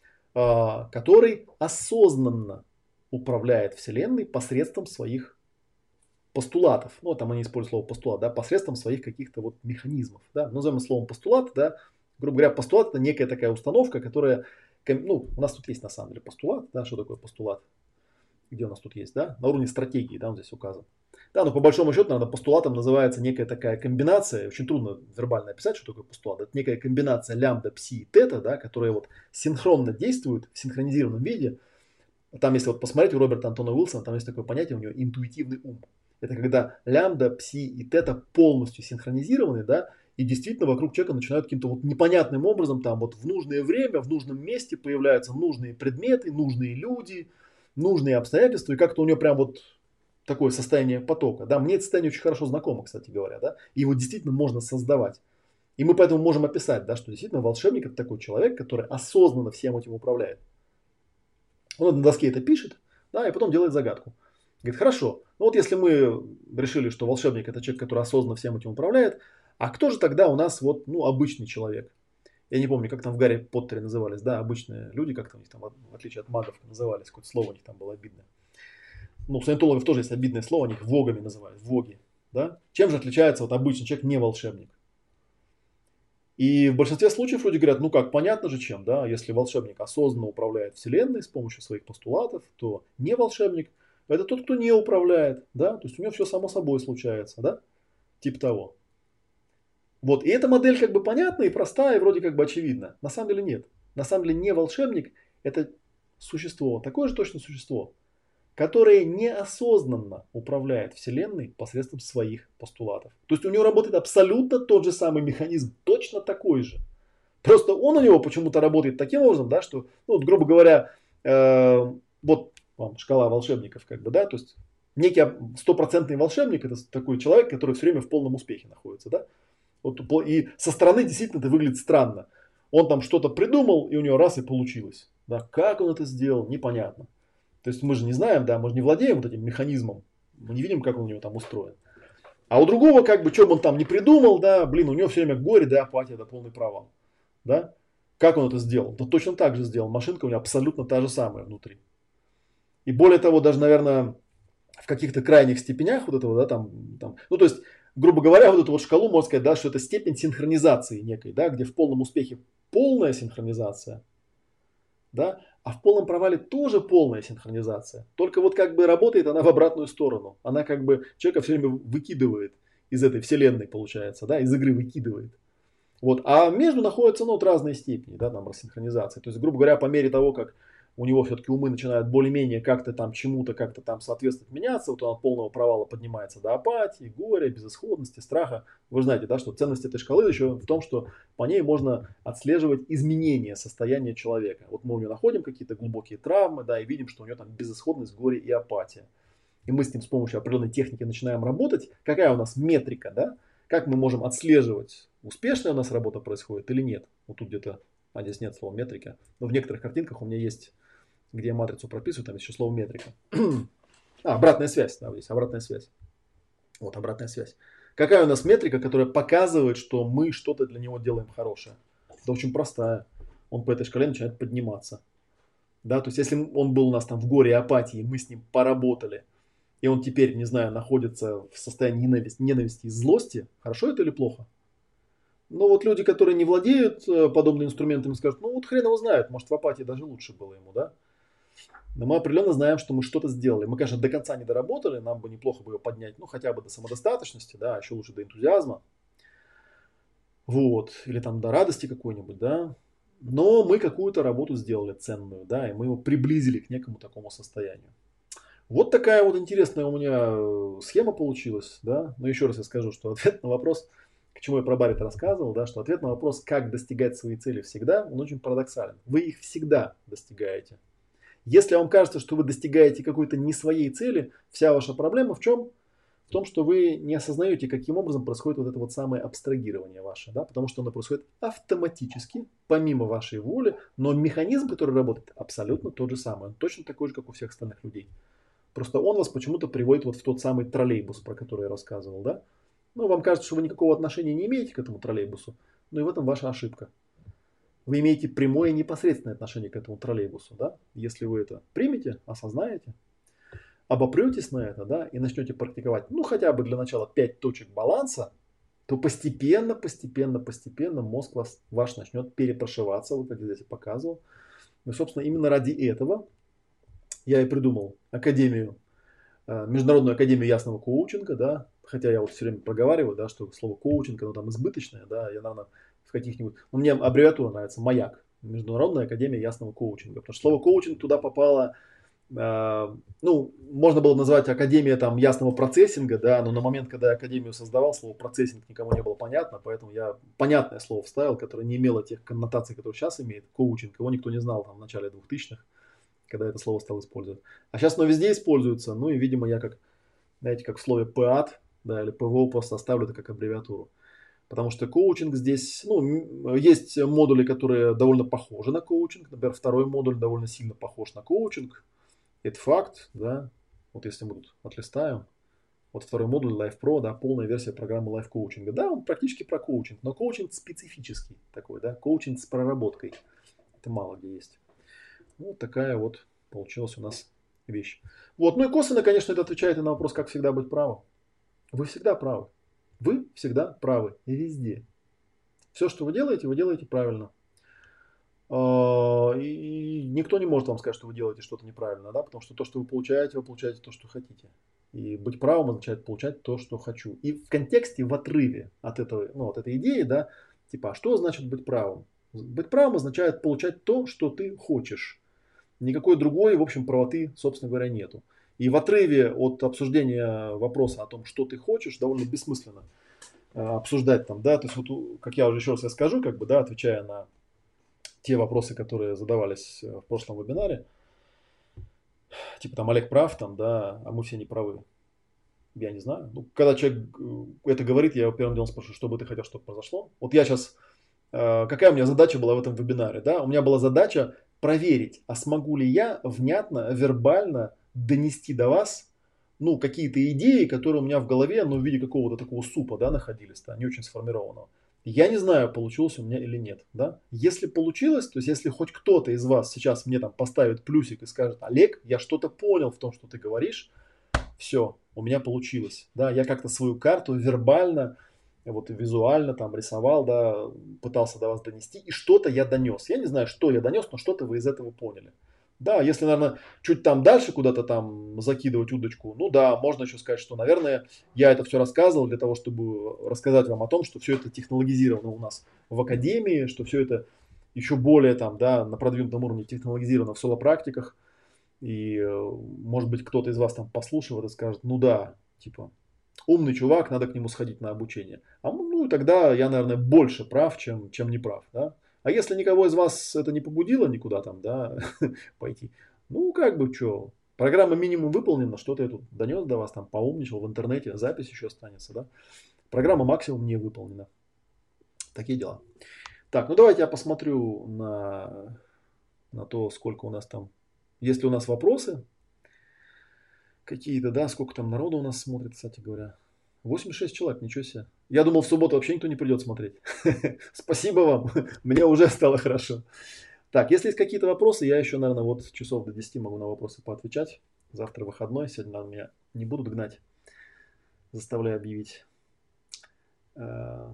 а, который осознанно управляет Вселенной посредством своих постулатов. Ну, там они используют слово постулат, да, посредством своих каких-то вот механизмов, да. Назовем словом постулат, да. Грубо говоря, постулат это некая такая установка, которая, ну, у нас тут есть на самом деле постулат, да, что такое постулат? Где у нас тут есть, да, на уровне стратегии, да, он здесь указан. Да, но по большому счету, наверное, постулатом называется некая такая комбинация, очень трудно вербально описать, что такое постулат. Это некая комбинация лямбда, пси и тета, да, которые вот синхронно действуют в синхронизированном виде. Там, если вот посмотреть у Роберта Антона Уилсона, там есть такое понятие у него интуитивный ум. Это когда лямбда, пси и тета полностью синхронизированы, да, И действительно вокруг человека начинают каким-то вот непонятным образом там вот в нужное время, в нужном месте появляются нужные предметы, нужные люди, нужные обстоятельства. И как-то у него прям вот такое состояние потока. Да? Мне это состояние очень хорошо знакомо, кстати говоря. Да? И его действительно можно создавать. И мы поэтому можем описать, да, что действительно волшебник — это такой человек, который осознанно всем этим управляет. Он на доске это пишет, да, и потом делает загадку. Говорит, хорошо, ну вот если мы решили, что волшебник — это человек, который осознанно всем этим управляет, а кто же тогда у нас вот, ну, обычный человек? Я не помню, как там в Гарри Поттере назывались, да, обычные люди, как там у них там, в отличие от магов, назывались, какое-то слово у них там было обидное. Ну, у саентологов тоже есть обидное слово, они их вогами называют, воги, да. Чем же отличается вот обычный человек, не волшебник? И в большинстве случаев люди говорят, ну как, понятно же чем, да, если волшебник осознанно управляет Вселенной с помощью своих постулатов, то не волшебник — это тот, кто не управляет, да, то есть у него все само собой случается, да, типа того. Вот, и эта модель как бы понятна и простая, и вроде как бы очевидна. На самом деле нет. На самом деле не волшебник — это существо, такое же точно существо, которое неосознанно управляет Вселенной посредством своих постулатов. То есть у него работает абсолютно тот же самый механизм, точно такой же. Просто он у него почему-то работает таким образом, да, что, ну, вот, грубо говоря, э, вот вам шкала волшебников, как бы, да, то есть некий стопроцентный волшебник — это такой человек, который все время в полном успехе находится, да. Вот, и со стороны действительно это выглядит странно. Он там что-то придумал, и у него раз и получилось. Да. Как он это сделал, непонятно. То есть мы же не знаем, да, мы же не владеем вот этим механизмом, мы не видим, как он у него там устроен. А у другого, как бы, что бы он там не придумал, да, блин, у него все время горе, да, апатия, да, полный провал. Да? Как он это сделал? Да точно так же сделал. Машинка у него абсолютно та же самая внутри. И более того, даже, наверное, в каких-то крайних степенях вот этого, да, там, там, ну, то есть, грубо говоря, вот эту вот шкалу можно сказать, да, что это степень синхронизации некой, да, где в полном успехе полная синхронизация, да, а в полном провале тоже полная синхронизация. Только вот как бы работает она в обратную сторону. Она как бы человека все время выкидывает из этой вселенной, получается, да, из игры выкидывает. Вот. А между находятся, ну, вот разные степени, да, там, рассинхронизации. То есть, грубо говоря, по мере того, как у него все-таки умы начинают более-менее как-то там чему-то как-то там соответствовать, меняться, вот он от полного провала поднимается до апатии, горя, безысходности, страха. Вы знаете, да, что ценность этой шкалы еще в том, что по ней можно отслеживать изменения состояния человека. Вот мы у него находим какие-то глубокие травмы, да, и видим, что у него там безысходность, горе и апатия. И мы с ним с помощью определенной техники начинаем работать. Какая у нас метрика, да? Как мы можем отслеживать, успешная у нас работа происходит или нет. Вот тут где-то, а здесь нет слова метрика. Но в некоторых картинках у меня есть, где я матрицу прописываю, там есть еще слово метрика. А, обратная связь, да, здесь обратная связь. Вот обратная связь. Какая у нас метрика, которая показывает, что мы что-то для него делаем хорошее? Это очень простая. Он по этой шкале начинает подниматься. Да, то есть если он был у нас там в горе и апатии, мы с ним поработали, и он теперь, не знаю, находится в состоянии ненависти, ненависти и злости, хорошо это или плохо? Но вот люди, которые не владеют подобными инструментами, скажут, ну вот хрен его знает, может в апатии даже лучше было ему, да? Но мы определенно знаем, что мы что-то сделали. Мы, конечно, до конца не доработали, нам бы неплохо бы его поднять, ну хотя бы до самодостаточности, да, еще лучше до энтузиазма. Вот, или там до радости какой-нибудь, да. Но мы какую-то работу сделали ценную, да, и мы его приблизили к некому такому состоянию. Вот такая вот интересная у меня схема получилась, да. Но еще раз я скажу, что ответ на вопрос, к чему я про Баррета рассказывал, да, что ответ на вопрос, как достигать свои цели всегда, он очень парадоксален. Вы их всегда достигаете. Если вам кажется, что вы достигаете какой-то не своей цели, вся ваша проблема в чем? В том, что вы не осознаете, каким образом происходит вот это вот самое абстрагирование ваше, да, потому что оно происходит автоматически, помимо вашей воли, но механизм, который работает, абсолютно тот же самый, он точно такой же, как у всех остальных людей. Просто он вас почему-то приводит вот в тот самый троллейбус, про который я рассказывал, да. Ну, вам кажется, что вы никакого отношения не имеете к этому троллейбусу, но и в этом ваша ошибка. Вы имеете прямое и непосредственное отношение к этому троллейбусу, да. Если вы это примете, осознаете, обопретесь на это, да, и начнете практиковать, ну, хотя бы для начала пять точек баланса, то постепенно, постепенно, постепенно мозг вас, ваш начнет перепрошиваться, вот как я здесь и показывал. И, собственно, именно ради этого я и придумал академию, Международную академию ясного коучинга, да, хотя я вот все время проговариваю, да, что слово коучинг, оно там избыточное, да, я, наверное, в каких-нибудь, ну, мне аббревиатура нравится, МАЯК, Международная академия ясного коучинга, потому что слово коучинг туда попало э, ну, можно было назвать Академия там ясного процессинга, да, но на момент, когда я Академию создавал, слово процессинг никому не было понятно, поэтому я понятное слово вставил, которое не имело тех коннотаций, которые сейчас имеет, коучинг, его никто не знал там в начале двухтысячных, когда это слово стал использовать. А сейчас оно везде используется, ну и, видимо, я как, знаете, как в слове пэат, да, или ПВО просто оставлю это как аббревиатуру. Потому что коучинг здесь, ну, есть модули, которые довольно похожи на коучинг. Например, второй модуль довольно сильно похож на коучинг. Это факт, да. Вот если мы тут отлистаем, вот второй модуль Life Pro, да, полная версия программы Life коучинга. Да, он практически про коучинг, но коучинг специфический такой, да, коучинг с проработкой. Это мало где есть. Вот такая вот получилась у нас вещь. Вот, ну и косвенно, конечно, это отвечает и на вопрос, как всегда быть правым. Вы всегда правы. Вы всегда правы и везде. Все, что вы делаете, вы делаете правильно. И никто не может вам сказать, что вы делаете что-то неправильно, да, потому что то, что вы получаете, вы получаете то, что хотите. И быть правым означает получать то, что хочу. И в контексте, в отрыве от, этого, ну, от этой идеи, да, типа, а что значит быть правым? Быть правым означает получать то, что ты хочешь. Никакой другой, в общем, правоты, собственно говоря, нету. И в отрыве от обсуждения вопроса о том, что ты хочешь, довольно бессмысленно э, обсуждать там, да, то есть вот, как я уже еще раз я скажу, как бы, да, отвечая на те вопросы, которые задавались в прошлом вебинаре, типа там Олег прав, там, да, а мы все не правы. Я не знаю. Ну, когда человек это говорит, я его первым делом спрашиваю, что бы ты хотел, чтобы произошло. Вот я сейчас, э, какая у меня задача была в этом вебинаре, да? У меня была задача проверить, а смогу ли я внятно, вербально донести до вас, ну, какие-то идеи, которые у меня в голове, ну, в виде какого-то такого супа, да, находились, да, не очень сформированного. Я не знаю, получилось у меня или нет, да. Если получилось, то есть если хоть кто-то из вас сейчас мне там поставит плюсик и скажет: Олег, я что-то понял в том, что ты говоришь, все, у меня получилось, да, я как-то свою карту вербально, вот и визуально там рисовал, да, пытался до вас донести, и что-то я донес. Я не знаю, что я донес, но что-то вы из этого поняли. Да, если, наверное, чуть там дальше куда-то там закидывать удочку, ну да, можно еще сказать, что, наверное, я это все рассказывал для того, чтобы рассказать вам о том, что все это технологизировано у нас в академии, что все это еще более там, да, на продвинутом уровне технологизировано в соло-практиках. И, может быть, кто-то из вас там послушает и скажет: ну да, типа, умный чувак, надо к нему сходить на обучение. А ну и тогда я, наверное, больше прав, чем, чем не прав, да. А если никого из вас это не побудило никуда там, да, пойти, ну как бы что, программа минимум выполнена, что-то я тут донес до вас, там поумничал в интернете, запись еще останется, да. Программа максимум не выполнена. Такие дела. Так, ну давайте я посмотрю на, на то, сколько у нас там, есть ли у нас вопросы какие-то, да, сколько там народу у нас смотрит, кстати говоря. восемьдесят шесть человек, ничего себе. Я думал, в субботу вообще никто не придет смотреть. Спасибо вам, мне уже стало хорошо. Так, если есть какие-то вопросы, я еще, наверное, вот часов до десяти могу на вопросы поотвечать. Завтра выходной, сегодня, наверное, меня не будут гнать, заставляя объявить э,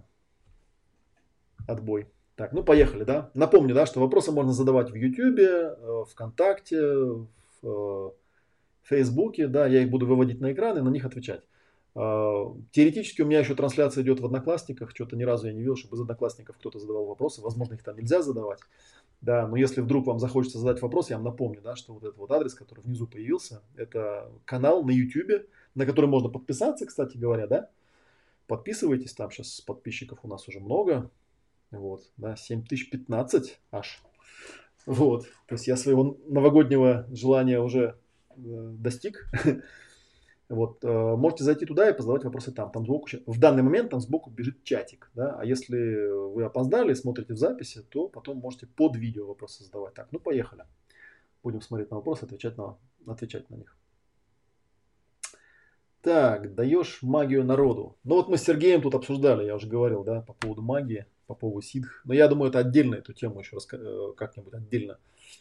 отбой. Так, ну поехали, да. Напомню, да, что вопросы можно задавать в Ютубе, э, ВКонтакте, в э, Фейсбуке, да, я их буду выводить на экран и на них отвечать. Теоретически у меня еще трансляция идет в Одноклассниках, что-то ни разу я не видел, чтобы из Одноклассников кто-то задавал вопросы, возможно, их там нельзя задавать, да, но если вдруг вам захочется задать вопрос, я вам напомню, да, что вот этот вот адрес, который внизу появился, это канал на YouTube, на который можно подписаться, кстати говоря, да, подписывайтесь, там сейчас подписчиков у нас уже много, вот, да, семь тысяч пятнадцать аж, вот, то есть я своего новогоднего желания уже достиг. Вот, можете зайти туда и позадавать вопросы там. Там сбоку, в данный момент там сбоку бежит чатик. Да? А если вы опоздали, смотрите в записи, то потом можете под видео вопросы задавать. Так, ну поехали. Будем смотреть на вопросы, отвечать на, отвечать на них. Так, даешь магию народу. Ну вот мы с Сергеем тут обсуждали, я уже говорил, да, по поводу магии, по поводу ситх. Но я думаю, это отдельно, эту тему еще раз как-нибудь отдельно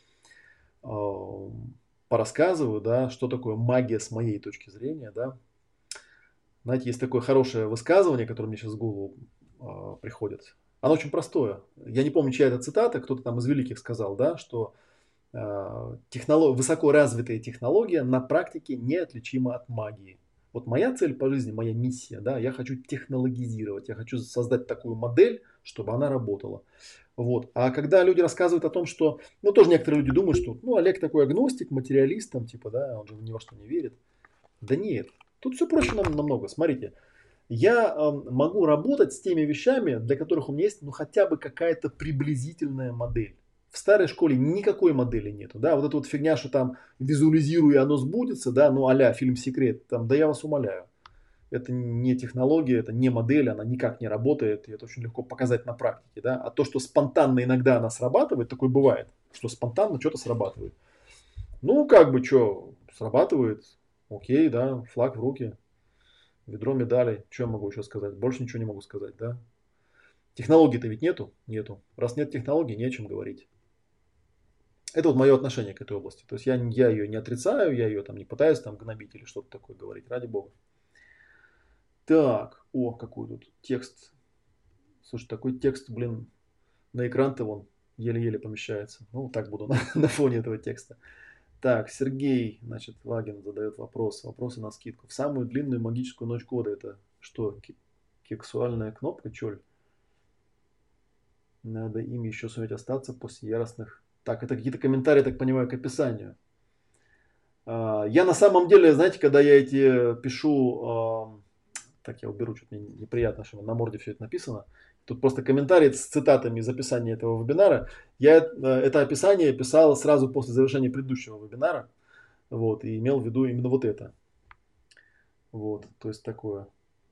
порассказываю, да, что такое магия с моей точки зрения, да. Знаете, есть такое хорошее высказывание, которое мне сейчас в голову э, приходит. Оно очень простое. Я не помню, чья это цитата, кто-то там из великих сказал, да, что э, технолог... высоко развитая технология на практике неотличима от магии. Вот моя цель по жизни, моя миссия, да, я хочу технологизировать, я хочу создать такую модель чтобы она работала. Вот. А когда люди рассказывают о том, что, ну, тоже некоторые люди думают, что, ну, Олег такой агностик, материалист, там, типа, да, он же ни во что не верит. Да нет, тут все проще нам намного. Смотрите, я э, могу работать с теми вещами, для которых у меня есть, ну, хотя бы какая-то приблизительная модель. В старой школе никакой модели нету, да, вот эта вот фигня, что там визуализирую, и оно сбудется, да, ну, а-ля фильм «Секрет», там, да я вас умоляю. Это не технология, это не модель, она никак не работает, и это очень легко показать на практике, да. А то, что спонтанно иногда она срабатывает, такое бывает, что спонтанно что-то срабатывает. Ну, как бы, что, срабатывает, окей, да, флаг в руки, ведро медалей, что я могу еще сказать? Больше ничего не могу сказать, да. Технологий-то ведь нету? Нету. Раз нет технологий, не о чем говорить. Это вот мое отношение к этой области. То есть я, я ее не отрицаю, я ее там не пытаюсь там гнобить или что-то такое говорить, ради бога. Так, о, какой тут текст. Слушай, такой текст, блин, на экран-то вон еле-еле помещается. Ну, так буду на, на фоне этого текста. Так, Сергей, значит, Вагин задает вопрос. Вопросы на скидку. В самую длинную магическую ночь года это что? Кексуальная кнопка, чёль? Надо им еще суметь остаться после яростных... Так, это какие-то комментарии, так понимаю, к описанию. А, я на самом деле, знаете, когда я эти пишу... А, так, я уберу, что-то мне неприятно, что на морде все это написано. Тут просто комментарий с цитатами из описания этого вебинара. Я это описание писал сразу после завершения предыдущего вебинара. Вот, и имел в виду именно вот это. Вот, то есть такое.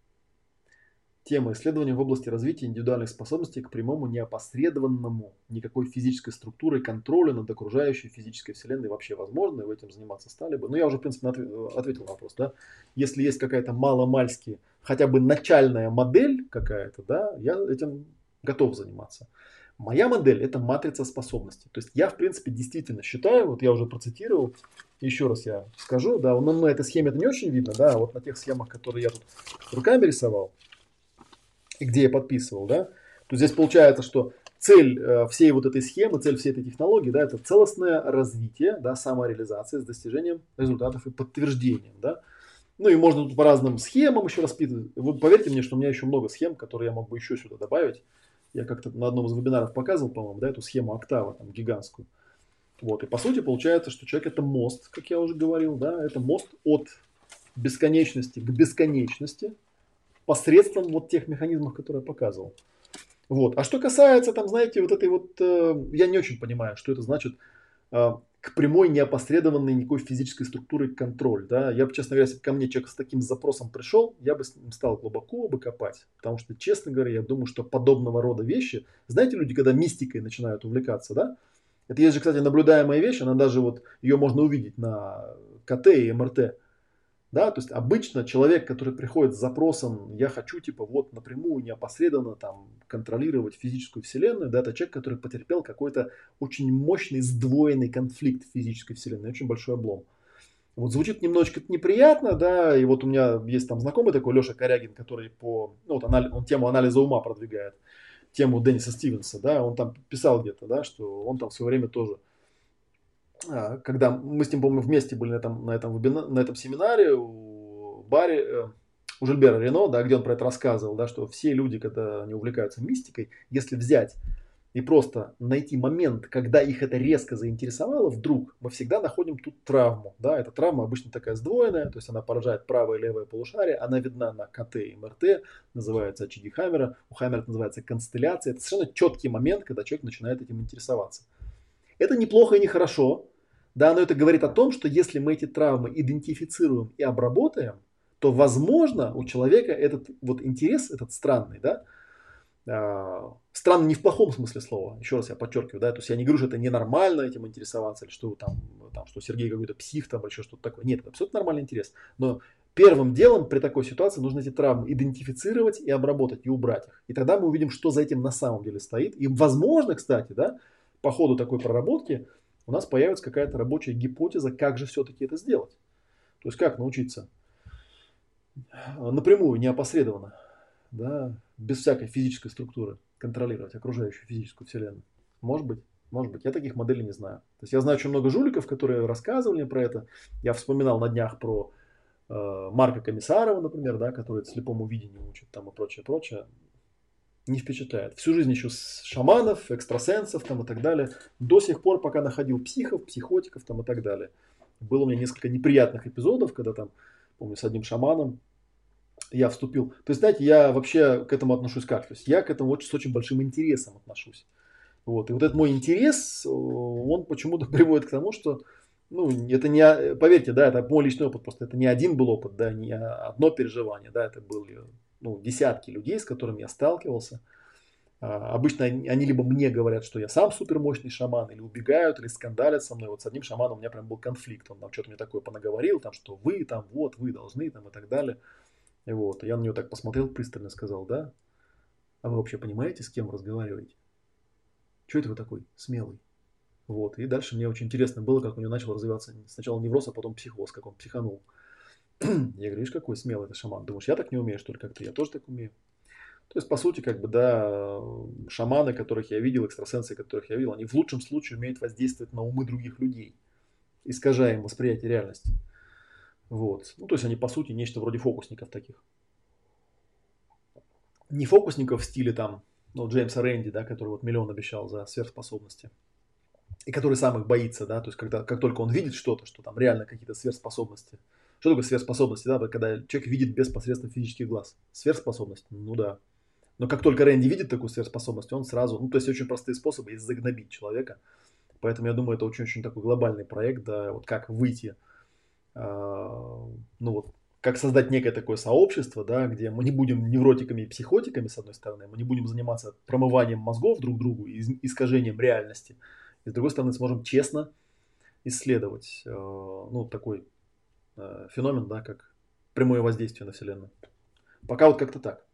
Тема исследования в области развития индивидуальных способностей к прямому неопосредованному никакой физической структуры контроля над окружающей физической вселенной вообще возможно, и в этом заниматься стали бы. Ну, я уже, в принципе, ответил на вопрос, да. Если есть какая-то маломальски, хотя бы начальная модель какая-то, да, я этим готов заниматься. Моя модель – это матрица способностей. То есть я, в принципе, действительно считаю, вот я уже процитировал, еще раз я скажу, да, но на этой схеме это не очень видно, да, вот на тех схемах, которые я тут руками рисовал, и где я подписывал, да, то здесь получается, что цель э, всей вот этой схемы, цель всей этой технологии, да, это целостное развитие, да, самореализация с достижением результатов и подтверждением, да. Ну и можно тут по разным схемам еще расписывать. Вы поверьте мне, что у меня еще много схем, которые я мог бы еще сюда добавить. Я как-то на одном из вебинаров показывал, по-моему, да, эту схему октава, там, гигантскую. Вот, и по сути получается, что человек это мост, как я уже говорил, да, это мост от бесконечности к бесконечности, посредством вот тех механизмов, которые я показывал. Вот. А что касается, там, знаете, вот этой вот, э, я не очень понимаю, что это значит э, к прямой неопосредованной никакой физической структуры контроль. Да? Я бы, честно говоря, если ко мне человек с таким запросом пришел, я бы с ним стал глубоко бы копать. Потому что, честно говоря, я думаю, что подобного рода вещи, знаете, люди, когда мистикой начинают увлекаться, да, это есть же, кстати, наблюдаемая вещь, она даже вот, ее можно увидеть на КТ и МРТ. Да, то есть обычно человек, который приходит с запросом, я хочу типа вот напрямую, неопосредованно там контролировать физическую вселенную, да, это человек, который потерпел какой-то очень мощный сдвоенный конфликт физической вселенной, очень большой облом. Вот звучит немножечко неприятно, да, и вот у меня есть там знакомый такой Леша Корягин, который по, ну вот анали, он тему анализа ума продвигает, тему Денниса Стивенса, да, он там писал где-то, да, что он там в свое время тоже, когда мы с ним, по-моему, вместе были на этом, на этом, вебина, на этом семинаре у, Барри, у Жильбера Рено, да, где он про это рассказывал, да, что все люди, когда они увлекаются мистикой, если взять и просто найти момент, когда их это резко заинтересовало, вдруг мы всегда находим тут травму. Да, эта травма обычно такая сдвоенная, то есть она поражает правое и левое полушарие, она видна на КТ и МРТ, называется очаги Хаммера, у Хаммера это называется констелляция. Это совершенно четкий момент, когда человек начинает этим интересоваться. Это неплохо и не хорошо, да, но это говорит о том, что если мы эти травмы идентифицируем и обработаем, то, возможно, у человека этот вот интерес, этот странный, да, э, странный не в плохом смысле слова, еще раз я подчеркиваю, да, то есть я не говорю, что это ненормально этим интересоваться, или что там, там что Сергей какой-то псих там, или еще что-то такое. Нет, это абсолютно нормальный интерес. Но первым делом при такой ситуации нужно эти травмы идентифицировать и обработать, и убрать их. И тогда мы увидим, что за этим на самом деле стоит. И, возможно, кстати, да, по ходу такой проработки у нас появится какая-то рабочая гипотеза, как же все-таки это сделать. То есть как научиться напрямую, неопосредованно, да, без всякой физической структуры контролировать окружающую физическую вселенную. Может быть, может быть. Я таких моделей не знаю. То есть я знаю очень много жуликов, которые рассказывали мне про это. Я вспоминал на днях про э, Марка Комиссарова, например, да, который слепому видению учит там и прочее, прочее. Не впечатляет. Всю жизнь еще с шаманов, экстрасенсов там и так далее. До сих пор, пока находил психов, психотиков там и так далее. Было у меня несколько неприятных эпизодов, когда там, помню, с одним шаманом я вступил. То есть, знаете, я вообще к этому отношусь как? То есть, я к этому очень, с очень большим интересом отношусь. Вот. И вот этот мой интерес, он почему-то приводит к тому, что, ну, это не, поверьте, да, это мой личный опыт, просто это не один был опыт, да, не одно переживание, да, это были, ну, десятки людей, с которыми я сталкивался. А, обычно они, они либо мне говорят, что я сам супермощный шаман, или убегают, или скандалят со мной. Вот с одним шаманом у меня прям был конфликт, он там что-то мне такое понаговорил, там, что вы там, вот, вы должны, там, и так далее. И вот, я на него так посмотрел пристально, сказал, да, а вы вообще понимаете, с кем разговариваете? Что это вы такой смелый? Вот. И дальше мне очень интересно было, как у него начал развиваться сначала невроз, а потом психоз, как он психанул. Я говорю, видишь, какой смелый это шаман. Думаешь, я так не умею, что ли, как ты? Я тоже так умею. То есть, по сути, как бы, да, шаманы, которых я видел, экстрасенсы, которых я видел, они в лучшем случае умеют воздействовать на умы других людей, искажая им восприятие реальности. Вот. Ну, то есть, они, по сути, нечто вроде фокусников таких. Не фокусников в стиле там, ну, Джеймса Рэнди, да, который вот миллион обещал за сверхспособности. И который сам их боится, да, то есть, когда, как только он видит что-то, что там реально какие-то сверхспособности. Что такое сверхспособности, да, когда человек видит без посредством физических глаз. Сверхспособность, ну да. Но как только Рэнди видит такую сверхспособность, он сразу, ну, то есть очень простые способы есть загнобить человека. Поэтому я думаю, это очень-очень такой глобальный проект, да, вот как выйти, э, ну вот, как создать некое такое сообщество, да, где мы не будем невротиками и психотиками, с одной стороны, мы не будем заниматься промыванием мозгов друг другу и искажением реальности. И с другой стороны, сможем честно исследовать, э, ну, такой э, феномен, да, как прямое воздействие на Вселенную. Пока вот как-то так.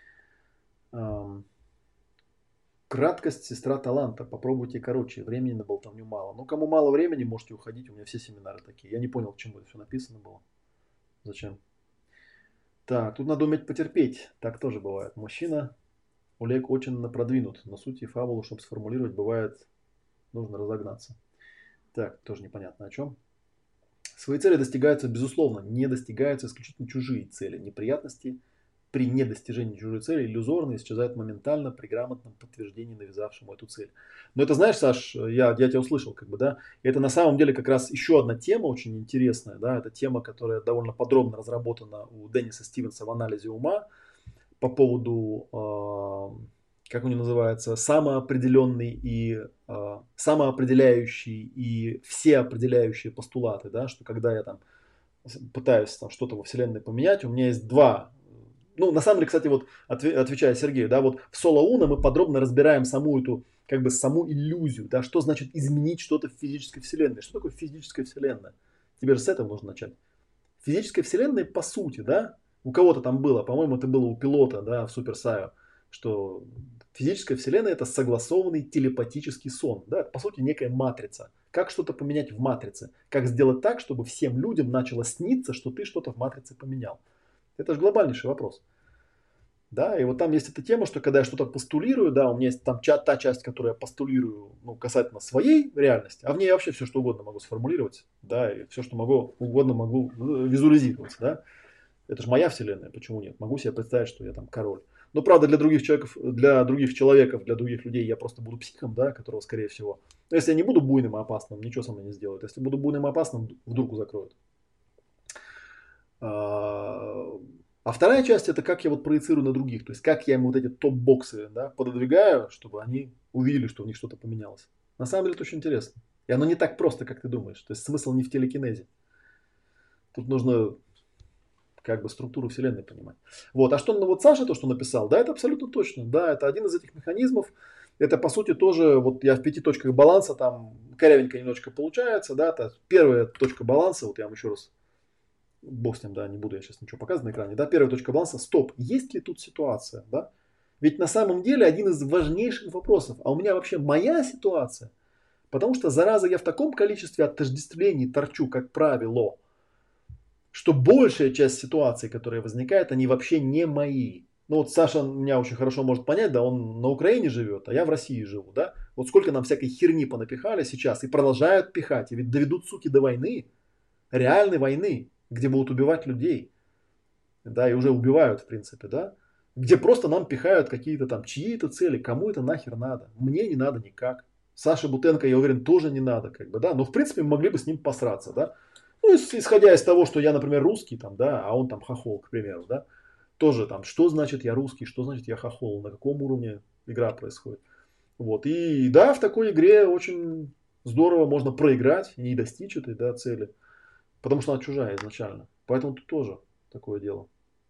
Краткость сестра таланта. Попробуйте короче. Времени на болтовню мало. Ну, кому мало времени, можете уходить. У меня все семинары такие. Я не понял, к чему это все написано было. Зачем? Так, тут надо уметь потерпеть. Так тоже бывает. Мужчина, Олег очень продвинут. Но суть и фабулу, чтобы сформулировать, бывает, нужно разогнаться. Так, тоже непонятно о чем. Свои цели достигаются, безусловно. Не достигаются исключительно чужие цели. Неприятности при недостижении чужой цели иллюзорно исчезают моментально при грамотном подтверждении навязавшему эту цель. Но это, знаешь, Саш, я, я тебя услышал, как бы, да, это на самом деле как раз еще одна тема очень интересная, да, это тема, которая довольно подробно разработана у Денниса Стивенса в анализе ума по поводу, э, как он называется, самоопределенный и э, самоопределяющий и всеопределяющие постулаты, да, что когда я там пытаюсь там что-то во Вселенной поменять, у меня есть два. Ну, на самом деле, кстати, вот отвечая Сергею, да, вот в Соло Уно мы подробно разбираем саму эту, как бы саму иллюзию, да, что значит изменить что-то в физической вселенной. Что такое физическая вселенная? Тебе же с этого нужно начать. Физическая вселенная, по сути, да, у кого-то там было, по-моему, это было у пилота, да, в Супер Сайо, что физическая вселенная это согласованный телепатический сон, да, это, по сути, некая матрица. Как что-то поменять в матрице? Как сделать так, чтобы всем людям начало сниться, что ты что-то в матрице поменял? Это же глобальнейший вопрос. Да, и вот там есть эта тема, что когда я что-то постулирую, да, у меня есть там ча- та часть, которую я постулирую, ну, касательно своей реальности, а в ней я вообще все, что угодно могу сформулировать, да, и все, что могу, угодно могу визуализировать, да. Это же моя вселенная, почему нет? Могу себе представить, что я там король. Но правда, для других человеков, для других человеков, для других людей я просто буду психом, да, которого, скорее всего. Но если я не буду буйным и опасным, ничего со мной не сделают. Если буду буйным и опасным, в дурку закроют. А вторая часть это как я вот проецирую на других, то есть как я им вот эти топ-боксы, да, пододвигаю, чтобы они увидели, что в них что-то поменялось. На самом деле это очень интересно. И оно не так просто, как ты думаешь. То есть смысл не в телекинезе. Тут нужно как бы структуру Вселенной понимать. Вот. А что ну, вот Саша то, что написал, да, это абсолютно точно. Да, это один из этих механизмов. Это по сути тоже, вот я в пяти точках баланса, там корявенько немножечко получается, да, это первая точка баланса, вот я вам еще раз бог с ним, да, не буду я сейчас ничего показывать на экране, да, первая точка баланса, стоп, есть ли тут ситуация, да? Ведь на самом деле один из важнейших вопросов, а у меня вообще моя ситуация, потому что, зараза, я в таком количестве отождествлений торчу, как правило, что большая часть ситуаций, которые возникают, они вообще не мои. Ну вот Саша меня очень хорошо может понять, да, он на Украине живет, а я в России живу, да. Вот сколько нам всякой херни понапихали сейчас и продолжают пихать, и ведь доведут, суки, до войны, реальной войны, где будут убивать людей, да, и уже убивают, в принципе, да. где просто нам пихают какие-то там чьи-то цели, кому это нахер надо, мне не надо никак. Саше Бутенко, я уверен, тоже не надо, как бы, да, но в принципе мы могли бы с ним посраться, да. Ну, исходя из того, что я, например, русский, там, да, а он там хохол, к примеру, да, тоже там, что значит я русский, что значит я хохол, на каком уровне игра происходит. Вот, и да, в такой игре очень здорово можно проиграть и не достичь этой, да, цели, потому что она чужая изначально. Поэтому тут тоже такое дело.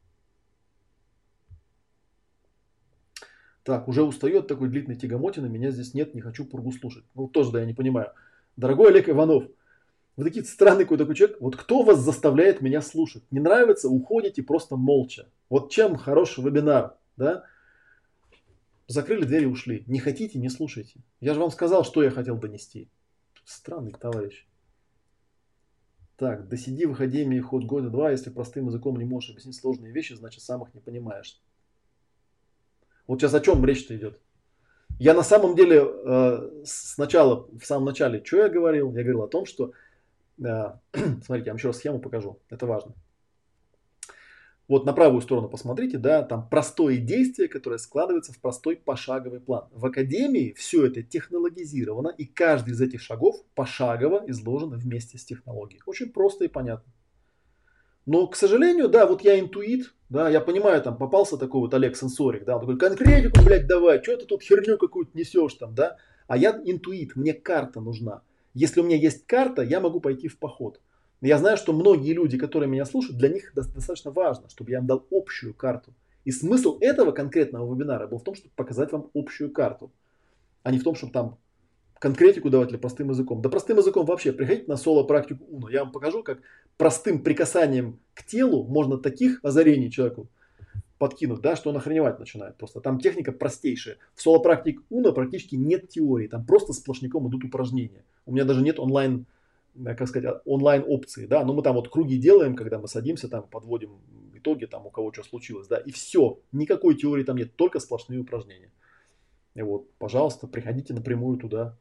Так, уже устает такой длительной тягомотины, меня здесь нет, не хочу пургу слушать. Ну, тоже, да, я не понимаю. Дорогой Олег Иванов, вы такие странный какой такой человек. Вот кто вас заставляет меня слушать? Не нравится, уходите просто молча. Вот чем хороший вебинар, да? Закрыли дверь и ушли. Не хотите, не слушайте. Я же вам сказал, что я хотел донести. Странный товарищ. Так, досиди в академии ход года два, если простым языком не можешь объяснить сложные вещи, значит сам их не понимаешь. Вот сейчас о чем речь-то идет? Я на самом деле э, сначала, в самом начале, что я говорил? Я говорил о том, что, э, смотрите, я вам еще раз схему покажу, это важно. Вот на правую сторону посмотрите, да, там простое действие, которое складывается в простой пошаговый план. В академии все это технологизировано, и каждый из этих шагов пошагово изложен вместе с технологией. Очень просто и понятно. Но, к сожалению, да, вот я интуит, да, я понимаю, там попался такой вот Олег Сенсорик, да, он такой, конкретику, блядь, давай, что ты тут херню какую-то несешь там, да, а я интуит, мне карта нужна. Если у меня есть карта, я могу пойти в поход. Я знаю, что многие люди, которые меня слушают, для них достаточно важно, чтобы я им дал общую карту. И смысл этого конкретного вебинара был в том, чтобы показать вам общую карту, а не в том, чтобы там конкретику давать или простым языком. Да простым языком вообще приходите на соло-практику Уно. Я вам покажу, как простым прикасанием к телу можно таких озарений человеку подкинуть, да, что он охреневать начинает просто. Там техника простейшая. В соло-практике Уно практически нет теории. Там просто сплошняком идут упражнения. У меня даже нет онлайн, как сказать, онлайн опции, да, но мы там вот круги делаем, когда мы садимся, там подводим итоги, там у кого что случилось, да, и все. Никакой теории там нет, только сплошные упражнения. И вот, пожалуйста, приходите напрямую туда.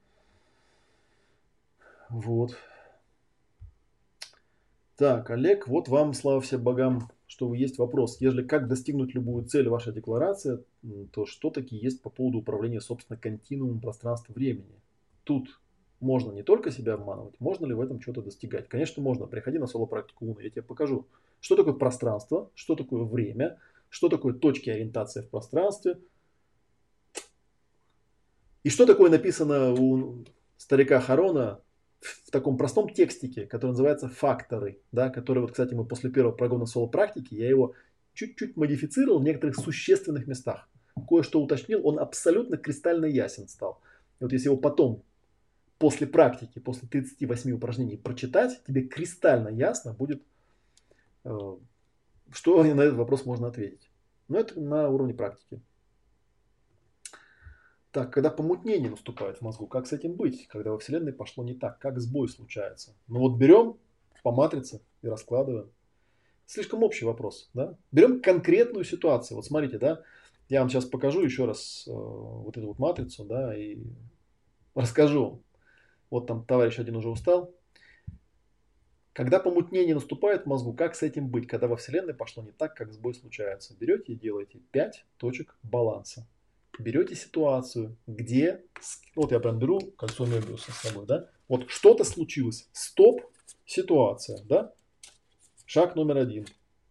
Вот. Так, Олег, вот вам, слава всем богам, что вы есть вопрос. Ежели как достигнуть любую цель ваша декларация, то что таки есть по поводу управления, собственно, континуумом пространства-времени? Тут можно не только себя обманывать, можно ли в этом что-то достигать? Конечно, можно. Приходи на соло-практику Уно, я тебе покажу, что такое пространство, что такое время, что такое точки ориентации в пространстве, и что такое написано у старика Харона в таком простом текстике, который называется «Факторы», да, который, вот, кстати, мы после первого прогона соло-практики, я его чуть-чуть модифицировал в некоторых существенных местах. Кое-что уточнил, он абсолютно кристально ясен стал. И вот если его потом, после практики, после тридцати восьми упражнений прочитать, тебе кристально ясно будет, что на этот вопрос можно ответить. Но это на уровне практики. Так, когда помутнение наступает в мозгу, как с этим быть? Когда во Вселенной пошло не так, как сбой случается? Ну вот берем по матрице и раскладываем. Слишком общий вопрос, да? Берем конкретную ситуацию. Вот смотрите, да, я вам сейчас покажу еще раз э, вот эту вот матрицу, да, и расскажу. Вот там товарищ один уже устал. Когда помутнение наступает в мозгу, как с этим быть? Когда во Вселенной пошло не так, как сбой случается? Берете и делаете пять точек баланса. Берете ситуацию, где, вот я прям беру кольцо Мебиуса с собой, да, вот что-то случилось, стоп, ситуация, да, шаг номер один,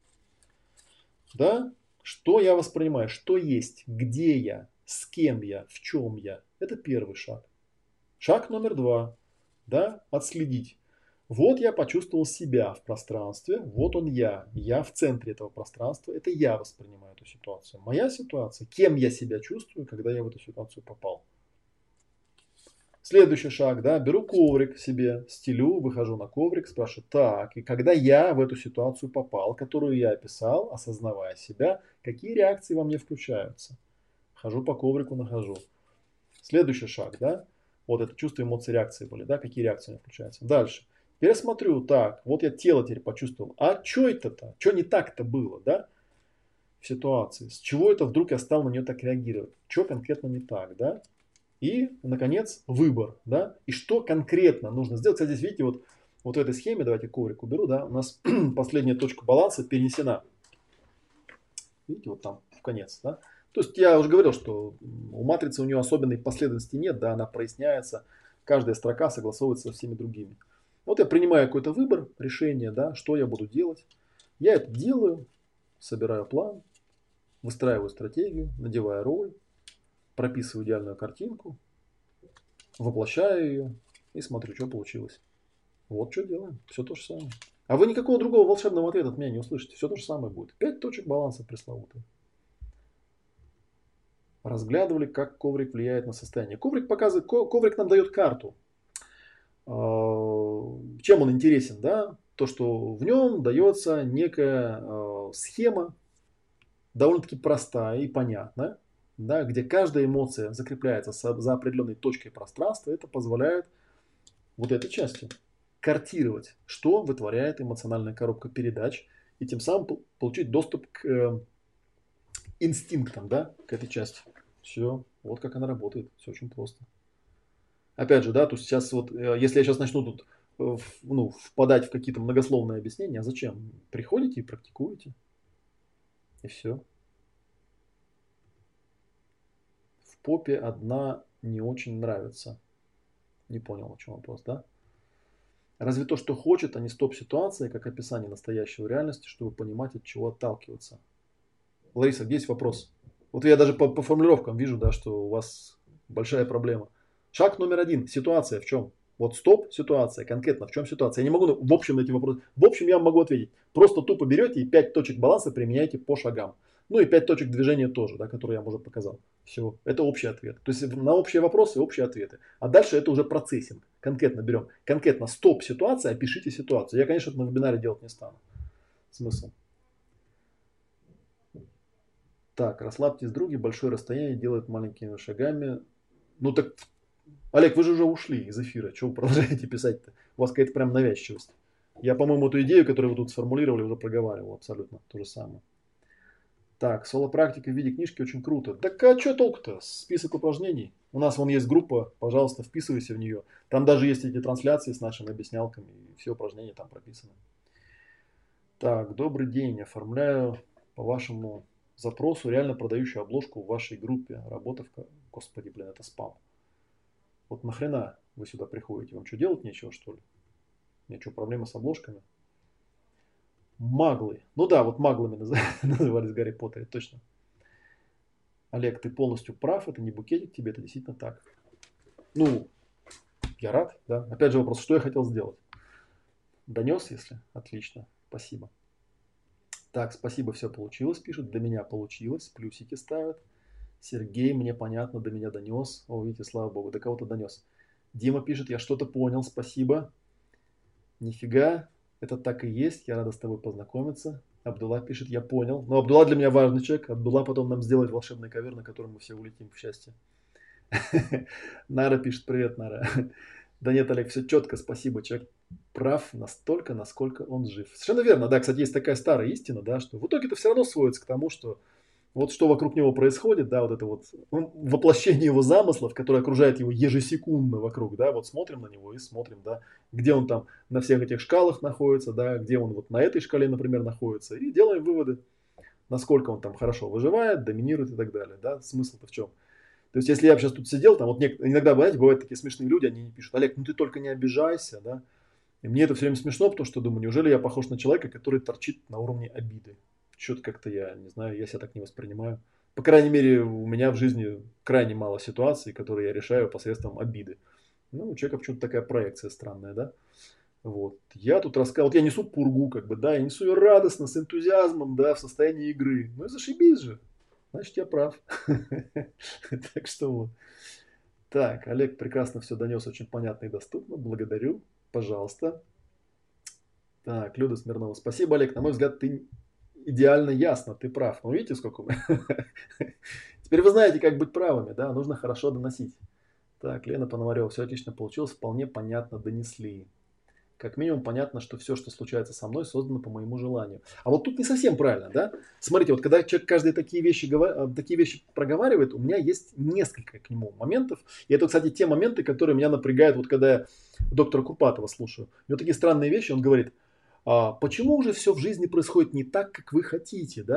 да, что я воспринимаю, что есть, где я, с кем я, в чем я, это первый шаг. Шаг номер два, да, отследить. Вот я почувствовал себя в пространстве, вот он я, я в центре этого пространства, это я воспринимаю эту ситуацию. Моя ситуация, кем я себя чувствую, когда я в эту ситуацию попал. Следующий шаг, да, беру коврик себе, стелю, выхожу на коврик, спрашиваю, так, и когда я в эту ситуацию попал, которую я описал, осознавая себя, какие реакции во мне включаются? Хожу по коврику, нахожу. Следующий шаг, да, вот это чувство, эмоции, реакции были, да, какие реакции у меня включаются. Дальше. Я смотрю, так, вот я тело теперь почувствовал. А что это-то? Что не так-то было, да? В ситуации. С чего это вдруг я стал на нее так реагировать? Что конкретно не так, да? И, наконец, выбор, да? И что конкретно нужно сделать? Кстати, здесь, видите, вот, вот в этой схеме, давайте коврик уберу, да? У нас последняя точка баланса перенесена. Видите, вот там конец, да. То есть я уже говорил, что у матрицы у нее особенной последовательности нет, да, она проясняется, каждая строка согласовывается со всеми другими. Вот я принимаю какой-то выбор, решение, да, что я буду делать. Я это делаю, собираю план, выстраиваю стратегию, надеваю роль, прописываю идеальную картинку, воплощаю ее и смотрю, что получилось. Вот что делаем. Все то же самое. А вы никакого другого волшебного ответа от меня не услышите. Все то же самое будет. Пять точек баланса пресловутые. Разглядывали, как коврик влияет на состояние. Коврик показывает, коврик нам дает карту. Чем он интересен, да? То, что в нем дается некая схема, довольно-таки простая и понятная, да, где каждая эмоция закрепляется за определенной точкой пространства. Это позволяет вот этой части картировать, что вытворяет эмоциональная коробка передач, и тем самым получить доступ к инстинктам, да, к этой части. Все, вот как она работает, все очень просто. Опять же, да, то сейчас вот, если я сейчас начну тут ну, впадать в какие-то многословные объяснения, а зачем? Приходите и практикуете, и все. В попе одна не очень нравится. Не понял, о чем вопрос, да? Разве то, что хочет, а не стоп-ситуация, как описание настоящего реальности, чтобы понимать, от чего отталкиваться. Лариса, где есть вопрос? Вот я даже по, по формулировкам вижу, да, что у вас большая проблема. Шаг номер один. Ситуация в чем? Вот стоп, ситуация. Конкретно в чем ситуация? Я не могу в общем на эти вопросы. В общем я вам могу ответить. Просто тупо берете и пять точек баланса применяете по шагам. Ну и пять точек движения тоже, да, которые я вам уже показал. Все. Это общий ответ. То есть на общие вопросы общие ответы. А дальше это уже процессинг. Конкретно берем. Конкретно стоп ситуация, опишите ситуацию. Я, конечно, это на вебинаре делать не стану. Смысл. Так, расслабьтесь, други, большое расстояние делает маленькими шагами. Ну так, Олег, вы же уже ушли из эфира. Чего вы продолжаете писать-то? У вас какая-то прям навязчивость. Я, по-моему, эту идею, которую вы тут сформулировали, уже проговаривал абсолютно то же самое. Так, соло-практика в виде книжки очень круто. Так а что толку-то? Список упражнений. У нас вон есть группа, пожалуйста, вписывайся в нее. Там даже есть эти трансляции с нашими объяснялками. И все упражнения там прописаны. Так, добрый день. Оформляю по вашему запросу реально продающую обложку в вашей группе. Работа в... Господи, блин, это спам. Вот нахрена вы сюда приходите? Вам что, делать нечего, что ли? У меня что, проблемы с обложками? Маглы. Ну да, вот маглами назывались Гарри Поттере, точно. Олег, ты полностью прав, это не букетик тебе, это действительно так. Ну, я рад, да. Опять же вопрос, что я хотел сделать? Донес, если? Отлично, спасибо. Так, спасибо, все получилось, пишут. Для меня получилось, плюсики ставят. Сергей, мне понятно, до меня донес. О, видите, слава богу, до кого-то донес. Дима пишет, я что-то понял, спасибо. Нифига, это так и есть, я рада с тобой познакомиться. Абдулла пишет, я понял. Но Абдулла для меня важный человек. Абдулла потом нам сделает волшебный ковер, на котором мы все улетим в счастье. Нара пишет, привет, Нара. Да нет, Олег, все четко, спасибо. Человек прав настолько, насколько он жив. Совершенно верно, да, кстати, есть такая старая истина, да, что в итоге это все равно сводится к тому, что вот что вокруг него происходит, да, вот это вот воплощение его замыслов, которое окружает его ежесекундно вокруг, да, вот смотрим на него и смотрим, да, где он там на всех этих шкалах находится, да, где он вот на этой шкале, например, находится, и делаем выводы, насколько он там хорошо выживает, доминирует и так далее, да, смысл-то в чем? То есть, если я бы сейчас тут сидел, там вот нек- иногда, знаете, бывают такие смешные люди, они не пишут, Олег, ну ты только не обижайся, да, и мне это все время смешно, потому что думаю, неужели я похож на человека, который торчит на уровне обиды? Что-то как-то я не знаю, я себя так не воспринимаю. По крайней мере, у меня в жизни крайне мало ситуаций, которые я решаю посредством обиды. Ну, у человека почему-то такая проекция странная, да? Вот. Я тут рассказывал, вот я несу пургу, как бы, да, я несу ее радостно, с энтузиазмом, да, в состоянии игры. Ну и зашибись же. Значит, я прав. Так что вот. Так, Олег прекрасно все донес, очень понятно и доступно. Благодарю. Пожалуйста. Так, Люда Смирнова. Спасибо, Олег. На мой взгляд, ты идеально ясно, ты прав. Ну, видите, сколько мы... Теперь вы знаете, как быть правыми, да? Нужно хорошо доносить. Так, Лена Пономарева. Все отлично получилось. Вполне понятно донесли. Как минимум понятно, что все, что случается со мной, создано по моему желанию. А вот тут не совсем правильно, да? Смотрите, вот когда человек каждый такие вещи, такие вещи проговаривает, у меня есть несколько к нему моментов. И это, кстати, те моменты, которые меня напрягают, вот когда я доктора Курпатова слушаю. У него такие странные вещи, он говорит, а почему же все в жизни происходит не так, как вы хотите, да?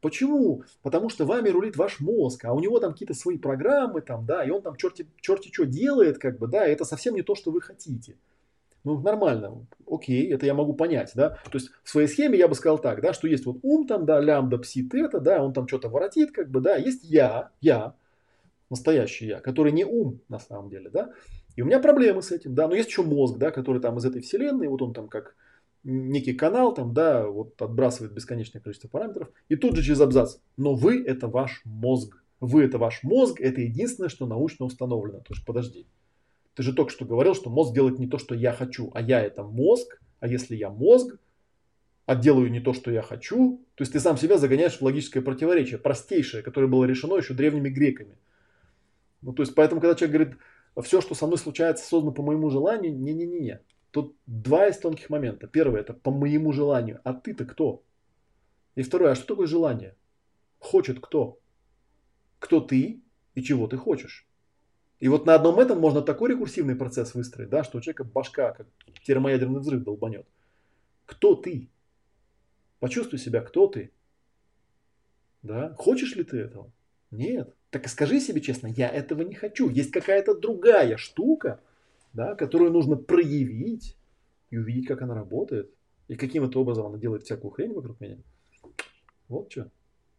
Почему? Потому что вами рулит ваш мозг, а у него там какие-то свои программы, там, да, и он там черти, черти что делает, как бы, да, и это совсем не то, что вы хотите. Ну, нормально, окей, это я могу понять, да. То есть в своей схеме я бы сказал так, да, что есть вот ум там, да, лямбда, пси, тета, да, он там что-то воротит, как бы, да, есть я, я, настоящий я, который не ум на самом деле, да. И у меня проблемы с этим, да, но есть еще мозг, да, который там из этой вселенной, вот он там как некий канал, там, да, вот отбрасывает бесконечное количество параметров, и тут же через абзац, но вы это ваш мозг, вы это ваш мозг, это единственное, что научно установлено. То есть подожди, ты же только что говорил, что мозг делает не то, что я хочу, а я это мозг, а если я мозг, а делаю не то, что я хочу, то есть ты сам себя загоняешь в логическое противоречие, простейшее, которое было решено еще древними греками. Ну, то есть, поэтому, когда человек говорит, все, что со мной случается, создано по моему желанию, не-не-не. Тут два из тонких момента. Первое, это по моему желанию. А ты-то кто? И второе, а что такое желание? Хочет кто? Кто ты и чего ты хочешь? И вот на одном этом можно такой рекурсивный процесс выстроить, да, что у человека башка, как термоядерный взрыв долбанет. Кто ты? Почувствуй себя, кто ты. Да? Хочешь ли ты этого? Нет. Так и скажи себе честно, я этого не хочу. Есть какая-то другая штука, да, которую нужно проявить и увидеть, как она работает. И каким это образом она делает всякую хрень вокруг меня. Вот что.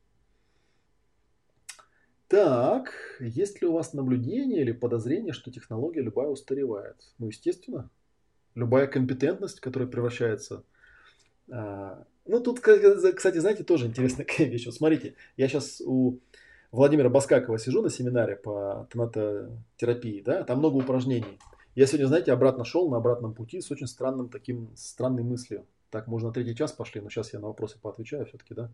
Так, есть ли у вас наблюдение или подозрение, что технология любая устаревает? Ну, естественно. Любая компетентность, которая превращается... А, ну, тут, кстати, знаете, тоже интересная вещь. Вот смотрите, я сейчас у Владимира Баскакова сижу на семинаре по тонатотерапии, да, там много упражнений. Я сегодня, знаете, обратно шел на обратном пути с очень странным таким, странной мыслью. Так, можно на третий час пошли, но сейчас я на вопросы поотвечаю все-таки, да.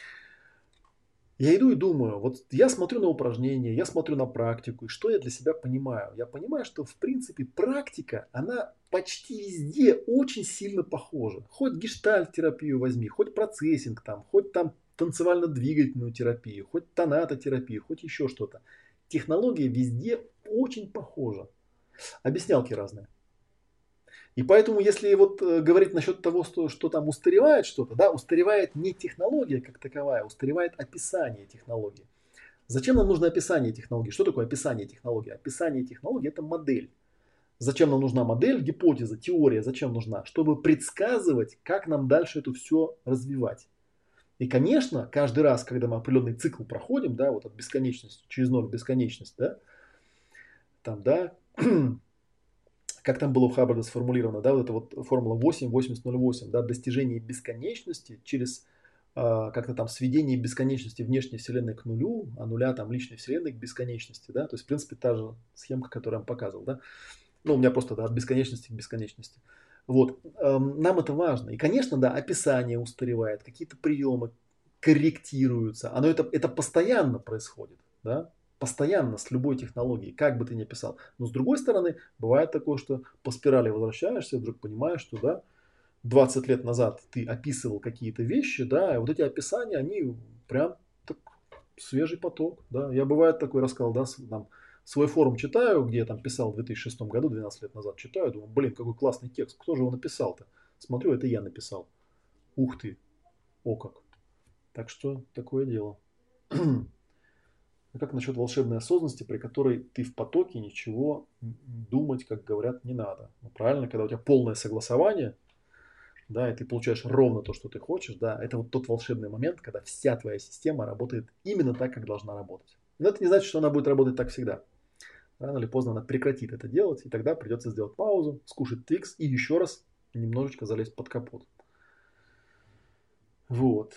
Я иду и думаю, вот я смотрю на упражнения, я смотрю на практику, и что я для себя понимаю? Я понимаю, что в принципе практика, она почти везде очень сильно похожа. Хоть гештальт-терапию возьми, хоть процессинг там, хоть там танцевально-двигательную терапию, хоть тонатотерапию, хоть еще что-то. Технология везде очень похожа. Объяснялки разные. И поэтому, если вот э, говорить насчет того, что, что там устаревает что-то, да, устаревает не технология как таковая, устаревает описание технологии. Зачем нам нужно описание технологии? Что такое описание технологии? Описание технологии – это модель. Зачем нам нужна модель, гипотеза, теория? Зачем нужна? Чтобы предсказывать, как нам дальше это все развивать. И, конечно, каждый раз, когда мы определенный цикл проходим, да, вот от бесконечности через ноль в бесконечность, да, там, да, как там было у Хаббарда сформулировано, да, вот эта вот формула восемь, восемьдесят, ноль восемь, да, достижение бесконечности через э, как-то там сведение бесконечности внешней вселенной к нулю, а нуля там личной вселенной к бесконечности, да, то есть, в принципе, та же схемка, которую я вам показывал, да, ну, у меня просто, да, от бесконечности к бесконечности. Вот, эм, нам это важно. И, конечно, да, описание устаревает, какие-то приемы корректируются, оно это, это постоянно происходит, да, постоянно с любой технологией, как бы ты ни писал. Но с другой стороны, бывает такое, что по спирали возвращаешься, вдруг понимаешь, что да, двадцать лет назад ты описывал какие-то вещи, да, и вот эти описания, они прям так, свежий поток, да. Я бывает такой рассказал, да, там, свой форум читаю, где я там писал в две тысячи шестом году, двенадцать лет назад читаю, думаю, блин, какой классный текст, кто же его написал-то? Смотрю, это я написал. Ух ты, о как. Так что такое дело. А как насчет волшебной осознанности, при которой ты в потоке, ничего думать, как говорят, не надо? Ну, правильно, когда у тебя полное согласование, да, и ты получаешь ровно то, что ты хочешь, да, это вот тот волшебный момент, когда вся твоя система работает именно так, как должна работать. Но это не значит, что она будет работать так всегда. Рано или поздно она прекратит это делать, и тогда придется сделать паузу, скушать твикс и еще раз немножечко залезть под капот. Вот.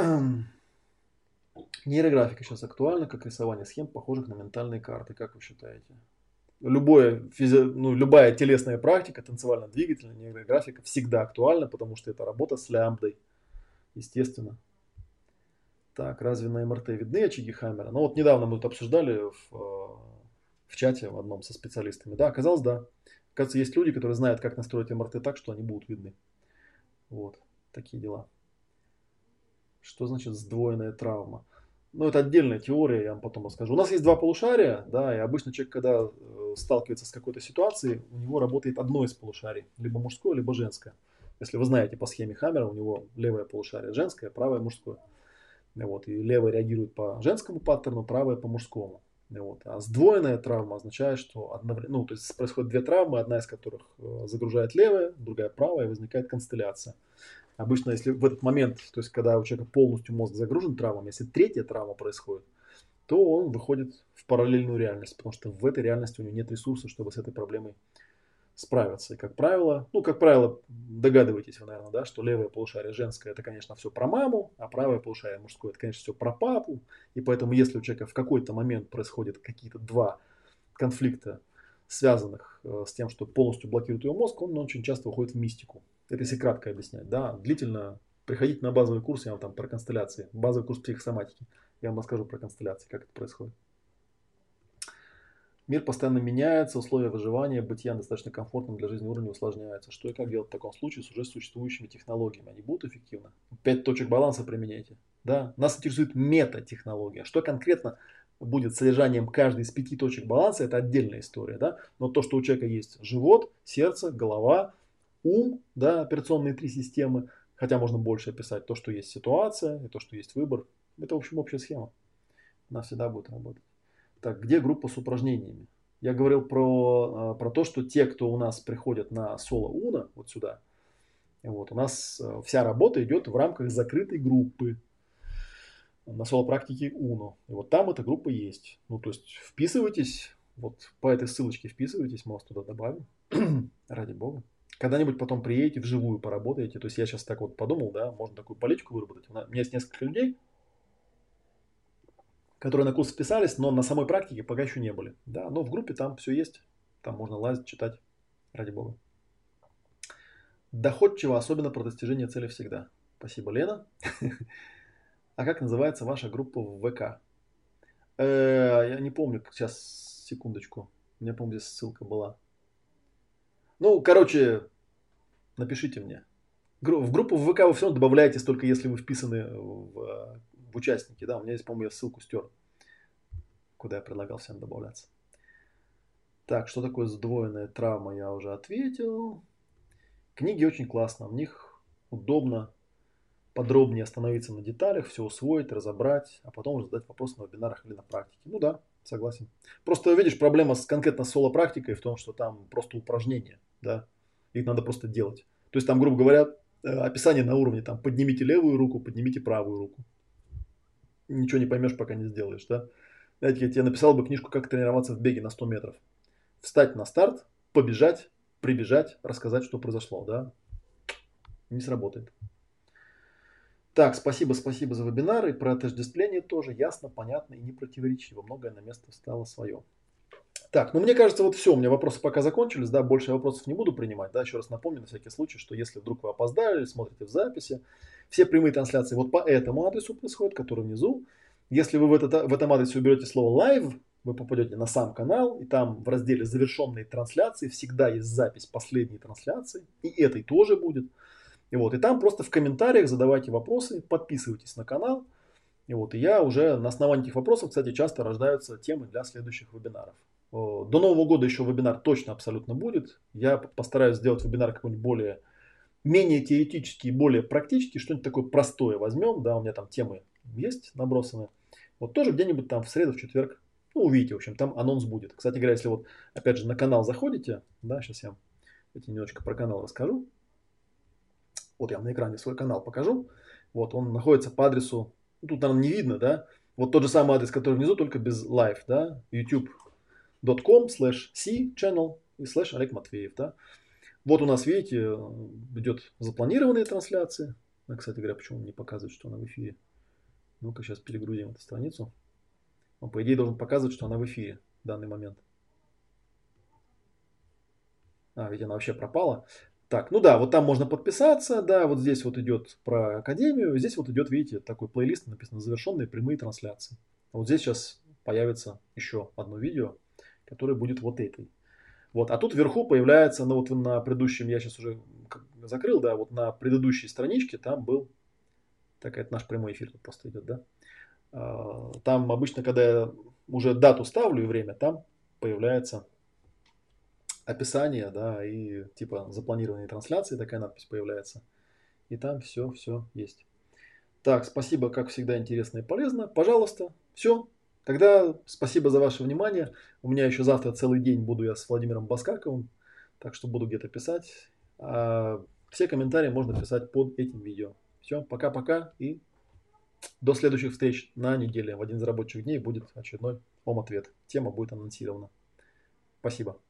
Нейрографика сейчас актуальна, как рисование схем, похожих на ментальные карты. Как вы считаете? Любое, физи... ну, любая телесная практика, танцевально-двигательная нейрографика всегда актуальна, потому что это работа с лямбдой. Естественно. Так, разве на МРТ видны очаги Хаммера? Ну вот недавно мы тут обсуждали в, в чате в одном со специалистами. Да, оказалось, да. Оказывается, есть люди, которые знают, как настроить МРТ так, что они будут видны. Вот, такие дела. Что значит сдвоенная травма? Ну, это отдельная теория, я вам потом расскажу. У нас есть два полушария, да, и обычно человек, когда э, сталкивается с какой-то ситуацией, у него работает одно из полушарий, либо мужское, либо женское. Если вы знаете по схеме Хаммера, у него левое полушарие женское, правое мужское. Вот, и левая реагирует по женскому паттерну, правая по мужскому. Вот. А сдвоенная травма означает, что одновременно, ну, то есть происходит две травмы, одна из которых э, загружает левая, другая правая, и возникает констелляция. Обычно, если в этот момент, то есть когда у человека полностью мозг загружен травмами, если третья травма происходит, то он выходит в параллельную реальность, потому что в этой реальности у него нет ресурсов, чтобы с этой проблемой справиться. И, как правило, ну, как правило, догадываетесь вы, наверное, да, что левое полушарие женское, это, конечно, все про маму, а правое полушарие мужское, это, конечно, все про папу. И поэтому, если у человека в какой-то момент происходят какие-то два конфликта, связанных э, с тем, что полностью блокирует его мозг, он очень часто уходит в мистику. Это если кратко объяснять. Да, длительно приходите на базовый курс, я вам там про констелляции, базовый курс психосоматики. Я вам расскажу про констелляции, как это происходит. Мир постоянно меняется, условия выживания, бытия достаточно комфортным для жизни уровня усложняются. Что и как делать в таком случае с уже существующими технологиями? Они будут эффективны? Пять точек баланса применяйте. Да? Нас интересует метатехнология. Что конкретно будет содержанием каждой из пяти точек баланса, это отдельная история. Да? Но то, что у человека есть живот, сердце, голова, ум, да, операционные три системы, хотя можно больше описать то, что есть ситуация и то, что есть выбор, это, в общем, общая схема. Она всегда будет работать. Так, где группа с упражнениями? Я говорил про, про то, что те, кто у нас приходят на соло уно, вот сюда, вот, у нас вся работа идет в рамках закрытой группы на соло практике уно. И вот там эта группа есть. Ну, то есть вписывайтесь, вот по этой ссылочке вписывайтесь, мы вас туда добавим, ради бога. Когда-нибудь потом приедете, вживую поработаете. То есть я сейчас так вот подумал, да, можно такую политику выработать. У меня есть несколько людей, которые на курс вписались, но на самой практике пока еще не были. Да, но в группе там все есть. Там можно лазить, читать, ради бога. Доходчиво, особенно про достижение цели всегда. Спасибо, Лена. А как называется ваша группа в ВК? Я не помню, сейчас, секундочку. У меня, по-моему, здесь ссылка была. Ну, короче, напишите мне. В группу в ВК вы все равно добавляетесь, только если вы вписаны в, в участники. Да, у меня здесь, по-моему, я ссылку стер, куда я предлагал всем добавляться. Так, что такое сдвоенная травма, я уже ответил. Книги очень классно, в них удобно подробнее остановиться на деталях, все усвоить, разобрать, а потом уже задать вопрос на вебинарах или на практике. Ну да, согласен. Просто, видишь, проблема с конкретно соло-практикой в том, что там просто упражнения, да, их надо просто делать. То есть там, грубо говоря, описание на уровне, там, поднимите левую руку, поднимите правую руку. Ничего не поймешь, пока не сделаешь, да. Знаете, я тебе написал бы книжку «Как тренироваться в беге на сто метров». Встать на старт, побежать, прибежать, рассказать, что произошло, да. Не сработает. Так, спасибо, спасибо за вебинар. И про отождествление тоже ясно, понятно и не противоречиво. Многое на место встало свое. Так, ну мне кажется, вот все, у меня вопросы пока закончились, да, больше я вопросов не буду принимать, да, еще раз напомню на всякий случай, что если вдруг вы опоздали, смотрите в записи, все прямые трансляции вот по этому адресу происходят, который внизу. Если вы в, этот, в этом адресе уберете слово live, вы попадете на сам канал, и там в разделе завершенные трансляции всегда есть запись последней трансляции, и этой тоже будет. И вот, и там просто в комментариях задавайте вопросы, подписывайтесь на канал. И вот, и я уже на основании этих вопросов, кстати, часто рождаются темы для следующих вебинаров. До Нового года еще вебинар точно абсолютно будет. Я постараюсь сделать вебинар какой-нибудь более, менее теоретический, более практический, что-нибудь такое простое возьмем. Да, у меня там темы есть набросаны. Вот тоже где-нибудь там в среду, в четверг. Ну, увидите, в общем, там анонс будет. Кстати говоря, если вот, опять же, на канал заходите, да, сейчас я эти немножечко про канал расскажу. Вот я вам на экране свой канал покажу. Вот он находится по адресу, ну, тут, наверное, не видно, да. Вот тот же самый адрес, который внизу, только без live, да. youtube.com slash c channel и slash Олег Матвеев, да. Вот у нас, видите, идет запланированные трансляции. А, кстати говоря, почему он не показывает, что она в эфире? Ну-ка, сейчас перегрузим эту страницу. Он, по идее, должен показывать, что она в эфире в данный момент. А, ведь она вообще пропала. Так, ну да, вот там можно подписаться, да, вот здесь вот идет про Академию, здесь вот идет, видите, такой плейлист, написано «Завершенные прямые трансляции». Вот здесь сейчас появится еще одно видео, которое будет вот этой. Вот, а тут вверху появляется, ну вот на предыдущем, я сейчас уже закрыл, да, вот на предыдущей страничке там был, так, это наш прямой эфир тут просто идет, да. Там обычно, когда я уже дату ставлю и время, там появляется описание, да, и типа запланированные трансляции, такая надпись появляется. И там все, все есть. Так, спасибо, как всегда, интересно и полезно. Пожалуйста, все. Тогда спасибо за ваше внимание. У меня еще завтра целый день буду я с Владимиром Баскаковым, так что буду где-то писать. А все комментарии можно писать под этим видео. Все, пока-пока и до следующих встреч на неделе. В один из рабочих дней будет очередной ом-ответ. Тема будет анонсирована. Спасибо.